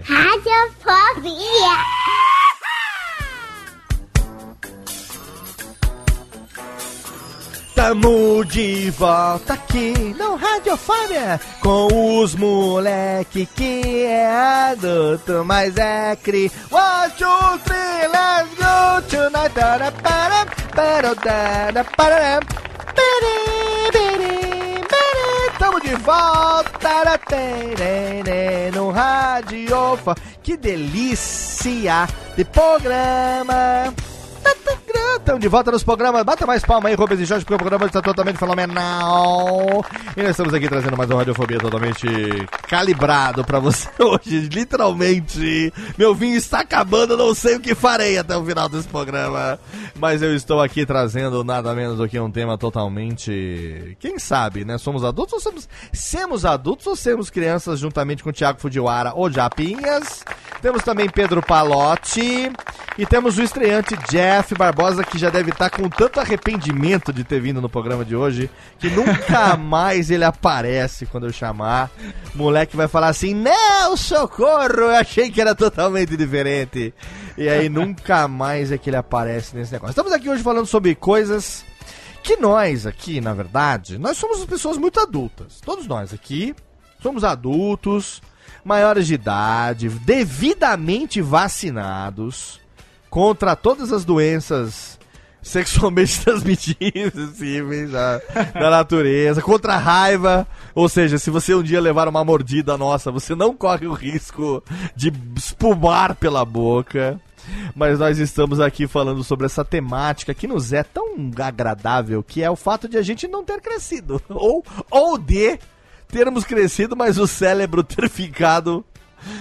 Radiofobia. Tamo de volta aqui no Radiofobia com os moleque que é adulto, mas é cri. One, two, three, let's go tonight. Para, para, para, para, para, tamo de volta no Radiofa. Que delícia de programa. Estamos de volta nos programas. Bata mais palma aí, Rubens e Jorge, porque o programa está totalmente fenomenal. E nós estamos aqui trazendo mais uma Radiofobia totalmente calibrado pra você hoje. Literalmente, meu vinho está acabando, não sei o que farei até o final desse programa. Mas eu estou aqui trazendo nada menos do que um tema totalmente... Quem sabe, né? Somos adultos ou somos... Semos adultos ou semos crianças, juntamente com o Thiago Fujiwara ou Japinhas. Temos também Pedro Palotti. E temos o estreante Jeff Barbosa, que já deve estar com tanto arrependimento de ter vindo no programa de hoje, que nunca mais ele aparece quando eu chamar. O moleque vai falar assim: não, socorro, eu achei que era totalmente diferente. E aí nunca mais é que ele aparece nesse negócio. Estamos aqui hoje falando sobre coisas que nós aqui, na verdade, nós somos pessoas muito adultas. Todos nós aqui somos adultos, maiores de idade, devidamente vacinados contra todas as doenças sexualmente transmissíveis da, da natureza, contra a raiva, ou seja, se você um dia levar uma mordida nossa, você não corre o risco de espumar pela boca. Mas nós estamos aqui falando sobre essa temática que nos é tão agradável, que é o fato de a gente não ter crescido, ou, ou de termos crescido, mas o cérebro ter ficado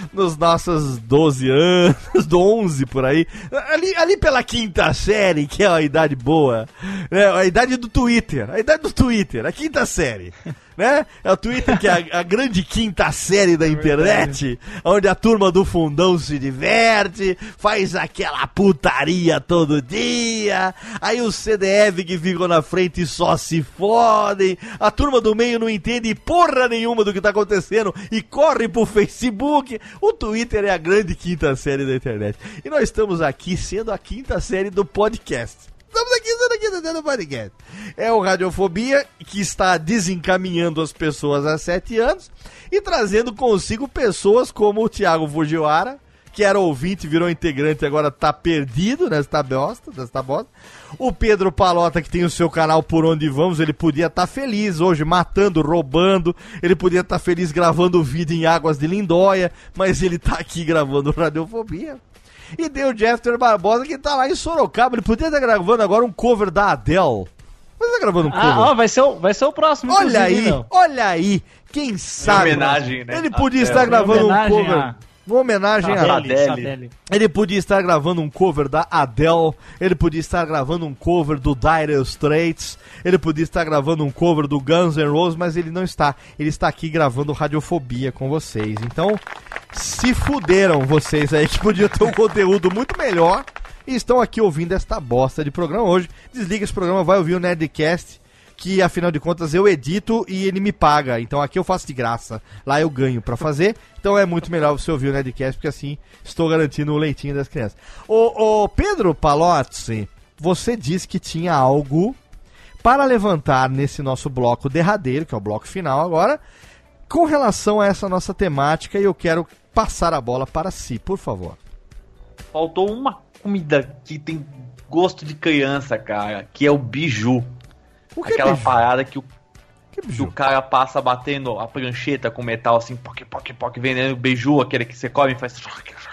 nos nossos doze anos, do onze por aí, ali, ali pela quinta série, que é a idade boa, né? A idade do Twitter, a idade do Twitter, a quinta série. Né? É o Twitter que é a, a grande quinta série da internet, onde a turma do fundão se diverte, faz aquela putaria todo dia, aí os C D F que ficam na frente só se fodem, a turma do meio não entende porra nenhuma do que tá acontecendo e corre pro Facebook. O Twitter é a grande quinta série da internet. E nós estamos aqui sendo a quinta série do podcast. Estamos aqui, sendo aqui dentro do podcast. É o Radiofobia, que está desencaminhando as pessoas há sete anos e trazendo consigo pessoas como o Thiago Fujiwara, que era ouvinte, virou integrante e agora tá perdido nesta bosta, nesta bosta. O Pedro Palota, que tem o seu canal Por Onde Vamos, ele podia estar tá feliz hoje, matando, roubando, ele podia estar tá feliz gravando vídeo em Águas de Lindóia, mas ele tá aqui gravando Radiofobia. E deu o Jeffter Barbosa, que tá lá em Sorocaba. Ele podia estar gravando agora um cover da Adele. Mas tá gravando um cover. Ah, ó, vai ser o, vai ser o próximo. Olha aí, não. olha aí. Quem sabe. Homenagem, né? Ele podia Adele. estar gravando um cover. A... Uma homenagem a Adele, Adele. Ele podia estar gravando um cover da Adele. Ele podia estar gravando um cover do Dire Straits. Ele podia estar gravando um cover do Guns N' Roses, mas ele não está. Ele está aqui gravando Radiofobia com vocês. Então, se fuderam vocês aí que podiam ter um conteúdo muito melhor e estão aqui ouvindo esta bosta de programa hoje. Desliga esse programa, vai ouvir o Nerdcast, que afinal de contas eu edito e ele me paga. Então aqui eu faço de graça, lá eu ganho pra fazer. Então é muito melhor você ouvir o Nerdcast, porque assim estou garantindo o leitinho das crianças. Ô, ô Pedro Palozzi, você disse que tinha algo para levantar nesse nosso bloco derradeiro, que é o bloco final agora, com relação a essa nossa temática, e eu quero passar a bola para si, por favor. Faltou uma comida que tem gosto de criança, cara, que é o biju. O que Aquela é biju? parada que o, Que que biju? o cara passa batendo a prancheta com metal assim, poc, poc, poc, vendendo biju, aquele que você come e faz...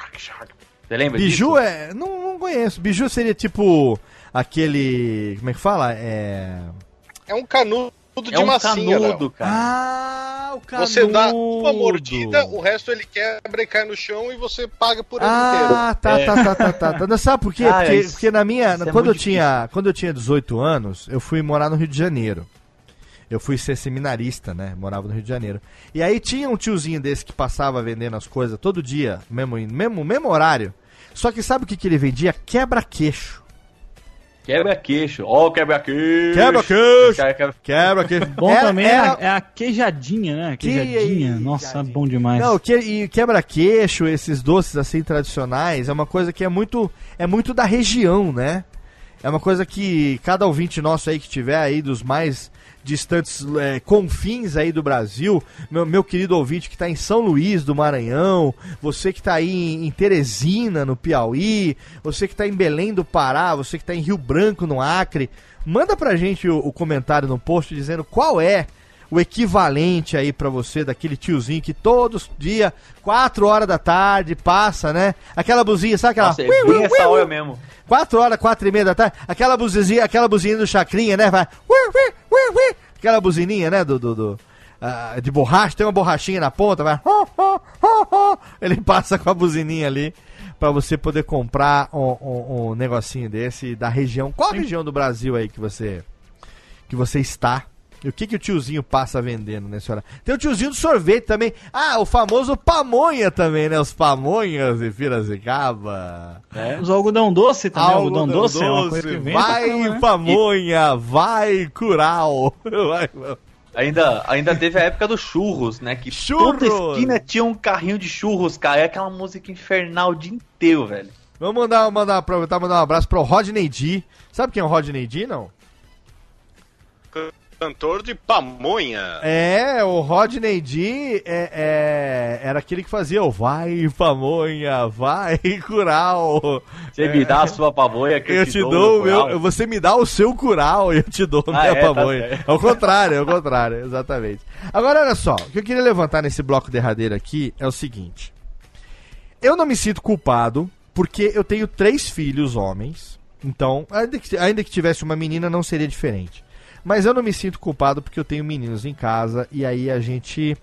Você lembra Biju disso? é... Não, não conheço. Biju seria tipo aquele... Como é que fala? É... É um canudo de É um massinha, canudo, Léo. cara. Ah, o canudo. Você dá uma mordida, o resto ele quebra e cai no chão e você paga por ele inteiro. Ah, tá, É. tá, tá, tá, tá, tá. Sabe por quê? Ah, porque, isso- porque na minha... isso é quando, eu muito tinha, quando eu tinha dezoito anos, eu fui morar no Rio de Janeiro. Eu fui ser seminarista, né? Morava no Rio de Janeiro. E aí tinha um tiozinho desse que passava vendendo as coisas todo dia, mesmo, mesmo, mesmo horário. Só que sabe o que, que ele vendia? Quebra-queixo. Quebra-queixo. Ó, o quebra-queixo. Quebra-queixo. Cara, quebra- Quebra-queixo. Bom Era- também era- é, a, é a queijadinha, né? Queijadinha. Que- Nossa, queijadinha. bom demais. Não, que, e quebra-queixo, esses doces assim tradicionais, é uma coisa que é muito, é muito da região, né? É uma coisa que cada ouvinte nosso aí que tiver aí dos mais distantes é, confins aí do Brasil, meu, meu querido ouvinte que está em São Luís do Maranhão, você que está aí em, em Teresina, no Piauí, você que está em Belém do Pará, você que está em Rio Branco, no Acre, manda pra gente o, o comentário no post dizendo qual é o equivalente aí pra você daquele tiozinho que todos dia, quatro horas da tarde, passa, né? Aquela buzinha, sabe aquela... Nossa, é bem essa hora mesmo. quatro horas, quatro e meia da tarde, aquela buzinha, aquela buzinha do Chacrinha, né? Vai... Aquela buzininha, né? Do, do, do ah, de borracha, tem uma borrachinha na ponta, vai... Ele passa com a buzininha ali pra você poder comprar um, um, um negocinho desse da região. Qual a região do Brasil aí que você, que você está? E o que, que o tiozinho passa vendendo nessa hora? Tem o tiozinho do sorvete também. Ah, o famoso pamonha também, né? Os pamonhas de Piracicaba. É. Os algodão doce também. Algodão Algodão doce, é uma coisa que vem. pra vai caramba, né? pamonha, vai curau. Vai, vai. Ainda, ainda teve a época dos churros, né? Que Churros! toda esquina tinha um carrinho de churros, cara. É aquela música infernal o dia inteiro, velho. Vamos mandar, mandar, aproveitar e mandar um abraço pro Rodney D. Sabe quem é o Rodney D, não? Cantor de pamonha. É, o Rodney D é, é, era aquele que fazia o vai pamonha, vai curau. Você me dá a sua pamonha que eu, Eu te, te dou, dou o o meu, curau. você me dá o seu curau e eu te dou a Ah, minha é, tá pamonha. certo. É o contrário, é o contrário, exatamente. Agora, olha só, o que eu queria levantar nesse bloco derradeiro aqui é o seguinte. Eu não me sinto culpado porque eu tenho três filhos homens, então, ainda que, ainda que tivesse uma menina não seria diferente. Mas eu não me sinto culpado porque eu tenho meninos em casa e aí a gente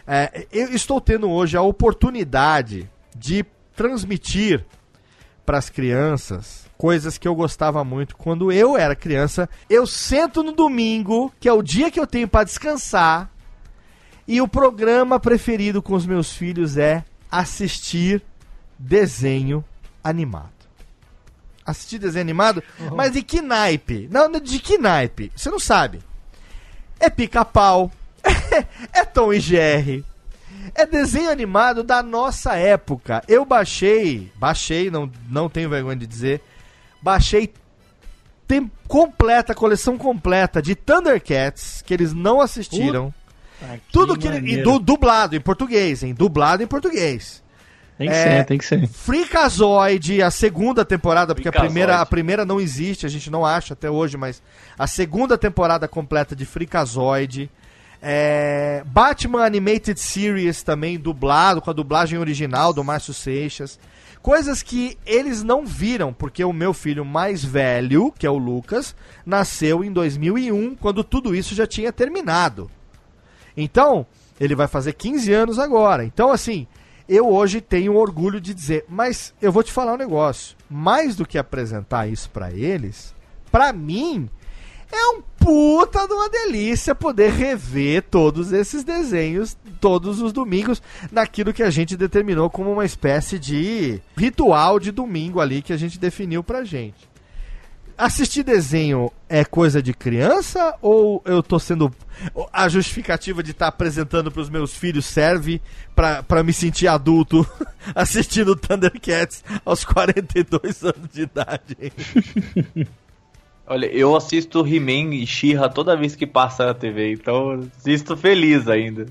É, eu estou tendo hoje a oportunidade de transmitir para as crianças coisas que eu gostava muito quando eu era criança. Eu sento no domingo, que é o dia que eu tenho para descansar, e o programa preferido com os meus filhos é assistir desenho animado. Assistir desenho animado? Uhum. Mas de que naipe? Não, de que naipe? Você não sabe. É Pica-Pau, é Tom e Jerry, é desenho animado da nossa época. Eu baixei, baixei, não, não tenho vergonha de dizer, baixei tem completa, coleção completa de Thundercats, que eles não assistiram. Uh, Tudo que ele, e du, dublado em português, hein? Dublado em português. Tem que é, ser, tem que ser. Freakazoid, a segunda temporada, porque a primeira, a primeira não existe, a gente não acha até hoje, mas a segunda temporada completa de Freakazoid. É, Batman Animated Series também, dublado, com a dublagem original do Márcio Seixas. Coisas que eles não viram, porque o meu filho mais velho, que é o Lucas, nasceu em dois mil e um, quando tudo isso já tinha terminado. Então, ele vai fazer quinze anos agora. Então, assim, eu hoje tenho orgulho de dizer, mas eu vou te falar um negócio. Mais do que apresentar isso pra eles, pra mim, é um puta de uma delícia poder rever todos esses desenhos todos os domingos naquilo que a gente determinou como uma espécie de ritual de domingo ali que a gente definiu pra gente. Assistir desenho é coisa de criança ou eu tô sendo... A justificativa de estar tá apresentando pros meus filhos serve pra, pra me sentir adulto assistindo Thundercats aos quarenta e dois anos de idade? Olha, eu assisto He-Man e She-Ra toda vez que passa na T V, então assisto feliz ainda.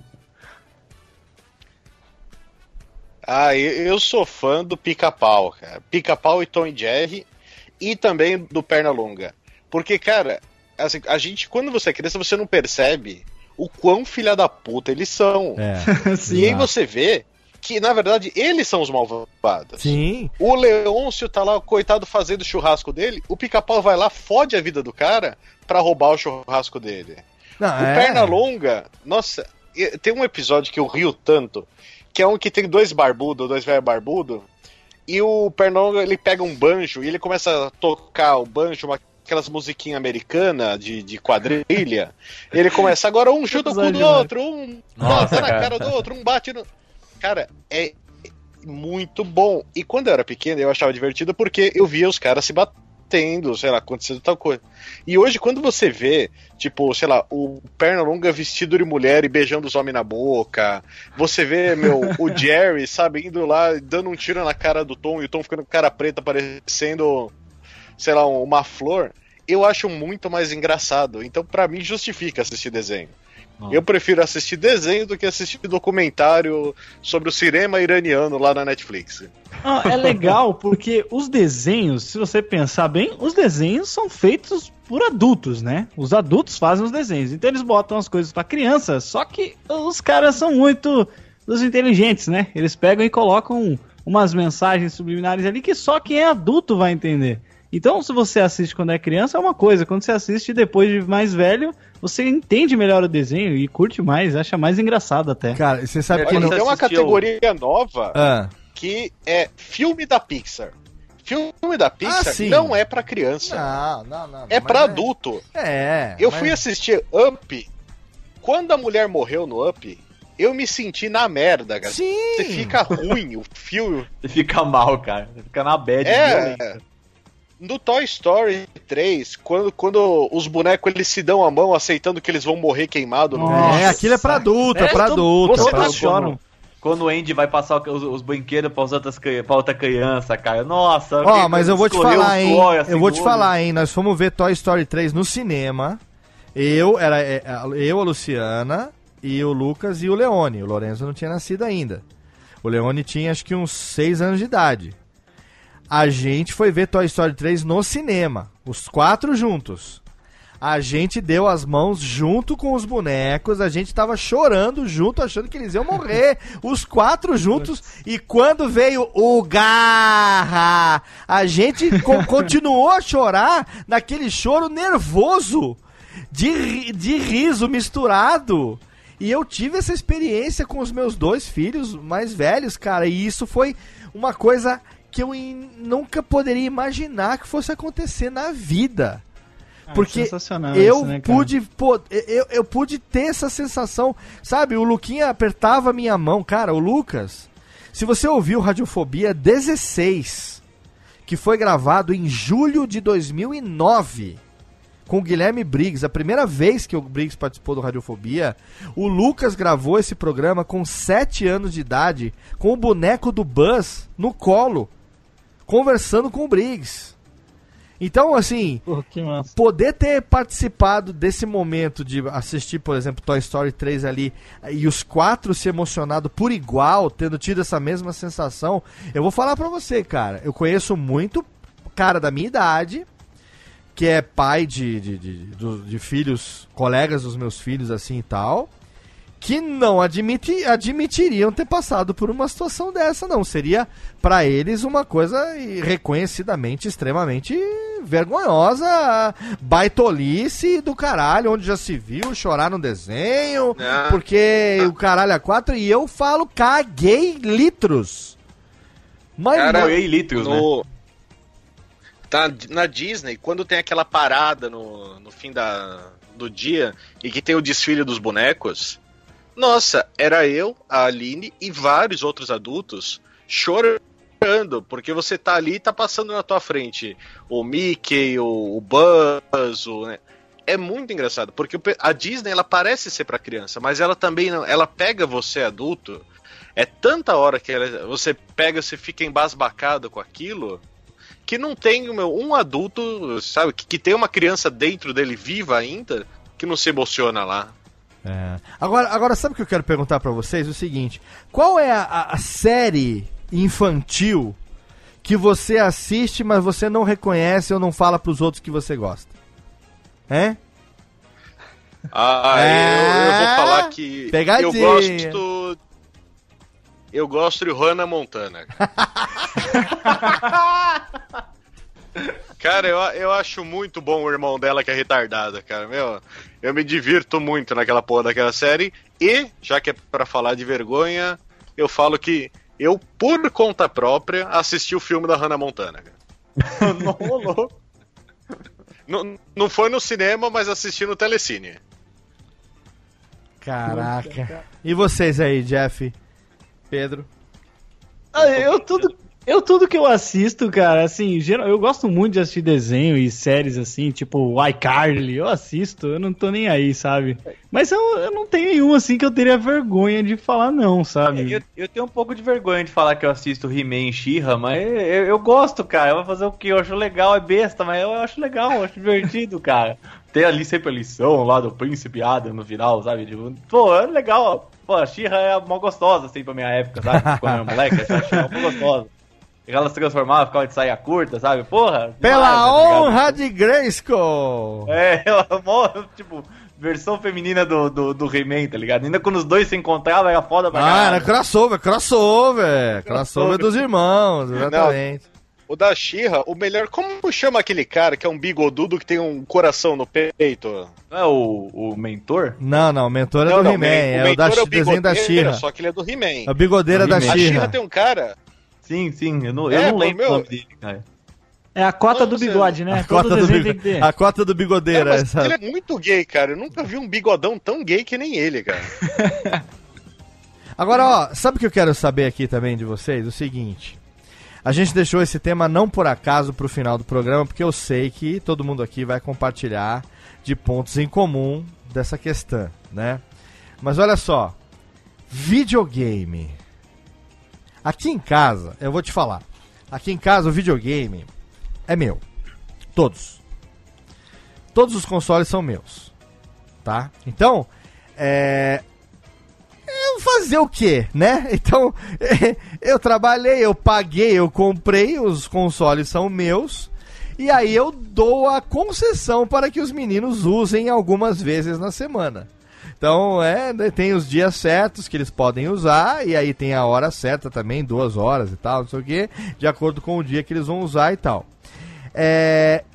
Ah, eu sou fã do Pica-Pau, cara. Pica-Pau e Tom e Jerry, e também do Pernalonga. Porque, cara, assim, a gente, quando você é criança, você não percebe o quão filha da puta eles são. É. Sim, e aí você vê que, na verdade, eles são os malvados. Sim. O Leôncio tá lá, coitado, fazendo o churrasco dele, o Pica-Pau vai lá, fode a vida do cara pra roubar o churrasco dele. Não, o é... Pernalonga, nossa, tem um episódio que eu rio tanto, que é um que tem dois barbudos, dois velhos barbudos, e o Pernalonga, ele pega um banjo e ele começa a tocar o banjo, uma, aquelas musiquinhas americanas de, de quadrilha. Ele começa, agora um chuta o cu do outro, um bota na cara do outro, um bate no... Cara, é muito bom. E quando eu era pequeno, eu achava divertido porque eu via os caras se batendo, sei lá, acontecendo tal coisa. E hoje, quando você vê, tipo, sei lá, o Pernalonga vestido de mulher e beijando os homens na boca, você vê, meu, o Jerry, sabe, indo lá, dando um tiro na cara do Tom, e o Tom ficando com cara preta, parecendo, sei lá, uma flor, eu acho muito mais engraçado. Então, pra mim, justifica assistir desenho. Eu prefiro assistir desenho do que assistir documentário sobre o cinema iraniano lá na Netflix. Ah, é legal porque os desenhos, se você pensar bem, os desenhos são feitos por adultos, né? Os adultos fazem os desenhos, então eles botam as coisas pra crianças, só que os caras são muito os inteligentes, né? Eles pegam e colocam umas mensagens subliminares ali que só quem é adulto vai entender. Então, se você assiste quando é criança, é uma coisa. Quando você assiste depois de mais velho, você entende melhor o desenho e curte mais, acha mais engraçado até. Cara, você sabe que... Olha, tem uma categoria nova ah. que é filme da Pixar. Filme da Pixar ah, não é pra criança. Não, não, não. É pra é... adulto. É. Eu mas... fui assistir Up. Quando a mulher morreu no Up, eu me senti na merda, cara. Sim. Você fica ruim, o filme. Você fica mal, cara. Você fica na bad. É... Violenta. No Toy Story três, quando, quando os bonecos eles se dão a mão aceitando que eles vão morrer queimados no bicho. É, aquilo é pra adulto, é, é pra adulto. Você é pra tá chorando. Quando o Andy vai passar os, os brinquedos pra, outras, pra outra criança, cara. Nossa. Ó, oh, mas eu vou te falar, hein. Assim, eu vou te falar, hein. Nós fomos ver Toy Story três no cinema. Eu, era eu, a Luciana, e o Lucas e o Leone. O Lorenzo não tinha nascido ainda. O Leone tinha acho que uns seis anos de idade. A gente foi ver Toy Story três no cinema, os quatro juntos. A gente deu as mãos junto com os bonecos, a gente tava chorando junto, achando que eles iam morrer, os quatro juntos, e quando veio o Garra, a gente co- continuou a chorar naquele choro nervoso, de, de riso misturado. E eu tive essa experiência com os meus dois filhos mais velhos, cara, e isso foi uma coisa que eu in- nunca poderia imaginar que fosse acontecer na vida. Ah, Porque sensacional eu isso, né, cara? pude, pô, eu, eu pude ter essa sensação, sabe? O Luquinha apertava a minha mão, cara, o Lucas. Se você ouviu Radiofobia dezesseis, que foi gravado em julho de dois mil e nove, com o Guilherme Briggs, a primeira vez que o Briggs participou do Radiofobia, o Lucas gravou esse programa com sete anos de idade, com o boneco do Buzz no colo, conversando com o Briggs. Então, assim, Pô, que massa. poder ter participado desse momento de assistir, por exemplo, Toy Story três ali, e os quatro se emocionado por igual, tendo tido essa mesma sensação, eu vou falar pra você, cara, eu conheço muito cara da minha idade, que é pai de, de, de, de, de filhos, colegas dos meus filhos, assim e tal, que não admiti, admitiriam ter passado por uma situação dessa, não. Seria, pra eles, uma coisa reconhecidamente, extremamente vergonhosa, baitolice do caralho, onde já se viu chorar no desenho, Ah. porque o caralho é quatro, e eu falo, caguei litros. Mas Cara, não- Foi litros, né? No... Tá, na Disney, quando tem aquela parada no, no fim da, do dia e que tem o desfile dos bonecos, nossa, era eu, a Aline e vários outros adultos chorando, porque você tá ali e tá passando na tua frente o Mickey, o, o Buzz, o, né? É muito engraçado, porque o pe- a Disney ela parece ser pra criança, mas ela também não, ela pega você adulto, é tanta hora que ela- você pega, você fica embasbacado com aquilo, que não tem meu, um adulto, sabe, que, que tem uma criança dentro dele viva ainda, que não se emociona lá. É. Agora, agora, sabe o que eu quero perguntar pra vocês? O seguinte, qual é a, a- a série infantil que você assiste, mas você não reconhece ou não fala pros outros que você gosta? É? Ah, É, eu, eu vou falar que pegadinha. eu gosto. Eu gosto de Hannah Montana. Cara, eu, eu acho muito bom o irmão dela que é retardado, cara. Meu, eu me divirto muito naquela porra daquela série. E, já que é pra falar de vergonha, eu falo que eu, por conta própria, assisti o filme da Hannah Montana. Cara. Não rolou. Não, não foi no cinema, mas assisti no Telecine. Caraca. E vocês aí, Jeff? Pedro? Ah, eu tudo, eu tudo que eu assisto, cara, assim, geral, eu gosto muito de assistir desenho e séries assim, tipo iCarly, eu assisto, eu não tô nem aí, sabe? Mas eu, eu não tenho nenhum assim que eu teria vergonha de falar não, sabe? Eu, eu tenho um pouco de vergonha de falar que eu assisto He-Man e She-Ra, mas eu, eu gosto, cara. Eu vou fazer o quê? Eu acho legal, é besta, mas eu acho legal, eu acho divertido, cara. Tem ali sempre a lição lá do Príncipe Adam no final, sabe? Tipo, pô, é legal. Pô, a She-Ra é mó gostosa, assim, pra minha época, sabe? Quando eu era moleque, a She-Ra é mó gostosa. E ela se transformava, ficava de saia curta, sabe? Porra! Pela demais, tá ligado? honra de Grayskull! É, ela mó, tipo, versão feminina do, do, do He-Man, tá ligado? Ainda quando os dois se encontravam, era foda pra Ah, caralho. era crossover, crossover! Crossover dos irmãos, exatamente. O da She-Ra, o melhor. Como chama aquele cara que é um bigodudo que tem um coração no peito? Não é o, o mentor? Não, não, o mentor é Não, do não, He-Man, o é o mentor da, é o desenho da bigodeiro, She-Ra. só que ele é do He-Man. A bigodeira da A A She-Ra She-Ra. tem um cara. Sim, sim, eu não, eu É, não lembro meu, o nome dele, cara. É a cota Não, do você- bigode, né? A Todo cota, do desenho bigo- tem que ter. a cota do É, bigodeira, mas essa. ele é muito gay, cara. Eu nunca vi um bigodão tão gay que nem ele, cara. Agora, ó, sabe o que eu quero saber aqui também de vocês? O seguinte. A gente deixou esse tema não por acaso pro final do programa, porque eu sei que todo mundo aqui vai compartilhar de pontos em comum dessa questão, né? Mas olha só. Videogame. Aqui em casa, eu vou te falar. Aqui em casa o videogame é meu. Todos. Todos os consoles são meus. Tá? Então, é... eu fazer o quê, né? Então, eu trabalhei, eu paguei, eu comprei, os consoles são meus. E aí eu dou a concessão para que os meninos usem algumas vezes na semana. Então, é, tem os dias certos que eles podem usar, e aí tem a hora certa também, duas horas e tal, não sei o quê, de acordo com o dia que eles vão usar e tal. É,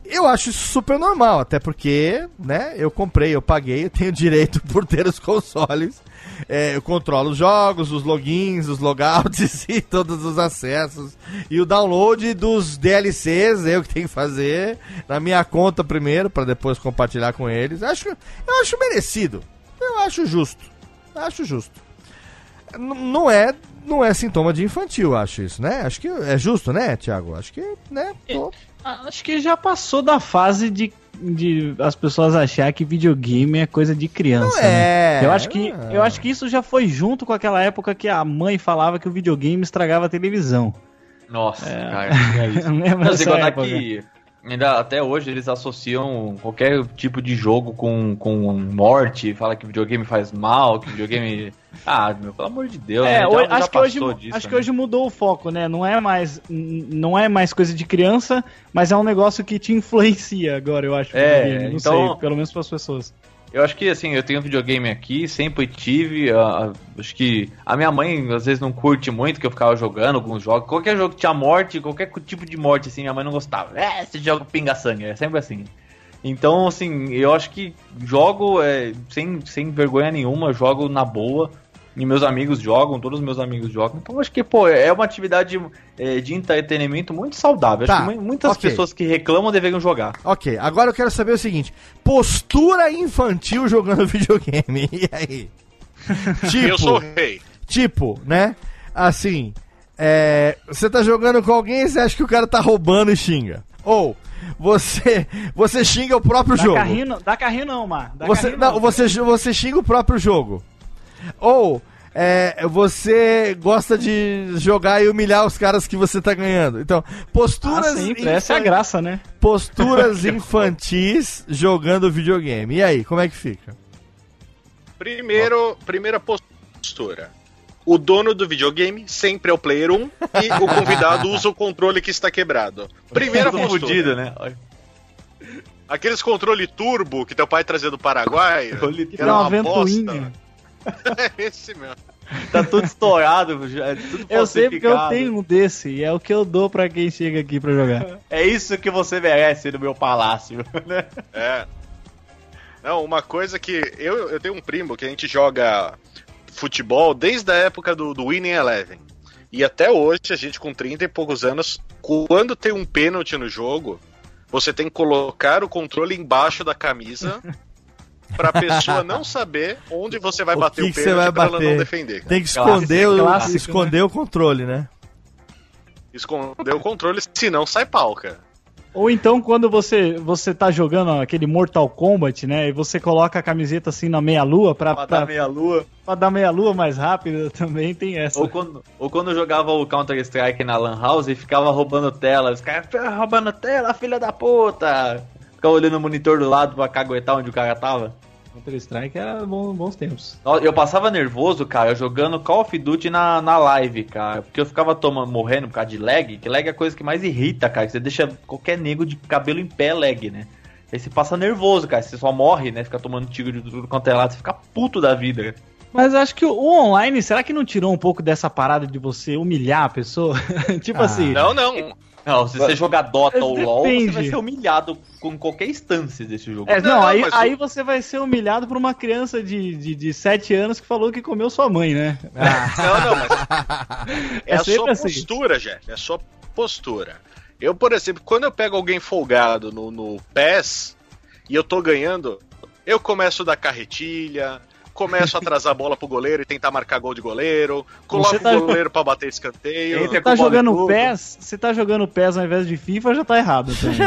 Eu acho isso super normal, até porque, né, eu comprei, eu paguei, eu tenho direito por ter os consoles. É, eu controlo os jogos, os logins, os logouts e todos os acessos. E o download dos D L Cs, eu que tenho que fazer na minha conta primeiro, para depois compartilhar com eles. Acho, eu acho merecido. Eu acho justo. Acho justo. N- não é, não é sintoma de infantil, eu acho isso, né? Acho que é justo, né, Thiago? Acho que, né? Tô... Acho que já passou da fase de, de as pessoas achar que videogame é coisa de criança. Não é. Né? Eu acho que É. eu acho que isso já foi junto com aquela época que a mãe falava que o videogame estragava a televisão. Nossa, É. cara, é isso. Lembra Não, sem dessa contar época? que ainda até hoje eles associam qualquer tipo de jogo com, com morte, fala que videogame faz mal, que videogame... Ah, meu, pelo amor de Deus, É, né? hoje- Já- já acho, que hoje, passou disso, acho que né? hoje mudou o foco, né? Não é mais n- não é mais coisa de criança, mas é um negócio que te influencia agora, eu acho. É, videogame. Não então- sei, pelo menos para as pessoas. Eu acho que, assim, eu tenho um videogame aqui, sempre tive, ah, acho que a minha mãe, às vezes, não curte muito que eu ficava jogando alguns jogos, qualquer jogo que tinha morte, qualquer tipo de morte, assim, minha mãe não gostava. É, esse jogo pinga-sangue, é sempre assim. Então, assim, eu acho que jogo é, sem, sem vergonha nenhuma, jogo na boa, e meus amigos jogam, todos os meus amigos jogam, então acho que, pô, é uma atividade é, de entretenimento muito saudável, Tá, acho que mu- muitas ok. pessoas que reclamam deveriam jogar. Ok, agora eu quero saber o seguinte: postura infantil jogando videogame. E aí? Tipo, Eu sou o rei. tipo, né? Assim, é, você tá jogando com alguém e você acha que o cara tá roubando e xinga. Ou você, você xinga o próprio Dá jogo. carrinho, não- dá carrinho não, Mar. Dá Você, carrinho não, você, você xinga o próprio jogo. Ou é, você gosta de jogar e humilhar os caras que você tá ganhando. Então, Ah, posturas, sempre. Essa é a infan- graça, né? posturas infantis jogando videogame. E aí, como é que fica? Primeiro, primeira postura. O dono do videogame sempre é o player um e o convidado usa o controle que está quebrado. Primeira Tudo postura. fudido, né? Olha. Aqueles controle turbo que teu pai trazia do Paraguai, Controle que Tem era uma uma bosta. ventoinha. É esse mesmo. Tá tudo estourado, já, é tudo Eu sei porque eu falsificado. tenho um desse e é o que eu dou pra quem chega aqui pra jogar. É isso que você merece no meu palácio, né? É. Não, uma coisa que... Eu, eu tenho um primo que a gente joga futebol desde a época do, do Winning Eleven. E até hoje, a gente com trinta e poucos anos, quando tem um pênalti no jogo, você tem que colocar o controle embaixo da camisa pra pessoa não saber onde você vai O bater que o que você vai pênalti pra ela bater? não defender. Tem que esconder, o, Clássico, esconder o controle, né? Esconder o controle, senão sai pau, cara. Ou então quando você, você tá jogando aquele Mortal Kombat, né? E você coloca a camiseta assim na meia-lua pra, Pra pra, dar meia lua. pra dar meia-lua mais rápido, também tem essa. Ou quando, ou quando eu jogava o Counter-Strike na Lan House e ficava roubando tela. Os caras, "Ah, roubando tela, filha da puta!" Ficava olhando o monitor do lado pra caguetar onde o cara tava. Counter-Strike era bom, bons tempos. Eu passava nervoso, cara, jogando Call of Duty na, na live, cara. Porque eu ficava tomando, morrendo por causa de lag. Que lag é a coisa que mais irrita, cara. Que você deixa qualquer nego de cabelo em pé lag, né? Aí você passa nervoso, cara. Você só morre, né? Fica tomando tiro de tudo quanto é lado. Você fica puto da vida. Mas acho que o, o online, será que não tirou um pouco dessa parada de você humilhar a pessoa? tipo Ah. assim, Não, não. Não, se você jogar Dota ou LoL, você Depende. vai ser humilhado com qualquer instância desse jogo. É, não, Não, aí, mas aí o- você vai ser humilhado por uma criança de, de, de sete anos que falou que comeu sua mãe, né? Não, não, mas é, É a sempre sua assim. postura, Jeff. É a sua postura. Eu, por exemplo, quando eu pego alguém folgado no, no P E S e eu tô ganhando, eu começo a dar carretilha, começo a atrasar a bola pro goleiro e tentar marcar gol de goleiro, coloco Você tá- o goleiro pra bater escanteio. Entra Você com tá bola em jogando tudo. P E S, você tá jogando P E S ao invés de FIFA, já tá errado também.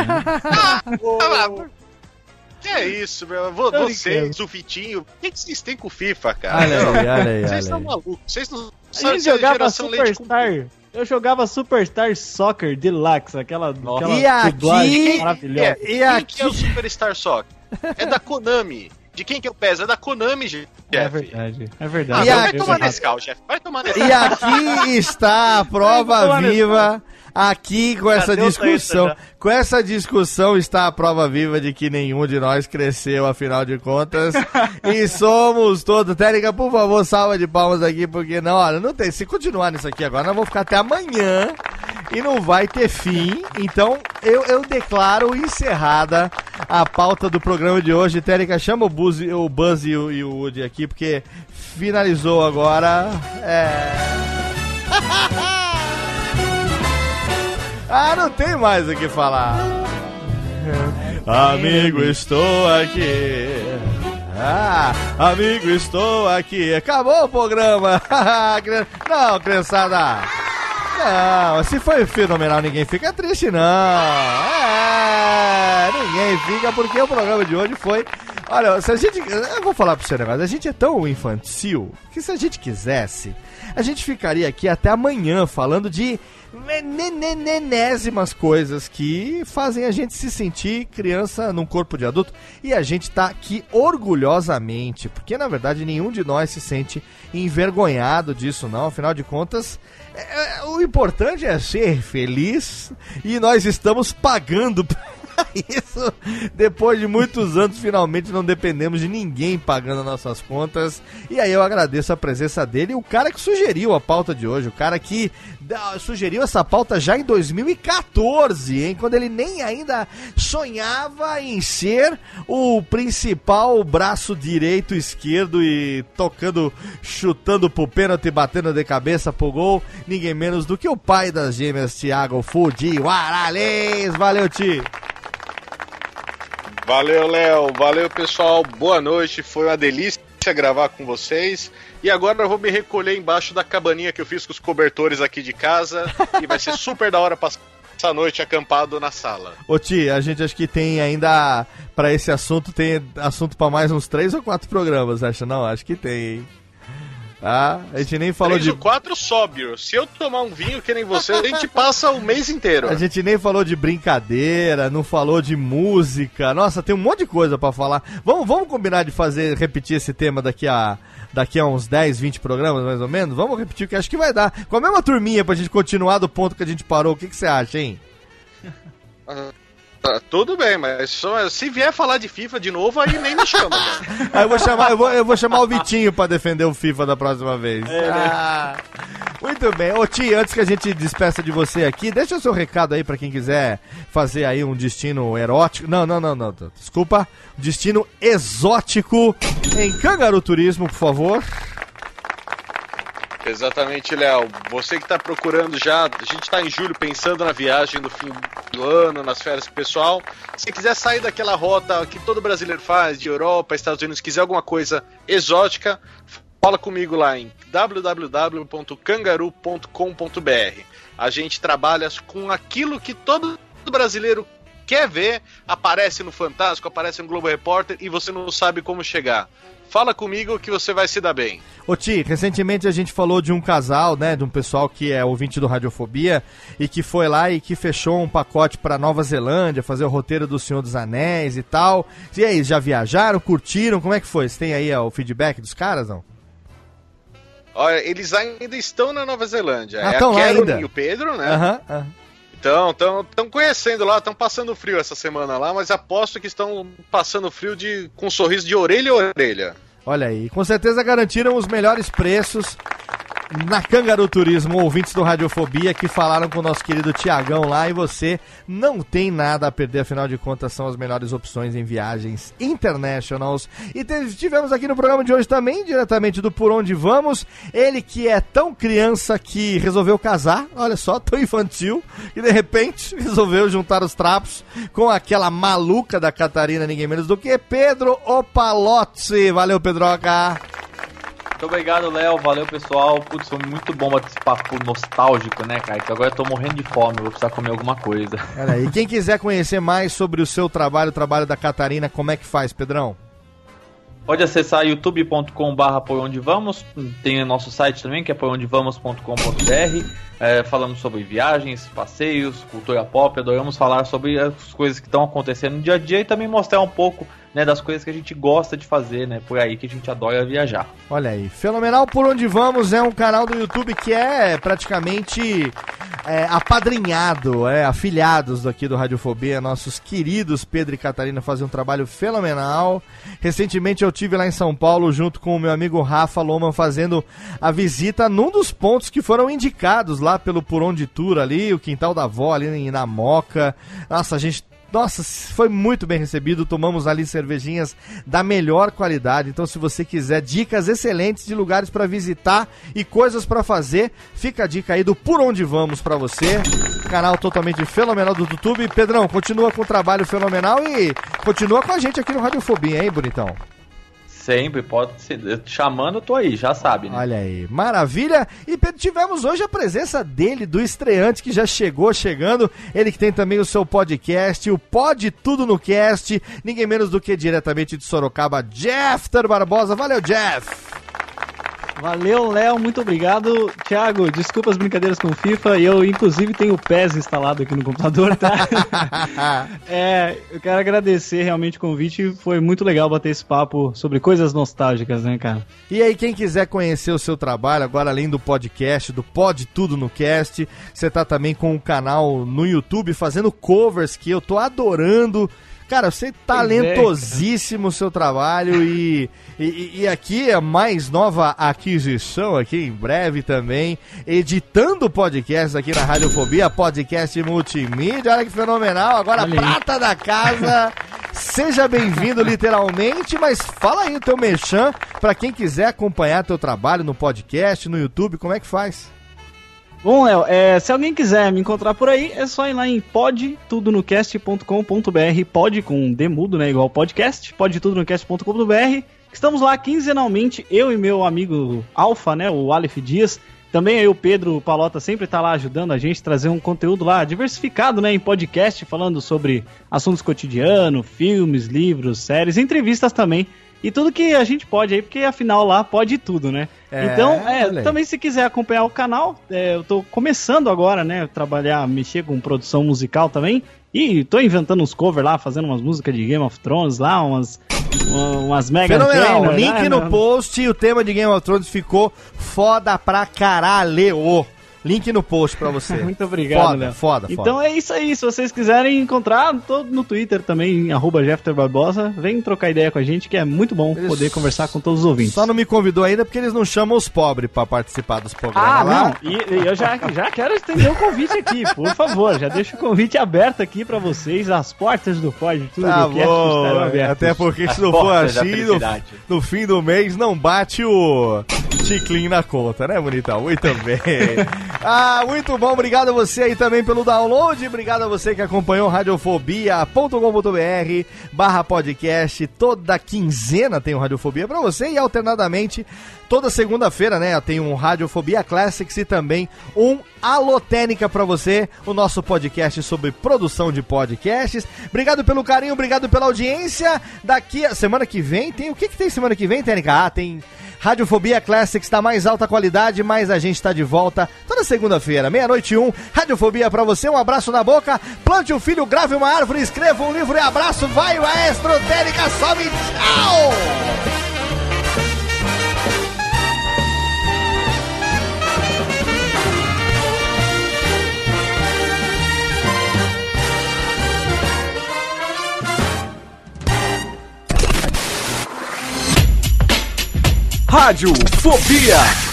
né? Que é isso, meu? Vo- Tô Vocês, o Vitinho, o que que vocês têm com o FIFA, cara? Olha aí, olha aí, Vocês olha estão aí. malucos. Vocês não A são gente essa jogava geração leite com Superstar. Eu jogava Superstar Soccer Deluxe, aquela, aquela E aqui- dublagem maravilhosa. É, E quem aqui- que é o Superstar Soccer? É da Konami. De quem que eu peso? É da Konami, Jeff. É verdade, é Ah, verdade. E então vai aqui- tomar nesse cal, Jeff. Vai tomar nesse E aqui está a prova Vai, viva. Aqui com essa Cadê o discussão, Taeta com essa discussão está a prova viva de que nenhum de nós cresceu, afinal de contas. E somos todos. Técnica, por favor, salva de palmas aqui, porque não, olha, não tem. Se continuar nisso aqui agora, nós vamos ficar até amanhã e não vai ter fim. Então eu, eu declaro encerrada a pauta do programa de hoje. Térica, chama o Buzz, o Buzz e o, e o Woody aqui, porque finalizou agora. É... ah, não tem mais o que falar. Amigo, estou aqui. Ah, amigo, estou aqui. Acabou o programa. Não, criançada. Não, se foi fenomenal, ninguém fica triste, não. É, ninguém fica, porque o programa de hoje foi... Olha, se a gente... Eu vou falar pro seu negócio. A gente é tão infantil que se a gente quisesse, a gente ficaria aqui até amanhã falando de nenésimas coisas que fazem a gente se sentir criança num corpo de adulto. E a gente tá aqui orgulhosamente, porque na verdade nenhum de nós se sente envergonhado disso, não. Afinal de contas, é, o importante é ser feliz e nós estamos pagando isso. Depois de muitos anos, finalmente não dependemos de ninguém pagando nossas contas. E aí eu agradeço a presença dele, o cara que sugeriu a pauta de hoje, o cara que sugeriu essa pauta já em dois mil e quatorze, hein? Quando ele nem ainda sonhava em ser o principal braço direito, esquerdo e tocando, chutando pro pênalti, batendo de cabeça pro gol, ninguém menos do que o pai das gêmeas, Thiago Fujiwara. Valeu, Ti! Valeu, Léo. Valeu, pessoal. Boa noite. Foi uma delícia gravar com vocês. E agora eu vou me recolher embaixo da cabaninha que eu fiz com os cobertores aqui de casa. E vai ser super da hora passar essa noite acampado na sala. Ô, Ti, a gente acho que tem ainda, pra esse assunto, tem assunto pra mais uns três ou quatro programas, acha? Não, acho que tem, hein? Ah, a gente nem falou três de... ou quatro sóbrio. Se eu tomar um vinho que nem você, a gente passa o mês inteiro. A gente nem falou de brincadeira, não falou de música. Nossa, tem um monte de coisa pra falar. Vamos, vamos combinar de fazer, repetir esse tema daqui a, daqui a uns dez, vinte programas, mais ou menos? Vamos repetir, que acho que vai dar. Com a mesma turminha pra gente continuar do ponto que a gente parou. O que, que você acha, hein? Ah, tudo bem, mas só, se vier falar de FIFA de novo, aí nem me chama. Aí eu vou chamar, eu vou, eu vou chamar o Vitinho pra defender o FIFA da próxima vez. É, ah, muito bem. Ô, Ti, antes que a gente despeça de você aqui, deixa o seu recado aí pra quem quiser fazer aí um destino erótico. Não, não, não, não. Desculpa. Destino exótico em Cangaru Turismo, por favor. Exatamente, Léo. Você que está procurando já, a gente está em julho pensando na viagem do fim do ano, nas férias com o pessoal. Se quiser sair daquela rota que todo brasileiro faz, de Europa, Estados Unidos, quiser alguma coisa exótica, fala comigo lá em w w w ponto cangaru ponto com ponto b r. A gente trabalha com aquilo que todo brasileiro quer ver, aparece no Fantástico, aparece no Globo Repórter e você não sabe como chegar. Fala comigo que você vai se dar bem. Ô, Ti, recentemente a gente falou de um casal, né, de um pessoal que é ouvinte do Radiofobia e que foi lá e que fechou um pacote pra Nova Zelândia, fazer o roteiro do Senhor dos Anéis e tal. E aí, já viajaram, curtiram? Como é que foi? Você tem aí ó, o feedback dos caras, não? Olha, eles ainda estão na Nova Zelândia. Ah, é tão a lá Carol ainda. e o Pedro, né? Aham, aham. Então, estão conhecendo lá, estão passando frio essa semana lá, mas aposto que estão passando frio de, com um sorriso de orelha a orelha. Olha aí, com certeza garantiram os melhores preços na Cangaru Turismo, ouvintes do Radiofobia que falaram com o nosso querido Tiagão lá, e você não tem nada a perder, afinal de contas são as melhores opções em viagens internationals. E tivemos aqui no programa de hoje também, diretamente do Por Onde Vamos, ele que é tão criança que resolveu casar, olha só, tão infantil, e de repente resolveu juntar os trapos com aquela maluca da Catarina, ninguém menos do que Pedro Opalozzi. Valeu, Pedroca! Muito obrigado, Léo. Valeu, pessoal. Putz, foi muito bom bater esse papo nostálgico, né, cara? Que agora eu tô morrendo de fome, vou precisar comer alguma coisa. Olha, e quem quiser conhecer mais sobre o seu trabalho, o trabalho da Catarina, como é que faz, Pedrão? Pode acessar youtube ponto com barra por onde vamos. Tem o nosso site também, que é por onde vamos ponto com ponto b r. É, falamos sobre viagens, passeios, cultura pop. Adoramos falar sobre as coisas que estão acontecendo no dia a dia e também mostrar um pouco, né, das coisas que a gente gosta de fazer, né, por aí que a gente adora viajar. Olha aí, fenomenal. Por Onde Vamos é um canal do YouTube que é praticamente é, apadrinhado, é, afiliados aqui do Radiofobia, nossos queridos Pedro e Catarina fazem um trabalho fenomenal. Recentemente eu estive lá em São Paulo junto com o meu amigo Rafa Loman fazendo a visita num dos pontos que foram indicados lá pelo Por Onde Tour ali, o Quintal da Vó ali na Moca. Nossa, a gente... Nossa, foi muito bem recebido, tomamos ali cervejinhas da melhor qualidade, então se você quiser dicas excelentes de lugares para visitar e coisas para fazer, fica a dica aí do Por Onde Vamos para você, canal totalmente fenomenal do YouTube. Pedrão, continua com o trabalho fenomenal e continua com a gente aqui no Radiofobia, hein, bonitão? Sempre, pode ser. Chamando, eu tô aí, já sabe, né? Olha aí, maravilha. E Pedro, tivemos hoje a presença dele, do estreante que já chegou, chegando. Ele que tem também o seu podcast, o Pode Tudo no Cast. Ninguém menos do que diretamente de Sorocaba, Jeffter Barbosa. Valeu, Jeff! Valeu, Léo, muito obrigado. Thiago, desculpa as brincadeiras com o FIFA, eu inclusive tenho o P E S instalado aqui no computador, tá? é, eu quero agradecer realmente o convite, foi muito legal bater esse papo sobre coisas nostálgicas, né, cara? E aí, quem quiser conhecer o seu trabalho, agora além do podcast, do Pode Tudo no Cast, você tá também com um canal no YouTube fazendo covers que eu tô adorando. Cara, você talentosíssimo o seu trabalho e, e, e aqui a mais nova aquisição aqui em breve também, editando podcast aqui na Radiofobia, podcast multimídia, olha que fenomenal, agora Olha prata aí. da casa, seja bem-vindo literalmente, mas fala aí o teu merchan pra quem quiser acompanhar teu trabalho no podcast, no YouTube, como é que faz? Bom, Léo, é, se alguém quiser me encontrar por aí, é só ir lá em pode tudo no cast ponto com ponto b r, pode com D mudo, né, igual podcast, pode tudo no cast ponto com ponto b r. Estamos lá quinzenalmente, eu e meu amigo Alfa, né, o Aleph Dias, também aí o Pedro Palota sempre tá lá ajudando a gente a trazer um conteúdo lá diversificado, né, em podcast, falando sobre assuntos cotidianos, filmes, livros, séries, entrevistas também. E tudo que a gente pode aí, porque afinal lá pode tudo, né? É, então, é, olha aí. também se quiser acompanhar o canal, é, eu tô começando agora, né? Trabalhar, mexer com produção musical também. E tô inventando uns covers lá, fazendo umas músicas de Game of Thrones lá, umas, umas mega Fenomenal, trainer, link né? no post, o tema de Game of Thrones ficou foda pra caralho. Link no post pra você. Muito obrigado, foda, Léo. foda, foda. Então é isso aí, se vocês quiserem encontrar, tô no Twitter também, em arroba Jeffter Barbosa, vem trocar ideia com a gente, que é muito bom Eles poder conversar com todos os ouvintes. Só não me convidou ainda porque eles não chamam os pobres pra participar dos programas Ah, lá. não, e, e eu já, já quero estender o convite aqui, por favor, já deixo o convite aberto aqui pra vocês, as portas do Pode Tudo Tá do Cast bom, estarão abertas. até porque se As não for portas da assim, no, felicidade. no fim do mês não bate o chiclinho na conta, né, bonitão? Muito bem. Ah, muito bom, obrigado a você aí também pelo download, obrigado a você que acompanhou radiofobia ponto com ponto b r barra podcast, toda quinzena tem um Radiofobia pra você e alternadamente toda segunda-feira, né, tem um Radiofobia Classics e também um Alotênica pra você, o nosso podcast sobre produção de podcasts. Obrigado pelo carinho, obrigado pela audiência. Daqui a semana que vem, tem o que que tem semana que vem, Tênica? Ah, tem Radiofobia Classics da mais alta qualidade, mas a gente tá de volta toda segunda-feira, meia-noite e um, Radiofobia pra você, um abraço na boca, plante um filho, grave uma árvore, escreva um livro e abraço, vai maestro, Tênica, sobe, tchau! Radiofobia.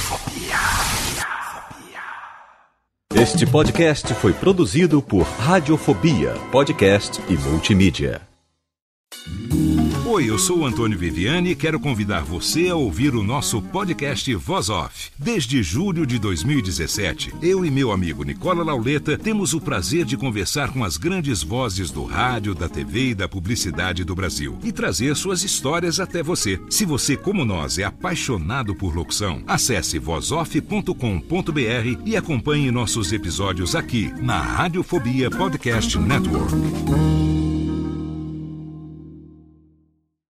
Este podcast foi produzido por Radiofobia, podcast e multimídia. Oi, eu sou o Antônio Viviani e quero convidar você a ouvir o nosso podcast Voz Off. Desde julho de dois mil e dezessete, eu e meu amigo Nicola Lauleta temos o prazer de conversar com as grandes vozes do rádio, da T V e da publicidade do Brasil e trazer suas histórias até você. Se você, como nós, é apaixonado por locução, acesse voz off ponto com ponto b r e acompanhe nossos episódios aqui na Radiofobia Podcast Network.